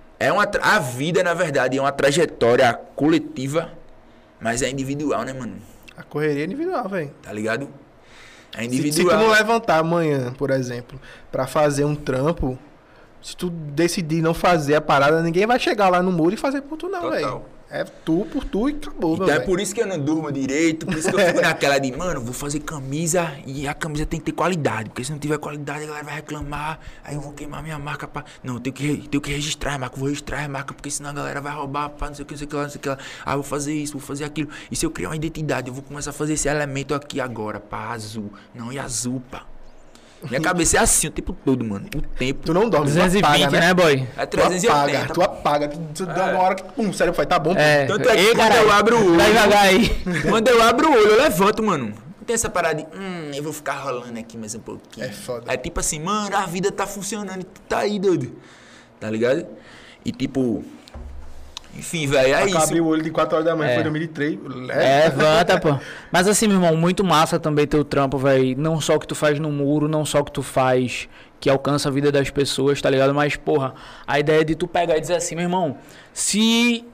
a vida, na verdade, é uma trajetória coletiva, mas é individual, né, mano? A correria é individual, velho. Tá ligado? É Se tu individual. não levantar amanhã, por exemplo, pra fazer um trampo, se tu decidir não fazer a parada, ninguém vai chegar lá no muro e fazer por tu não, Total. velho. É tu por tu e acabou, Então meu é velho. por isso que eu não durmo direito, por isso que eu fico naquela de, mano, vou fazer camisa e a camisa tem que ter qualidade, porque se não tiver qualidade a galera vai reclamar, aí eu vou queimar minha marca pra... Não, eu tenho que registrar a marca, vou registrar a marca, porque senão a galera vai roubar, pá, não sei o que, não sei o que lá, não sei o que lá. Ah, vou fazer isso, vou fazer aquilo. E se eu criar uma identidade, eu vou começar a fazer esse elemento aqui agora, pá, azul. Não, e azul, pá. Minha cabeça é assim o tempo todo, mano. O tempo. Tu não dorme, tu 220, apaga, né, boy? É Tu apaga, 380. tu apaga. Tu dá uma hora que, pum, o cérebro faz, tá bom, pô. É. Tanto é que Ei, quando caralho, eu abro o olho... vai devagar aí. Quando eu abro o olho, eu levanto, mano. Não tem essa parada de, eu vou ficar rolando aqui mais um pouquinho. É foda. É tipo assim, mano, a vida tá funcionando e tu tá aí, doido. Tá ligado? E tipo... Enfim, velho, é isso. Abri o olho de 4 horas da manhã, É. foi 2003. Levanta, pô. Mas assim, meu irmão, muito massa também teu trampo, velho. Não só o que tu faz no muro, não só o que tu faz que alcança a vida das pessoas, tá ligado? Mas, porra, a ideia de tu pegar e dizer assim, meu irmão, se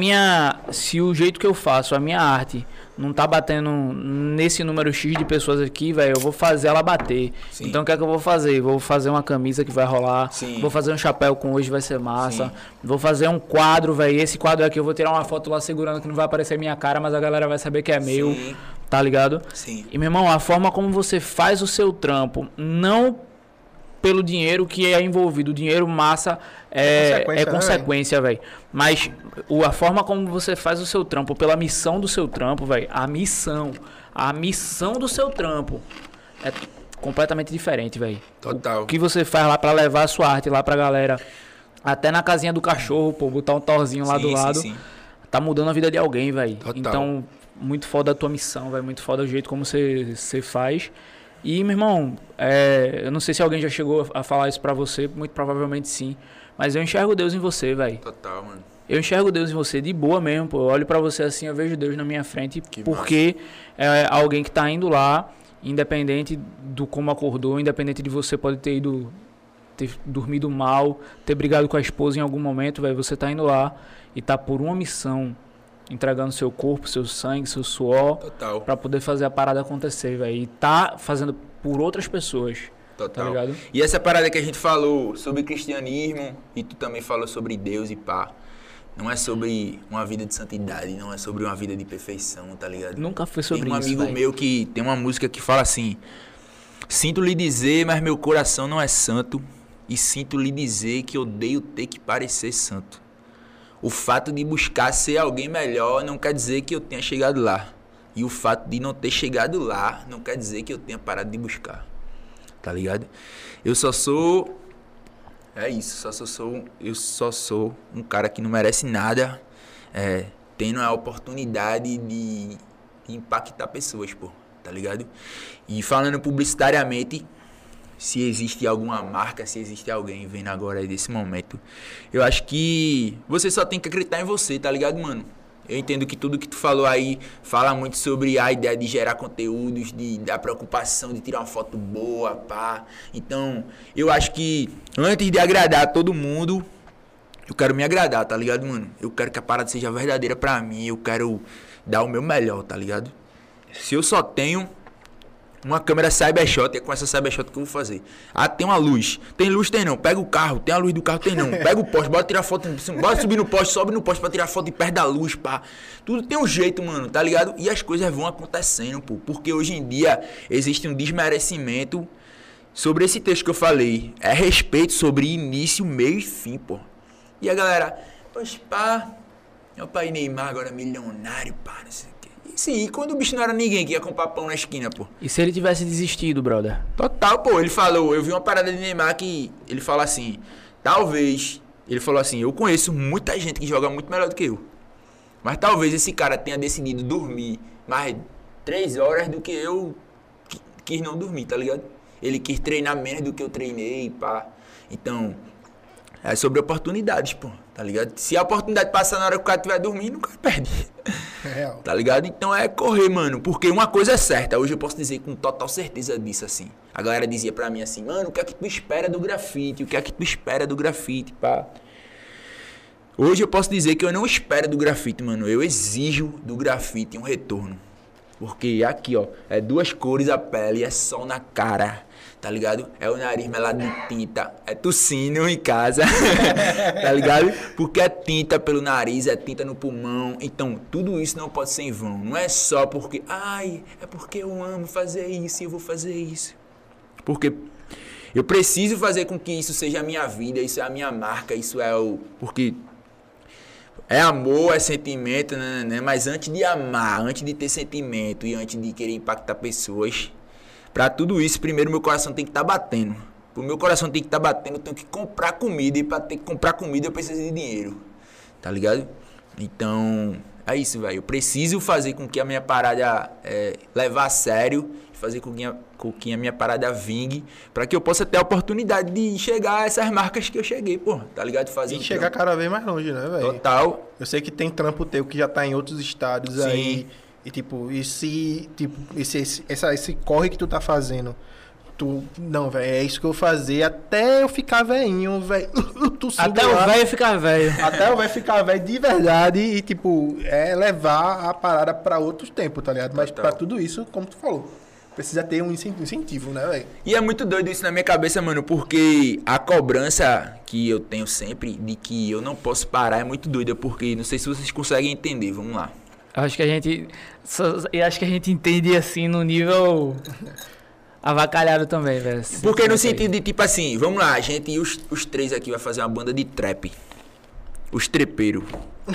o jeito que eu faço, a minha arte, não tá batendo nesse número X de pessoas aqui, velho, eu vou fazer ela bater. Sim. Então o que é que eu vou fazer? Vou fazer uma camisa que vai rolar, Sim. vou fazer um chapéu com hoje vai ser massa, Sim. vou fazer um quadro, velho, esse quadro aqui eu vou tirar uma foto lá segurando que não vai aparecer minha cara, mas a galera vai saber que é meu, Sim. tá ligado? Sim. E meu irmão, a forma como você faz o seu trampo, não pelo dinheiro que é envolvido, o dinheiro massa é consequência, né, consequência, velho. Mas a forma como você faz o seu trampo, pela missão do seu trampo, velho, a missão do seu trampo é completamente diferente, velho. Total. O que você faz lá pra levar a sua arte lá pra galera, até na casinha do cachorro, pô, botar um torzinho lá Sim, do sim, lado, sim. tá mudando a vida de alguém, velho. Total. Então, muito foda a tua missão, velho, muito foda o jeito como você faz. E, meu irmão, eu não sei se alguém já chegou a falar isso pra você, muito provavelmente sim, mas eu enxergo Deus em você, velho. Total, mano. Eu enxergo Deus em você de boa mesmo, pô. Eu olho pra você assim, eu vejo Deus na minha frente, Que porque é alguém que tá indo lá, independente do como acordou, independente de você pode ter dormido mal, ter brigado com a esposa em algum momento, velho, você tá indo lá e tá por uma missão, entregando seu corpo, seu sangue, seu suor, Total. pra poder fazer a parada acontecer, velho. E tá fazendo por outras pessoas, tá Total. ligado? E essa parada que a gente falou sobre cristianismo e tu também falou sobre Deus e pá. Não é sobre uma vida de santidade, não é sobre uma vida de perfeição, tá ligado? Nunca foi sobre Tem um isso, amigo velho. meu que tem uma música que fala assim: sinto lhe dizer, mas meu coração não é santo, e sinto lhe dizer que odeio ter que parecer santo. O fato de buscar ser alguém melhor não quer dizer que eu tenha chegado lá. E o fato de não ter chegado lá não quer dizer que eu tenha parado de buscar. Tá ligado? Eu só sou... É isso, eu só sou um cara que não merece nada, tendo a oportunidade de impactar pessoas, pô, tá ligado? E falando publicitariamente, se existe alguma marca, se existe alguém vendo agora aí desse momento, eu acho que você só tem que acreditar em você, tá ligado, mano? Eu entendo que tudo que tu falou aí fala muito sobre a ideia de gerar conteúdos, da preocupação de tirar uma foto boa, pá. Então, eu acho que antes de agradar todo mundo, eu quero me agradar, tá ligado, mano? Eu quero que a parada seja verdadeira pra mim, eu quero dar o meu melhor, tá ligado? Se eu só tenho uma câmera Cybershot, é com essa Cybershot que eu vou fazer. Ah, tem uma luz. Tem luz, tem não. Pega o carro, tem a luz do carro, tem não. Pega o poste, bora tirar foto. Bora subir no poste, sobe no poste pra tirar foto de perto da luz, pá. Tudo tem um jeito, mano, tá ligado? E as coisas vão acontecendo, pô. Porque hoje em dia existe um desmerecimento sobre esse texto que eu falei. É respeito sobre início, meio e fim, pô. E a galera, poxa, pá, meu pai Neymar agora é milionário, pá, não sei. Sim, e quando o bicho não era ninguém que ia comprar pão na esquina, pô. E se ele tivesse desistido, brother? Total, pô. Ele falou, eu vi uma parada de Neymar que ele fala assim, talvez, ele falou assim, eu conheço muita gente que joga muito melhor do que eu. Mas talvez esse cara tenha decidido dormir mais 3 horas do que eu quis não dormir, tá ligado? Ele quis treinar menos do que eu treinei, pá. Então, é sobre oportunidades, pô, tá ligado? Se a oportunidade passar na hora que o cara estiver dormindo, o cara perde. É real. Tá ligado? Então é correr, mano. Porque uma coisa é certa, hoje eu posso dizer com total certeza disso, assim. A galera dizia pra mim assim, mano, o que é que tu espera do grafite? O que é que tu espera do grafite, pá? Hoje eu posso dizer que eu não espero do grafite, mano. Eu exijo do grafite um retorno. Porque aqui, ó, é 2 cores a pele, é sol na cara, tá ligado? É o nariz melado de tinta, é tossindo em casa, tá ligado? Porque é tinta pelo nariz, é tinta no pulmão. Então, tudo isso não pode ser em vão. Não é só porque, ai, é porque eu amo fazer isso e eu vou fazer isso. Porque eu preciso fazer com que isso seja a minha vida, isso é a minha marca, isso é o... Porque... é amor, é sentimento, né? Mas antes de amar, antes de ter sentimento e antes de querer impactar pessoas, pra tudo isso, primeiro meu coração tem que estar batendo. Pro meu coração tem que estar batendo, eu tenho que comprar comida. E pra ter que comprar comida eu preciso de dinheiro. Tá ligado? Então, é isso, velho. Eu preciso fazer com que a minha parada levar a sério, fazer com que a minha parada vingue, pra que eu possa ter a oportunidade de chegar a essas marcas que eu cheguei, pô, tá ligado? Fazer E chegar cada vez mais longe, né, velho? Total. Eu sei que tem trampo teu que já tá em outros estados. Sim. Aí. E tipo, esse corre que tu tá fazendo, não, velho, é isso que eu vou fazer até eu ficar velhinho, velho. Até o velho ficar velho. Até o velho ficar velho de verdade e, tipo, levar a parada pra outros tempos, tá ligado? Mas Total. pra tudo isso, como tu falou, precisa ter um incentivo, né, velho? E é muito doido isso na minha cabeça, mano, porque a cobrança que eu tenho sempre de que eu não posso parar é muito doida, porque não sei se vocês conseguem entender, vamos lá. Eu acho que a gente entende assim no nível avacalhado também, velho. Porque no sentido de tipo assim, vamos lá, a gente e os 3 aqui vai fazer uma banda de trap. Os trepeiros.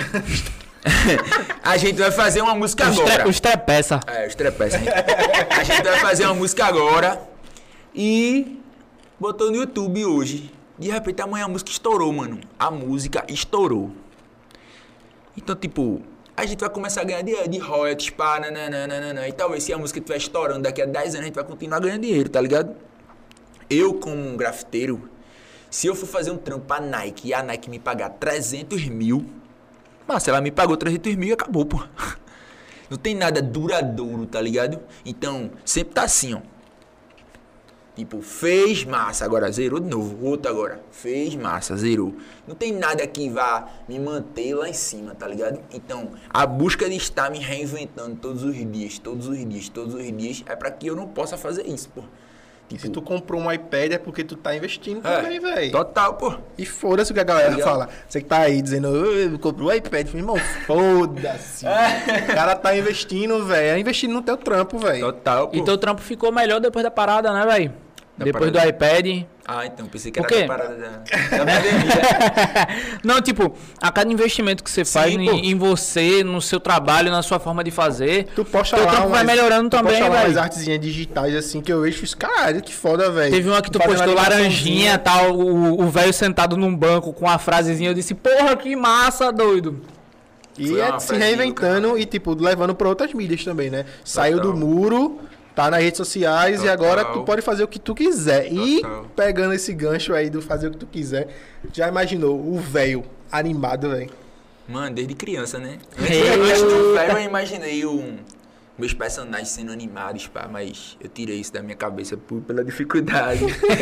A gente vai fazer uma música agora. Os trepeça. Os trepeça. A gente vai fazer uma música agora e botou no YouTube hoje. De repente amanhã a música estourou, mano. A música estourou. Então, tipo, a gente vai começar a ganhar de royalties, pá, nananana. E talvez se a música estiver estourando daqui a 10 anos, a gente vai continuar ganhando dinheiro, tá ligado? Eu, como um grafiteiro, se eu for fazer um trampo pra Nike e a Nike me pagar 300 mil, mas se ela me pagou 300 mil, acabou, pô. Não tem nada duradouro, tá ligado? Então, sempre tá assim, ó. Tipo, fez massa, agora zerou de novo. Outro agora, fez massa, zerou. Não tem nada que vá me manter lá em cima, tá ligado? Então, a busca de estar me reinventando todos os dias, é pra que eu não possa fazer isso, pô. Tipo, se tu comprou um iPad é porque tu tá investindo também, velho. Total, pô. E foda-se o que a galera fala. Você que tá aí dizendo, eu comprei um iPad. Irmão, foda-se. O cara tá investindo, velho. É investindo no teu trampo, velho. Total, pô. E teu trampo ficou melhor depois da parada, né, velho? Depois do parada. iPad. Ah, então, pensei que Por era quê? da parada da pandemia. Não, tipo, a cada investimento que você faz pô. em você, no seu trabalho, na sua forma de fazer, Tu posta teu lá trampo vai umas- melhorando tu também, posta lá umas velho. artezinhas digitais assim que eu vejo e fiz, caralho, que foda, velho. Teve uma que tu Fazendo postou animaçãozinha. laranjinha, tal, o velho sentado num banco com a frasezinha, eu disse, porra, que massa, doido. E Foi é uma se frasinha do reinventando caralho. e, tipo, levando pra outras mídias também, né? Saiu do Total. muro, tá nas redes sociais e Total. agora tu pode fazer o que tu quiser. E Total. pegando esse gancho aí do fazer o que tu quiser, já imaginou o velho animado, velho? Mano, desde criança, né? Eita. Antes do velho, eu imaginei meus personagens sendo animados, pá, mas eu tirei isso da minha cabeça pela dificuldade.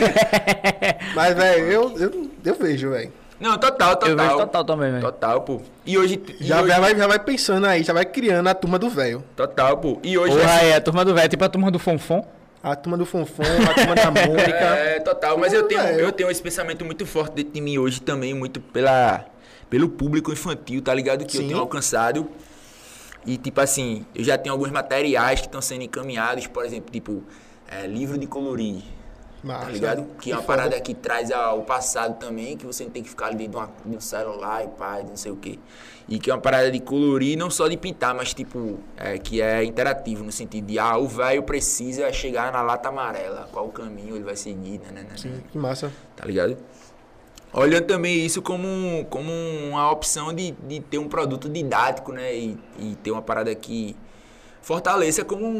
Mas, velho, eu vejo, velho. Não, total. Eu vejo total também, velho. Total, pô. E hoje... Já vai pensando aí, já vai criando a turma do velho. Total, pô. E hoje... Porra, é a turma do velho, tipo a turma do Fonfon. A turma do Fonfon, a turma da Mônica. É, total. Mas Velho. eu tenho esse pensamento muito forte dentro de mim hoje também, muito pelo público infantil, tá ligado? Que Sim. eu tenho alcançado. E, tipo assim, eu já tenho alguns materiais que estão sendo encaminhados, por exemplo, tipo, livro de colorir. Massa. Tá ligado? Que é uma foda. parada que traz ao passado também, que você não tem que ficar ali dentro de um celular e pá, não sei o quê. E que é uma parada de colorir, não só de pintar, mas tipo, que é interativo, no sentido de, o velho precisa chegar na lata amarela, qual o caminho ele vai seguir, né? Sim, que massa. Tá ligado? Olhando também isso como uma opção de ter um produto didático, né? E ter uma parada que fortaleça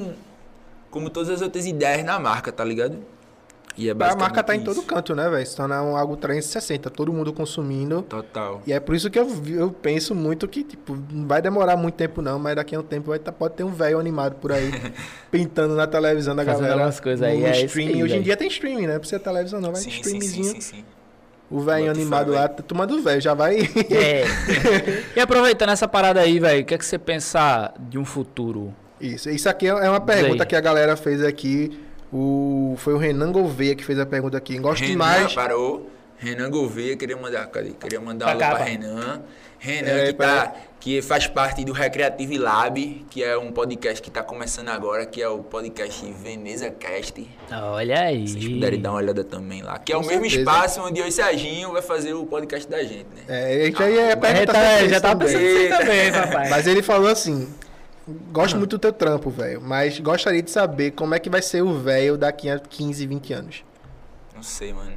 como todas as outras ideias na marca, tá ligado? E é A basicamente marca tá em todo isso. canto, né, velho? Se torna algo 360, todo mundo consumindo. Total. E é por isso que eu penso muito que, tipo, não vai demorar muito tempo não, mas daqui a um tempo pode ter um velho animado por aí, pintando na televisão da Fazendo galera. algumas coisas aí, no é isso streaming. aí, Hoje em velho. dia tem streaming, né? Não precisa televisão não, vai Sim, streamingzinho. sim. O velho Bota fé, animado lá, velho. tomando velho, já vai... É. E aproveitando essa parada aí, velho, o que é que você pensa de um futuro? Isso aqui é uma pergunta que a galera fez aqui. Foi o Renan Gouveia que fez a pergunta aqui. Gosto Renan demais. parou. Renan Gouveia, queria mandar um Pra alô cá, pra pá. Renan. Renan que faz parte do Recreative Lab, que é um podcast que tá começando agora, que é o podcast Veneza Cast. Olha aí. Se vocês puderem dar uma olhada também lá. Que é Com o mesmo certeza. espaço onde eu e Serginho vai fazer o podcast da gente, né? A gente já ia perguntar É, sobre já isso tava também. pensando nisso aí também, papai. Mas ele falou assim: gosto muito do teu trampo, velho, mas gostaria de saber como é que vai ser o velho daqui a 15, 20 anos. Não sei, mano.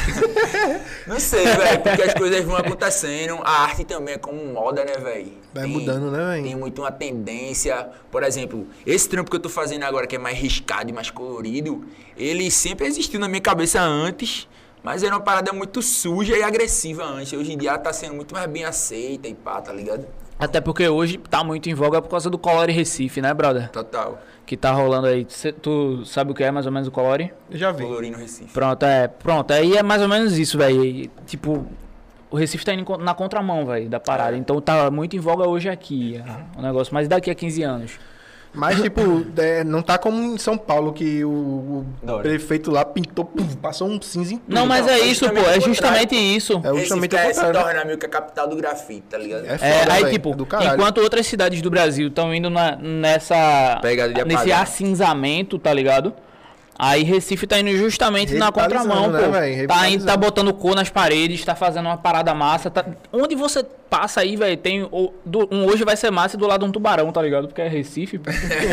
Não sei, velho, porque as coisas vão acontecendo. A arte também é como moda, né, velho? Vai mudando, né, velho? Tem muito uma tendência. Por exemplo, esse trampo que eu tô fazendo agora, que é mais riscado e mais colorido, ele sempre existiu na minha cabeça antes, mas era uma parada muito suja e agressiva antes. Hoje em dia ela tá sendo muito mais bem aceita e pá, tá ligado? Até porque hoje tá muito em voga por causa do Colore Recife, né, brother? Total. Que tá rolando aí. Tu sabe o que é mais ou menos o Colore? Eu já vi. Colorindo Recife. Pronto. Aí é mais ou menos isso, velho. Tipo, o Recife tá indo na contramão, velho, da parada. Então tá muito em voga hoje aqui o negócio. Mas daqui a 15 anos. Mas, tipo, não tá como em São Paulo, que o Dória. prefeito lá pintou, passou um cinza em tudo. Não, mas Não, é é isso, pô. justamente É o justamente contrário. isso. É Recife justamente o quer se contrário. tornar meio que a capital do grafite, tá ligado? É É, foda, aí, velho, tipo, do caralho. enquanto outras cidades do Brasil estão indo nessa. Pegada de nesse apagar. acinzamento, tá ligado? Aí Recife tá indo justamente na contramão, Revitalizando, pô. né, velho? Tá Revitalizando. botando cor nas paredes, tá fazendo uma parada massa. Onde você passa aí, velho, tem hoje vai ser massa e do lado um tubarão, tá ligado? Porque é Recife. Pô.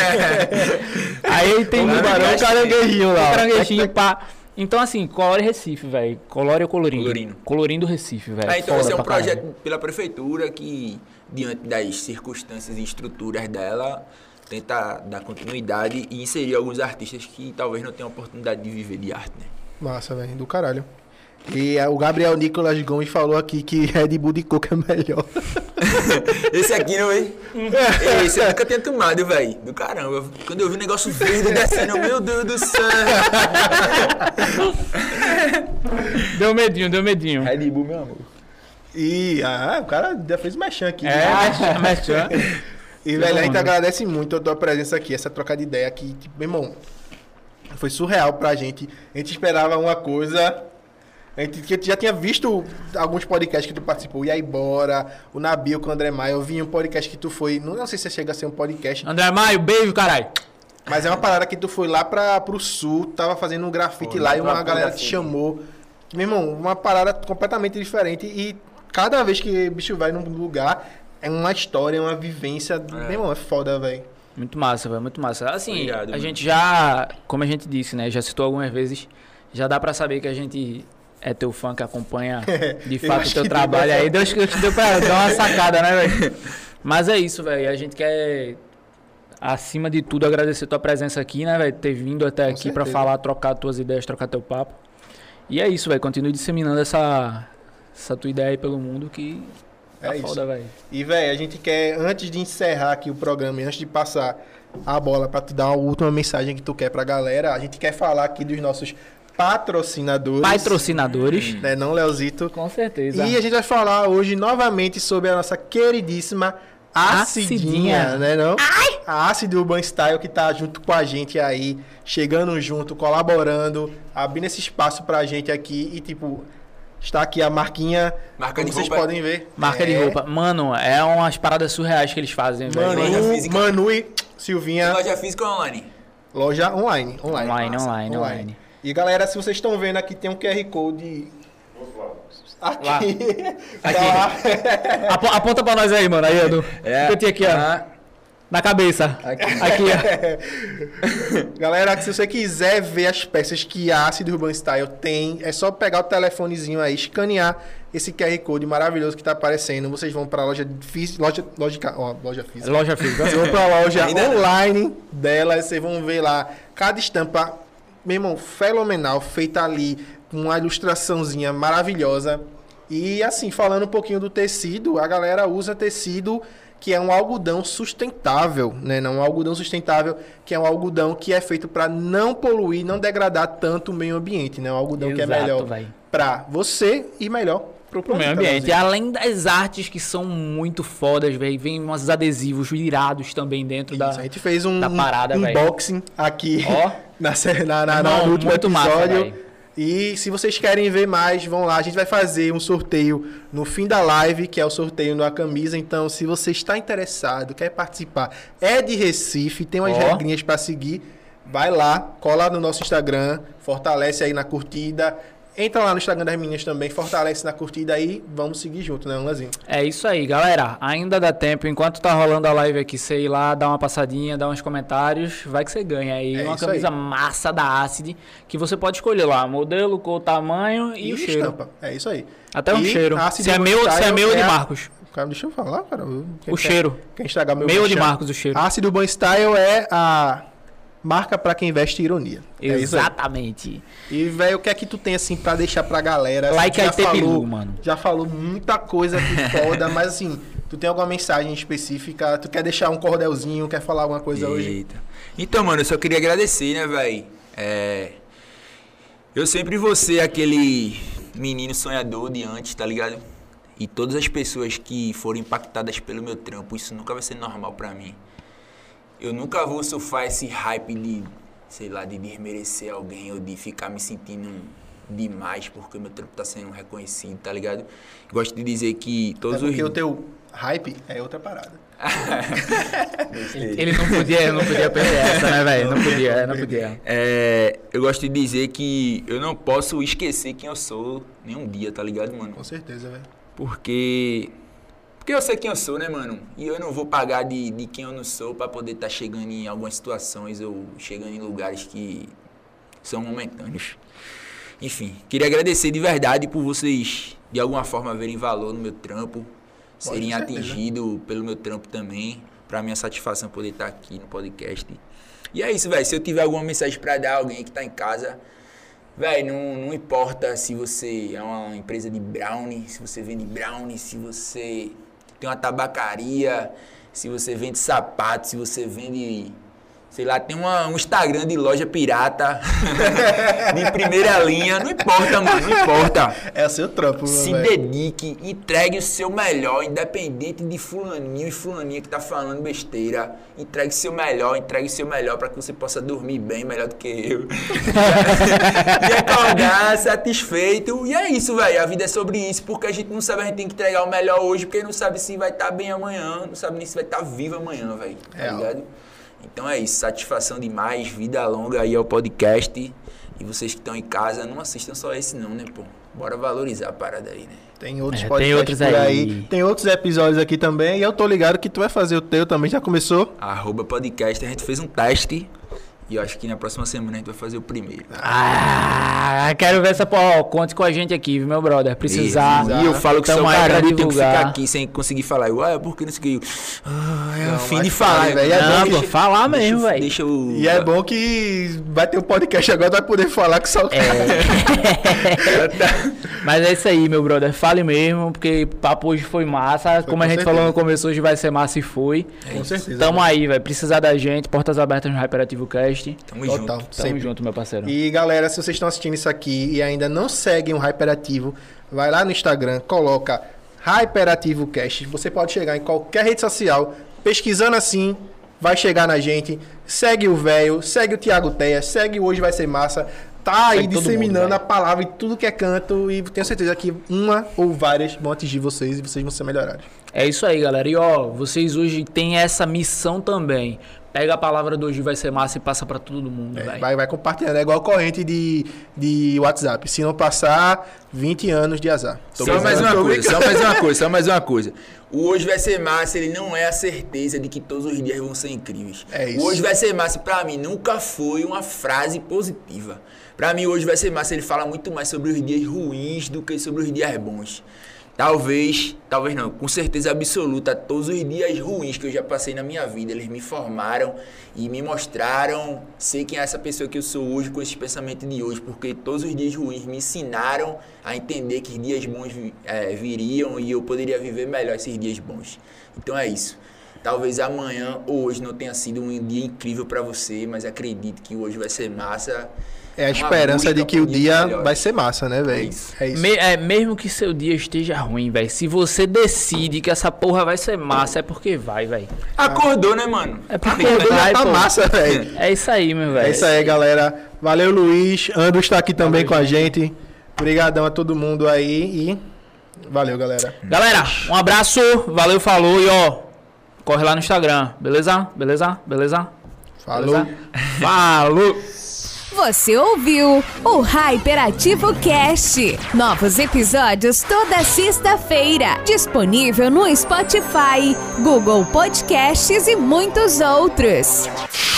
Aí tem Um um tubarão, um caranguejinho lá. Um caranguejinho, pá. Então, assim, Colore Recife, velho. Colore ou colorindo? Colorindo. Colorindo Recife, velho. Então Foda esse é um pra caralho. projeto pela prefeitura que, diante das circunstâncias e estruturas dela, tenta dar continuidade e inserir alguns artistas que talvez não tenham oportunidade de viver de arte, né? Massa, velho, do caralho. E o Gabriel Nicolas Gomes falou aqui que Red Bull de coco é melhor. Esse aqui não é? Esse eu nunca tinha tomado, velho. Do caramba. Quando eu vi o negócio verde descendo, meu Deus do céu. Deu medinho. Red Bull, meu amor. E o cara já fez mexão aqui. É, mas E, velho, a gente agradece muito a tua presença aqui, essa troca de ideia aqui. Tipo, meu irmão, foi surreal pra gente. A gente esperava uma coisa. A gente já tinha visto alguns podcasts que tu participou. E aí, bora. O Nabil com o André Maia. Eu vi um podcast que tu foi. Não sei se chega a ser um podcast. André Maio, beijo, caralho. Mas é uma parada que tu foi lá pro sul, tava fazendo um grafite Foi, lá e pra uma galera te grafite. chamou. Meu irmão, uma parada completamente diferente. E cada vez que o bicho vai num lugar, é uma história, é uma vivência. Meu irmão, é foda, velho. Muito massa, velho, muito massa. Assim, Obrigado, a mano. gente já, como a gente disse, né, já citou algumas vezes, já dá pra saber que a gente é teu fã, que acompanha de Eu fato acho o teu que trabalho deu aí. Deus que deu pra dar uma sacada, né, velho? Mas é isso, velho, a gente quer, acima de tudo, agradecer tua presença aqui, né, velho, ter vindo até Com aqui pra certeza. falar, trocar tuas ideias, trocar teu papo. E é isso, velho, continue disseminando essa tua ideia aí pelo mundo que tá É isso. foda, velho. E, velho, a gente quer, antes de encerrar aqui o programa e antes de passar a bola pra tu dar uma última mensagem que tu quer pra galera, a gente quer falar aqui dos nossos patrocinadores. Patrocinadores, Né, não, Leozito? com certeza. E a gente vai falar hoje novamente sobre a nossa queridíssima Acidinha, Acidinha. né não? A Acid Urban Style que tá junto com a gente aí, chegando junto, colaborando, abrindo esse espaço pra gente aqui e tipo, está aqui a marquinha, Marca como de vocês roupa. podem ver. Marca de É roupa. Mano, é umas paradas surreais que eles fazem, velho. Loja Manu, física. Manu e Silvinha, Loja física ou online? loja online. Online. E galera, se vocês estão vendo aqui, tem um QR Code aqui. Lá. Tá lá. Aponta pra nós aí, mano. Aí, Edu. Cantinho aqui, ó. Ah, Na cabeça. Aqui. Aqui, ó. Galera, se você quiser ver as peças que a Acid Urban Style tem, é só pegar o telefonezinho aí, escanear esse QR Code maravilhoso que tá aparecendo. Vocês vão pra loja física. Loja física. Loja física. Vocês vão pra loja Ainda não. online dela, vocês vão ver lá cada estampa, meu irmão, fenomenal, feita ali, com uma ilustraçãozinha maravilhosa. E assim, falando um pouquinho do tecido, a galera usa tecido que é um algodão sustentável, né? Não um algodão sustentável, que é um algodão que é feito para não poluir, não degradar tanto o meio ambiente, né? Um algodão que é Exato, melhor véi. para você e melhor pro Pro meio planeta, ambiente. né? Além das artes que são muito fodas, velho. Vem uns adesivos irados também dentro da. Isso, a gente fez um da parada, véi. unboxing aqui Ó. no último muito massa, episódio. véi. E se vocês querem ver mais, vão lá. A gente vai fazer um sorteio no fim da live, que é o sorteio da camisa. Então, se você está interessado, quer participar, é de Recife, tem umas Ó. regrinhas para seguir, vai lá, cola no nosso Instagram, fortalece aí na curtida. Entra lá no Instagram das meninas também, fortalece na curtida aí, vamos seguir junto, né, Lezinho? É isso aí, galera. Ainda dá tempo. Enquanto tá rolando a live aqui, você ir lá, dar uma passadinha, dar uns comentários, vai que você ganha aí. É Uma isso camisa aí. massa da Acid, que você pode escolher lá, modelo, cor, tamanho e o cheiro. estampa. É isso aí. Até um E cheiro. a Acid Se é Urban meu, se é Style meu ou de a- Marcos. Cara, deixa eu falar, cara. O cheiro. Quem estragar meu Meu ou de merchan. Marcos, o cheiro. Acid Urban Style é a marca pra quem veste ironia. É isso aí. Exatamente. E, velho, o que é que tu tem, assim, pra deixar pra galera? Like Tu já aí, Tepilu, falou, mano. Já falou muita coisa aqui foda, mas, assim, tu tem alguma mensagem específica? Tu quer deixar um cordelzinho? Quer falar alguma coisa hoje? Eita. Então, mano, eu só queria agradecer, né, velho? Eu sempre vou ser aquele menino sonhador de antes, tá ligado? E todas as pessoas que foram impactadas pelo meu trampo, isso nunca vai ser normal pra mim. Eu nunca vou surfar esse hype de, sei lá, de desmerecer alguém ou de ficar me sentindo demais porque o meu trampo tá sendo reconhecido, tá ligado? Gosto de dizer que É todos os... porque o teu hype é outra parada. Ele não podia perder essa, né, velho? Não podia. Eu gosto de dizer que eu não posso esquecer quem eu sou nenhum dia, tá ligado, mano? Com certeza, velho. Porque eu sei quem eu sou, né, mano? E eu não vou pagar de quem eu não sou pra poder estar chegando em algumas situações ou chegando em lugares que são momentâneos. Enfim, queria agradecer de verdade por vocês, de alguma forma, verem valor no meu trampo, serem com certeza. atingidos pelo meu trampo também. Pra minha satisfação poder estar aqui no podcast. E é isso, velho. Se eu tiver alguma mensagem pra dar a alguém que tá em casa, velho, não importa se você é uma empresa de brownie, se você vende brownie, se você tem uma tabacaria, se você vende sapato, se você vende, sei lá, tem um Instagram de loja pirata de primeira linha. Não importa, mano, não importa. É o seu trampo, meu Se velho. dedique, entregue o seu melhor, independente de fulaninho e fulaninha que tá falando besteira. Entregue o seu melhor para que você possa dormir bem, melhor do que eu. E acordar satisfeito. E é isso, velho. A vida é sobre isso, porque a gente não sabe, a gente tem que entregar o melhor hoje, porque não sabe se vai estar bem amanhã, não sabe nem se vai estar vivo amanhã, velho. Tá Real. ligado? Então é isso, satisfação demais, vida longa aí ao podcast. E vocês que estão em casa, não assistam só esse não, né, pô? Bora valorizar a parada aí, né? Tem outros tem podcasts outros por aí. aí. Tem outros episódios aqui também. E eu tô ligado que tu vai fazer o teu também. Já começou? @podcast, a gente fez um teste. E eu acho que na próxima semana a gente vai fazer o primeiro. Quero ver essa porra. Conte com a gente aqui, viu, meu brother? Precisar. E eu falo que sou tamo o aí cara pra que tem que divulgar. ficar aqui sem conseguir falar. Eu, por que não sei o que? É Não, o fim mas de falar, fale, velho. velho. É bom Não, que- pô, falar mesmo, velho. Deixa eu... E é bom que vai ter um podcast agora, vai poder falar que só o Mas é isso aí, meu brother. Fale mesmo, porque o papo hoje foi massa. Como a com gente certeza. falou no começo, hoje vai ser massa e foi. Com certeza. Tamo aí, velho. Precisar da gente. Portas abertas no Hyperativo Cast. Tamo Total. junto. Tamo Sempre. junto, meu parceiro. E galera, se vocês estão assistindo isso aqui e ainda não seguem o Hyperativo, vai lá no Instagram, coloca Hyperativo Cast. Você pode chegar em qualquer rede social, pesquisando assim, vai chegar na gente. Segue o velho, segue o Thiago Teia, segue o Hoje Vai Ser Massa. Tá aí Segue todo disseminando mundo, a palavra em tudo que é canto e tenho certeza que uma ou várias vão atingir vocês e vocês vão ser melhorados. É isso aí, galera. E ó, vocês hoje têm essa missão também. Pega a palavra do Hoje Vai Ser Massa e passa pra todo mundo, velho. Vai compartilhando, é igual corrente de WhatsApp. Se não passar, 20 anos de azar. Só mais uma coisa. O Hoje Vai Ser Massa, ele não é a certeza de que todos os dias vão ser incríveis. É isso. O Hoje Vai Ser Massa, pra mim, nunca foi uma frase positiva. Pra mim, Hoje Vai Ser Massa, ele fala muito mais sobre os dias ruins do que sobre os dias bons. Talvez não, com certeza absoluta, todos os dias ruins que eu já passei na minha vida, eles me formaram e me mostraram ser quem é essa pessoa que eu sou hoje com esse pensamento de hoje, porque todos os dias ruins me ensinaram a entender que dias bons viriam e eu poderia viver melhor esses dias bons. Então é isso. Talvez amanhã ou hoje não tenha sido um dia incrível pra você, mas acredite que hoje vai ser massa. É a Uma esperança de busca que o por dias dia melhores. vai ser massa, né, velho? É isso. Mesmo que seu dia esteja ruim, velho. Se você decide que essa porra vai ser massa, é porque vai, velho. Acordou, né, mano? É porque Acordou, já vai, tá pô. massa, velho. É isso aí, meu velho. É isso aí, galera. Valeu, Luiz. Andros está aqui também com a gente. Obrigadão a todo mundo aí e valeu, galera. Galera, um abraço. Valeu, falou. E ó, corre lá no Instagram. Beleza? Beleza? Beleza? Falou. Beleza? Falou. Você ouviu o Hyperativo Cast. Novos episódios toda sexta-feira. Disponível no Spotify, Google Podcasts e muitos outros.